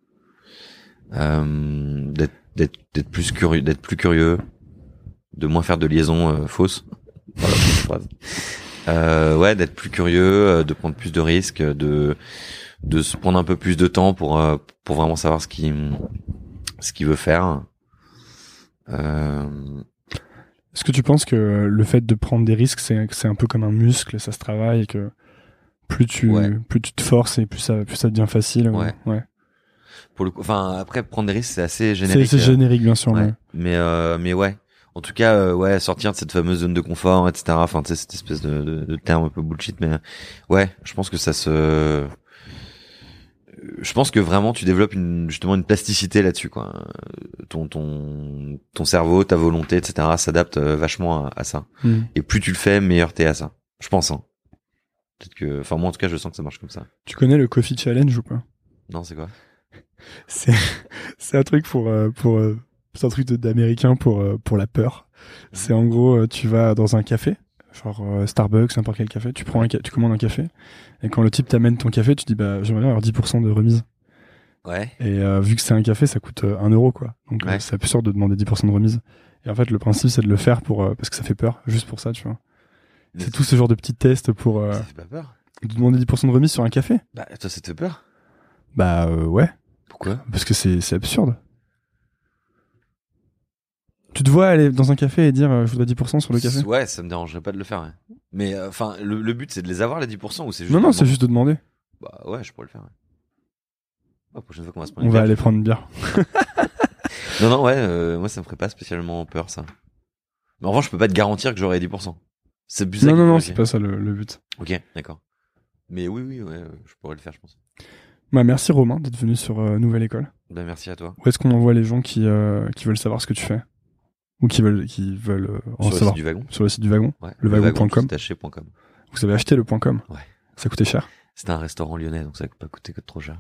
Euh, d'être, d'être, d'être plus curieux, d'être plus curieux, de moins faire de liaisons euh, fausses. Voilà, cette phrase. Euh, ouais, d'être plus curieux, de prendre plus de risques, de de se prendre un peu plus de temps pour euh, pour vraiment savoir ce qu'il ce qu'il veut faire. Euh... Est-ce que tu penses que le fait de prendre des risques, c'est c'est un peu comme un muscle, ça se travaille, et que plus tu ouais. plus tu te forces et plus ça plus ça devient facile? Ouais. Ou... ouais. Pour le coup, enfin après prendre des risques, c'est assez générique. C'est, c'est générique, bien sûr. Ouais. Mais mais euh, mais ouais. En tout cas, euh, ouais, sortir de cette fameuse zone de confort, et cetera. Enfin, tu sais, cette espèce de, de, de terme un peu bullshit, mais ouais, je pense que ça se, je pense que vraiment tu développes une, justement une plasticité là-dessus, quoi. Ton ton ton cerveau, ta volonté, et cetera s'adapte vachement à, à ça. Mm. Et plus tu le fais, meilleur t'es à ça. Je pense. Hein. Peut-être que, enfin moi en tout cas, je sens que ça marche comme ça. Tu connais le Coffee Challenge ou pas? Non, c'est quoi? C'est c'est un truc pour euh, pour euh, c'est un truc de, d'américain pour euh, pour la peur. C'est en gros, euh, tu vas dans un café, genre euh, Starbucks, n'importe quel café, tu prends un ca- tu commandes un café, et quand le type t'amène ton café, tu dis bah j'aimerais bien avoir dix pour cent de remise. Ouais. Et euh, vu que c'est un café, ça coûte euh, un euro, quoi. Donc ouais. euh, c'est absurde de demander dix pour cent de remise. Et en fait, le principe, c'est de le faire pour euh, parce que ça fait peur, juste pour ça, tu vois. Mais c'est tout ce genre de petits tests pour euh, ça fait pas peur. De demander dix pour cent de remise sur un café. Bah toi, ça te fait peur? Bah euh, ouais. Pourquoi? Parce que c'est c'est absurde. Tu te vois aller dans un café et dire euh, je voudrais dix pour cent sur le café? Ouais, ça me dérangerait pas de le faire. Ouais. Mais enfin, euh, le, le but c'est de les avoir les dix pour cent ou c'est juste? Non non, c'est juste de demander. Bah ouais, je pourrais le faire. Ouais. La prochaine fois qu'on va se prendre On une va bière, aller prendre une bière. non non ouais, euh, moi ça me ferait pas spécialement peur ça. Mais en revanche, je peux pas te garantir que j'aurai dix pour cent. C'est plus ça. Non non non, okay. c'est pas ça le, le but. Ok, d'accord. Mais oui oui ouais, je pourrais le faire, je pense. Bah merci Romain d'être venu sur euh, Nouvelle École. Bah merci à toi. Où est-ce qu'on envoie les gens qui euh, qui veulent savoir ce que tu fais ou qui veulent qui veulent euh, en sur savoir? Le site du wagon. Sur le site du wagon. Ouais. Le wagon point com. Vous avez acheté le .com? Ouais. Ça coûtait cher? C'était un restaurant lyonnais, donc ça n'a pas coûté que trop cher.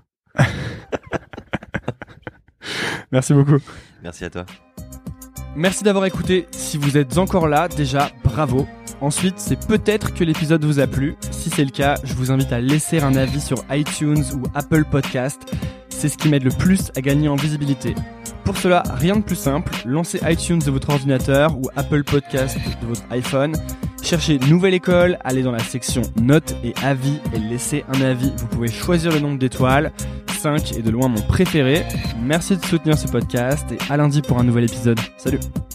Merci beaucoup. Merci à toi. Merci d'avoir écouté. Si vous êtes encore là, déjà, bravo. Ensuite, c'est peut-être que l'épisode vous a plu. Si c'est le cas, je vous invite à laisser un avis sur iTunes ou Apple Podcast. C'est ce qui m'aide le plus à gagner en visibilité. Pour cela, rien de plus simple. Lancez iTunes de votre ordinateur ou Apple Podcast de votre iPhone. Cherchez Nouvelle École, allez dans la section Notes et Avis et laissez un avis. Vous pouvez choisir le nombre d'étoiles. cinq est de loin mon préféré. Merci de soutenir ce podcast et à lundi pour un nouvel épisode. Salut!